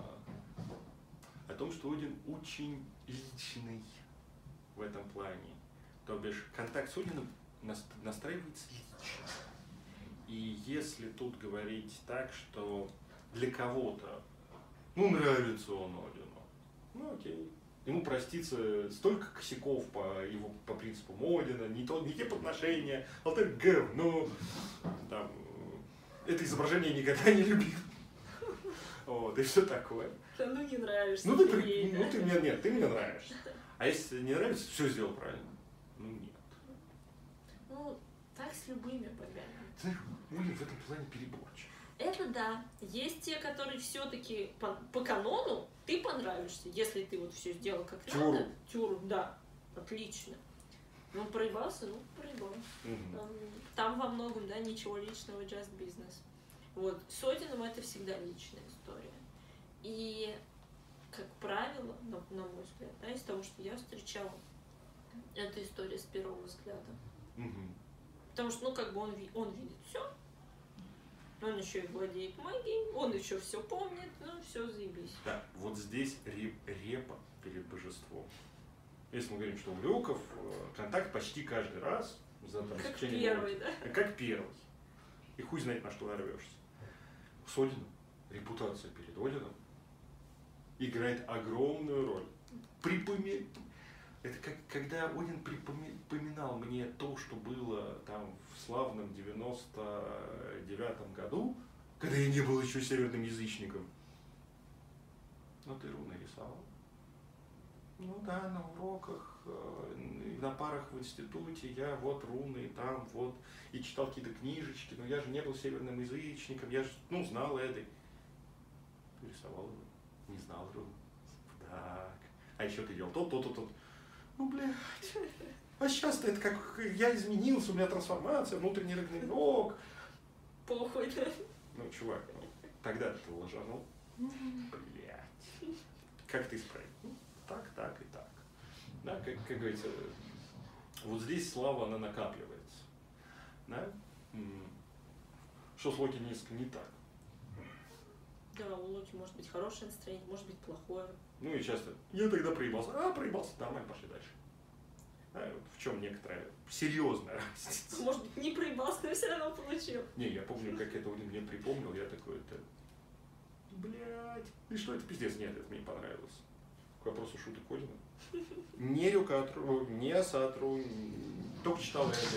О том, что Один очень личный в этом плане. То бишь, контакт с Одином настраивается лично. И если тут говорить так, что для кого-то, ну, нравится он Одину, ну, окей. Ему простится столько косяков по принципам Одина, не те подношения, алтарь говно, там, это изображение я никогда не любил. Вот, и все такое. Да ну не нравишься. Ну ты мне нравишься. А если не нравится, все сделал правильно. Ну нет. Ну, так с любыми богами. Знаешь, Уильям в этом плане переборчив. Это да. Есть те, которые все-таки по канону ты понравишься, если ты вот все сделал как надо. Тюру, да. Отлично. Ну, проебался, проебался. Там во многом, да, ничего личного, just business. Вот. С Одином это всегда личная история. И, как правило, на мой взгляд, да, из того, что я встречала, это история с первого взгляда. Потому что, ну, как бы он видит все, он еще и владеет магией, он еще все помнит, ну, все заебись. Да, вот здесь репа перед божеством. Если мы говорим, что у Люков контакт почти каждый раз за там, Как течение первый, года. да? Как первый. И хуй знает, на что нарвешься. С Одином, репутация перед Одином играет огромную роль. Это как когда Один припоминал мне то, что было там в славном 99-м году, когда я не был еще северным язычником. Ну ты руны рисовал. Ну да, на уроках, на парах в институте я вот руны там, вот, и читал какие-то книжечки, но я же не был северным язычником, я же, ну, знал это. Рисовал его, не знал руны. Так. А еще ты делал то. Ну, блядь. А сейчас-то это как я изменился, у меня трансформация, внутренний рагнарёк. Похуй, да? Ну, чувак, тогда ты лажанул. Блядь. Как ты исправил? Так и так. Да, как говорится, вот здесь слава, она накапливается. Да? Что с Локи несколько не так. Да, у Локи может быть хорошее настроение, может быть плохое. Ну и часто, я тогда проебался. Проебался, нормально, пошли дальше. Да, вот в чем некоторая серьезная разница. Может быть, не проебался, но все равно получил. Не, я помню, как это он мне припомнил, я такой, это, блядь, и что это пиздец? Нет, это мне понравилось. К вопросу шуток Одина. Не Рюкатру, не Асатру, только читал это.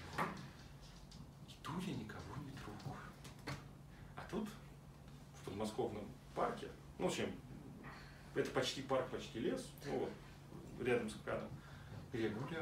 Иду я никого не трогаю. А тут, в подмосковном парке, ну, в общем, это почти парк, почти лес, ну вот, рядом с КАДом, я гуляю.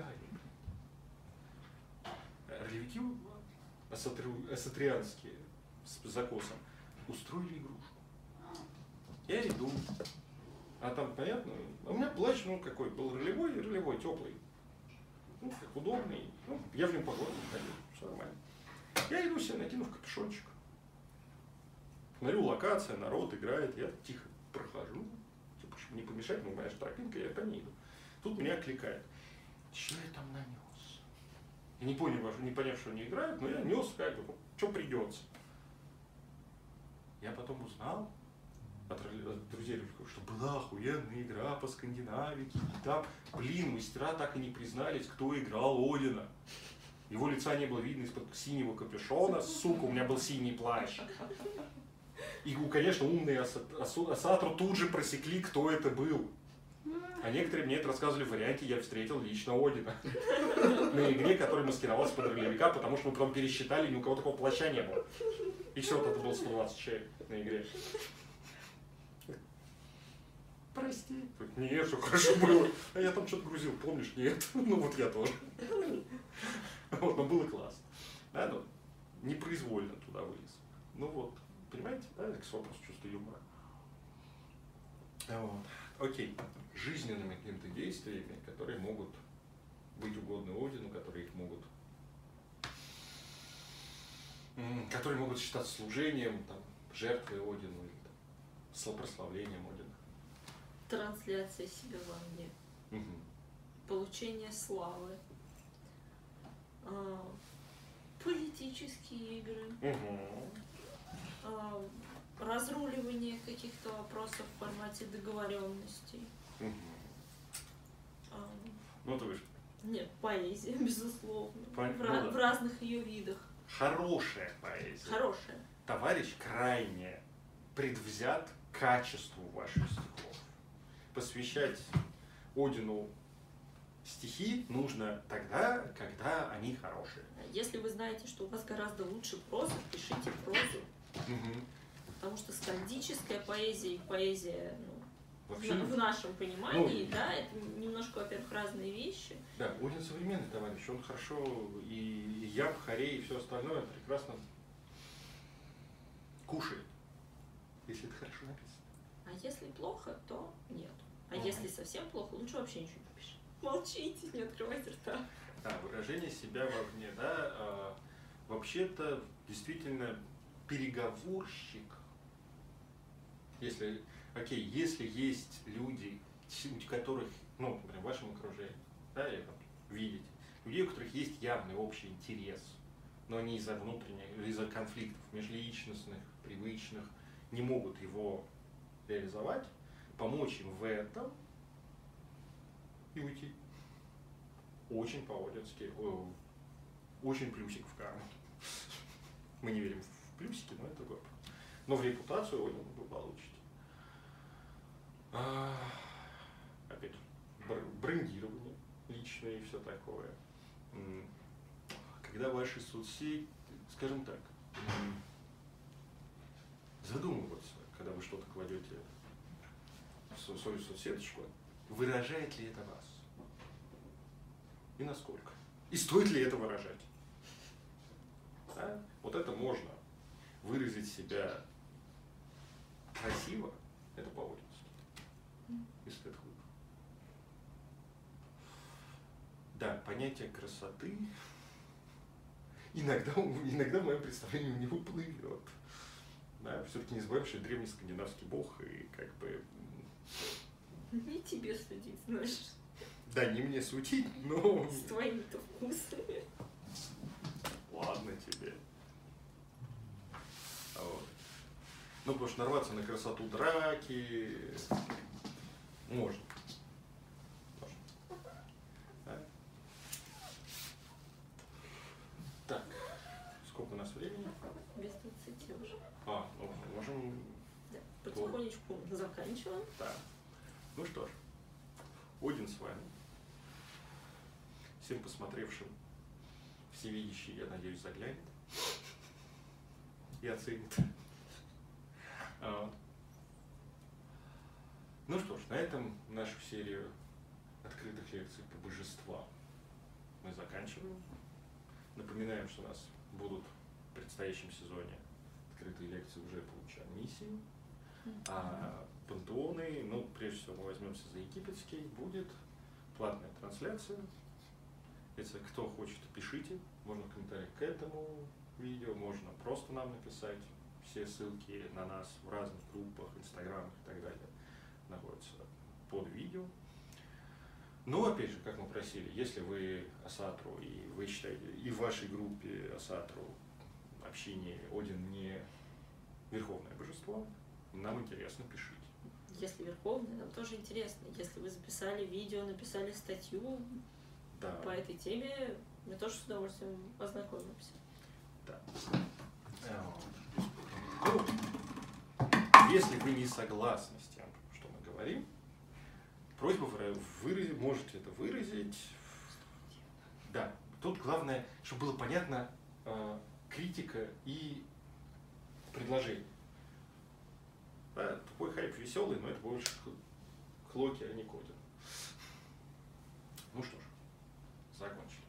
Ролевики асатрианские с закосом устроили игрушку. Я иду. А там, понятно, у меня плащ, ну, какой, был ролевой, теплый. Ну, как удобный. Ну, я в нем погоду ходил, все нормально. Я иду себе, накинув капюшончик. Смотрю, локация, народ играет, я тихо прохожу. Типа, чтобы не помешать, ну, моя же тропинка, я по ней иду. Тут меня окликает. Что я там нанес? Я не поняв, что они играют, но я нес как бы, что придется. Я потом узнал от друзей, что была охуенная игра по скандинавике. И там, блин, мастера так и не признались, кто играл Одина. Его лица не было видно из-под синего капюшона. Сука, у меня был синий плащ. И, конечно, умные Асатру тут же просекли, кто это был. А некоторые мне это рассказывали в варианте, я встретил лично Одина. На игре, который маскировался под ролевика, потому что мы потом пересчитали, ни у кого такого плаща не было. И все, вот это было 120 человек на игре. Прости. Нет, все хорошо было. А я там что-то грузил, помнишь? Нет. Ну вот я тоже. Вот, но было классно. Да, ну, непроизвольно туда вылез. Ну вот, понимаете, да, это вопрос чувства юмора. Вот. Окей. Жизненными какими-то действиями, которые могут быть угодны Одину, которые могут считаться служением, там, жертвой Одину или там, прославлением Одина. Трансляция себя во мне. Получение славы. Политические игры. Разруливание каких-то вопросов в формате договоренностей. Ну, то бишь. Нет, поэзия, безусловно. В разных ее видах. Хорошая поэзия. Хорошая. Товарищ крайне предвзят к качеству ваших стихов. Посвящать Одину стихи нужно тогда, когда они хорошие. Если вы знаете, что у вас гораздо лучше проза, пишите прозу. Потому что скандическая поэзия и поэзия, ну, в нашем понимании, ну, да, это немножко, во-первых, разные вещи. Да, Один современный товарищ, он хорошо и Яб, Хорей и все остальное прекрасно кушает, если это хорошо написано. А если плохо, то нет. А если совсем плохо, лучше вообще ничего не пиши. Молчите, не открывайте рта. Да, выражение себя вовне, да, вообще-то действительно переговорщик. Если есть люди, у которых, ну, например, в вашем окружении, да, или видите, людей, у которых есть явный общий интерес но они из-за внутренних, из-за конфликтов межличностных, привычных, не могут его реализовать, помочь им в этом и уйти. Очень по-одински, очень плюсик в карму. Мы не верим в плюсики, но это глупо. Но в репутацию Одина вы получите. Опять же, брендирование личное и все такое. Когда ваши соцсети, скажем так, задумываться, когда вы что-то кладете в свою соцсеточку, выражает ли это вас? И насколько? И стоит ли это выражать? Да? Вот это можно. Выразить себя красиво, это по-одински. Если это глупо. Да, понятие красоты иногда в моем представлении у него плывет. Да, все-таки не забываем, что древний скандинавский бог, и как бы... Не тебе судить, знаешь. Да, не мне судить, но... С твоими-то вкусами. Ладно тебе. Вот. Ну, потому что нарваться на красоту драки можно. Да? Так, сколько у нас времени? Без 20 уже. Ну, можем... Да, потихонечку заканчиваем. Да. Ну что ж, Один с вами. Всем посмотревшим, всевидящий, я надеюсь, заглянет и оценит. Ну что ж, на этом нашу серию открытых лекций по божествам мы заканчиваем. Напоминаем, что у нас будут в предстоящем сезоне открытые лекции уже по ученой-миссии. А пантеоны, ну, прежде всего мы возьмемся за египетский, будет платная трансляция. Если кто хочет, пишите, можно в комментариях к этому видео, можно просто нам написать. Все ссылки на нас в разных группах, инстаграмах и так далее находятся под видео. Но, опять же, как мы просили, если вы Асатру и вы считаете, и в вашей группе Асатру общине Один не верховное божество, нам интересно, пишите. Если верховный, нам тоже интересно. Если вы записали видео, написали статью по этой теме, мы тоже с удовольствием ознакомимся. Да. Ну, если вы не согласны с тем, что мы говорим, просьба выразить, можете это выразить. Да, тут главное, чтобы было понятно критика и предложение. Да, тупой хайп веселый, но это больше хлоки, а не Кодин. Ну что ж, закончили.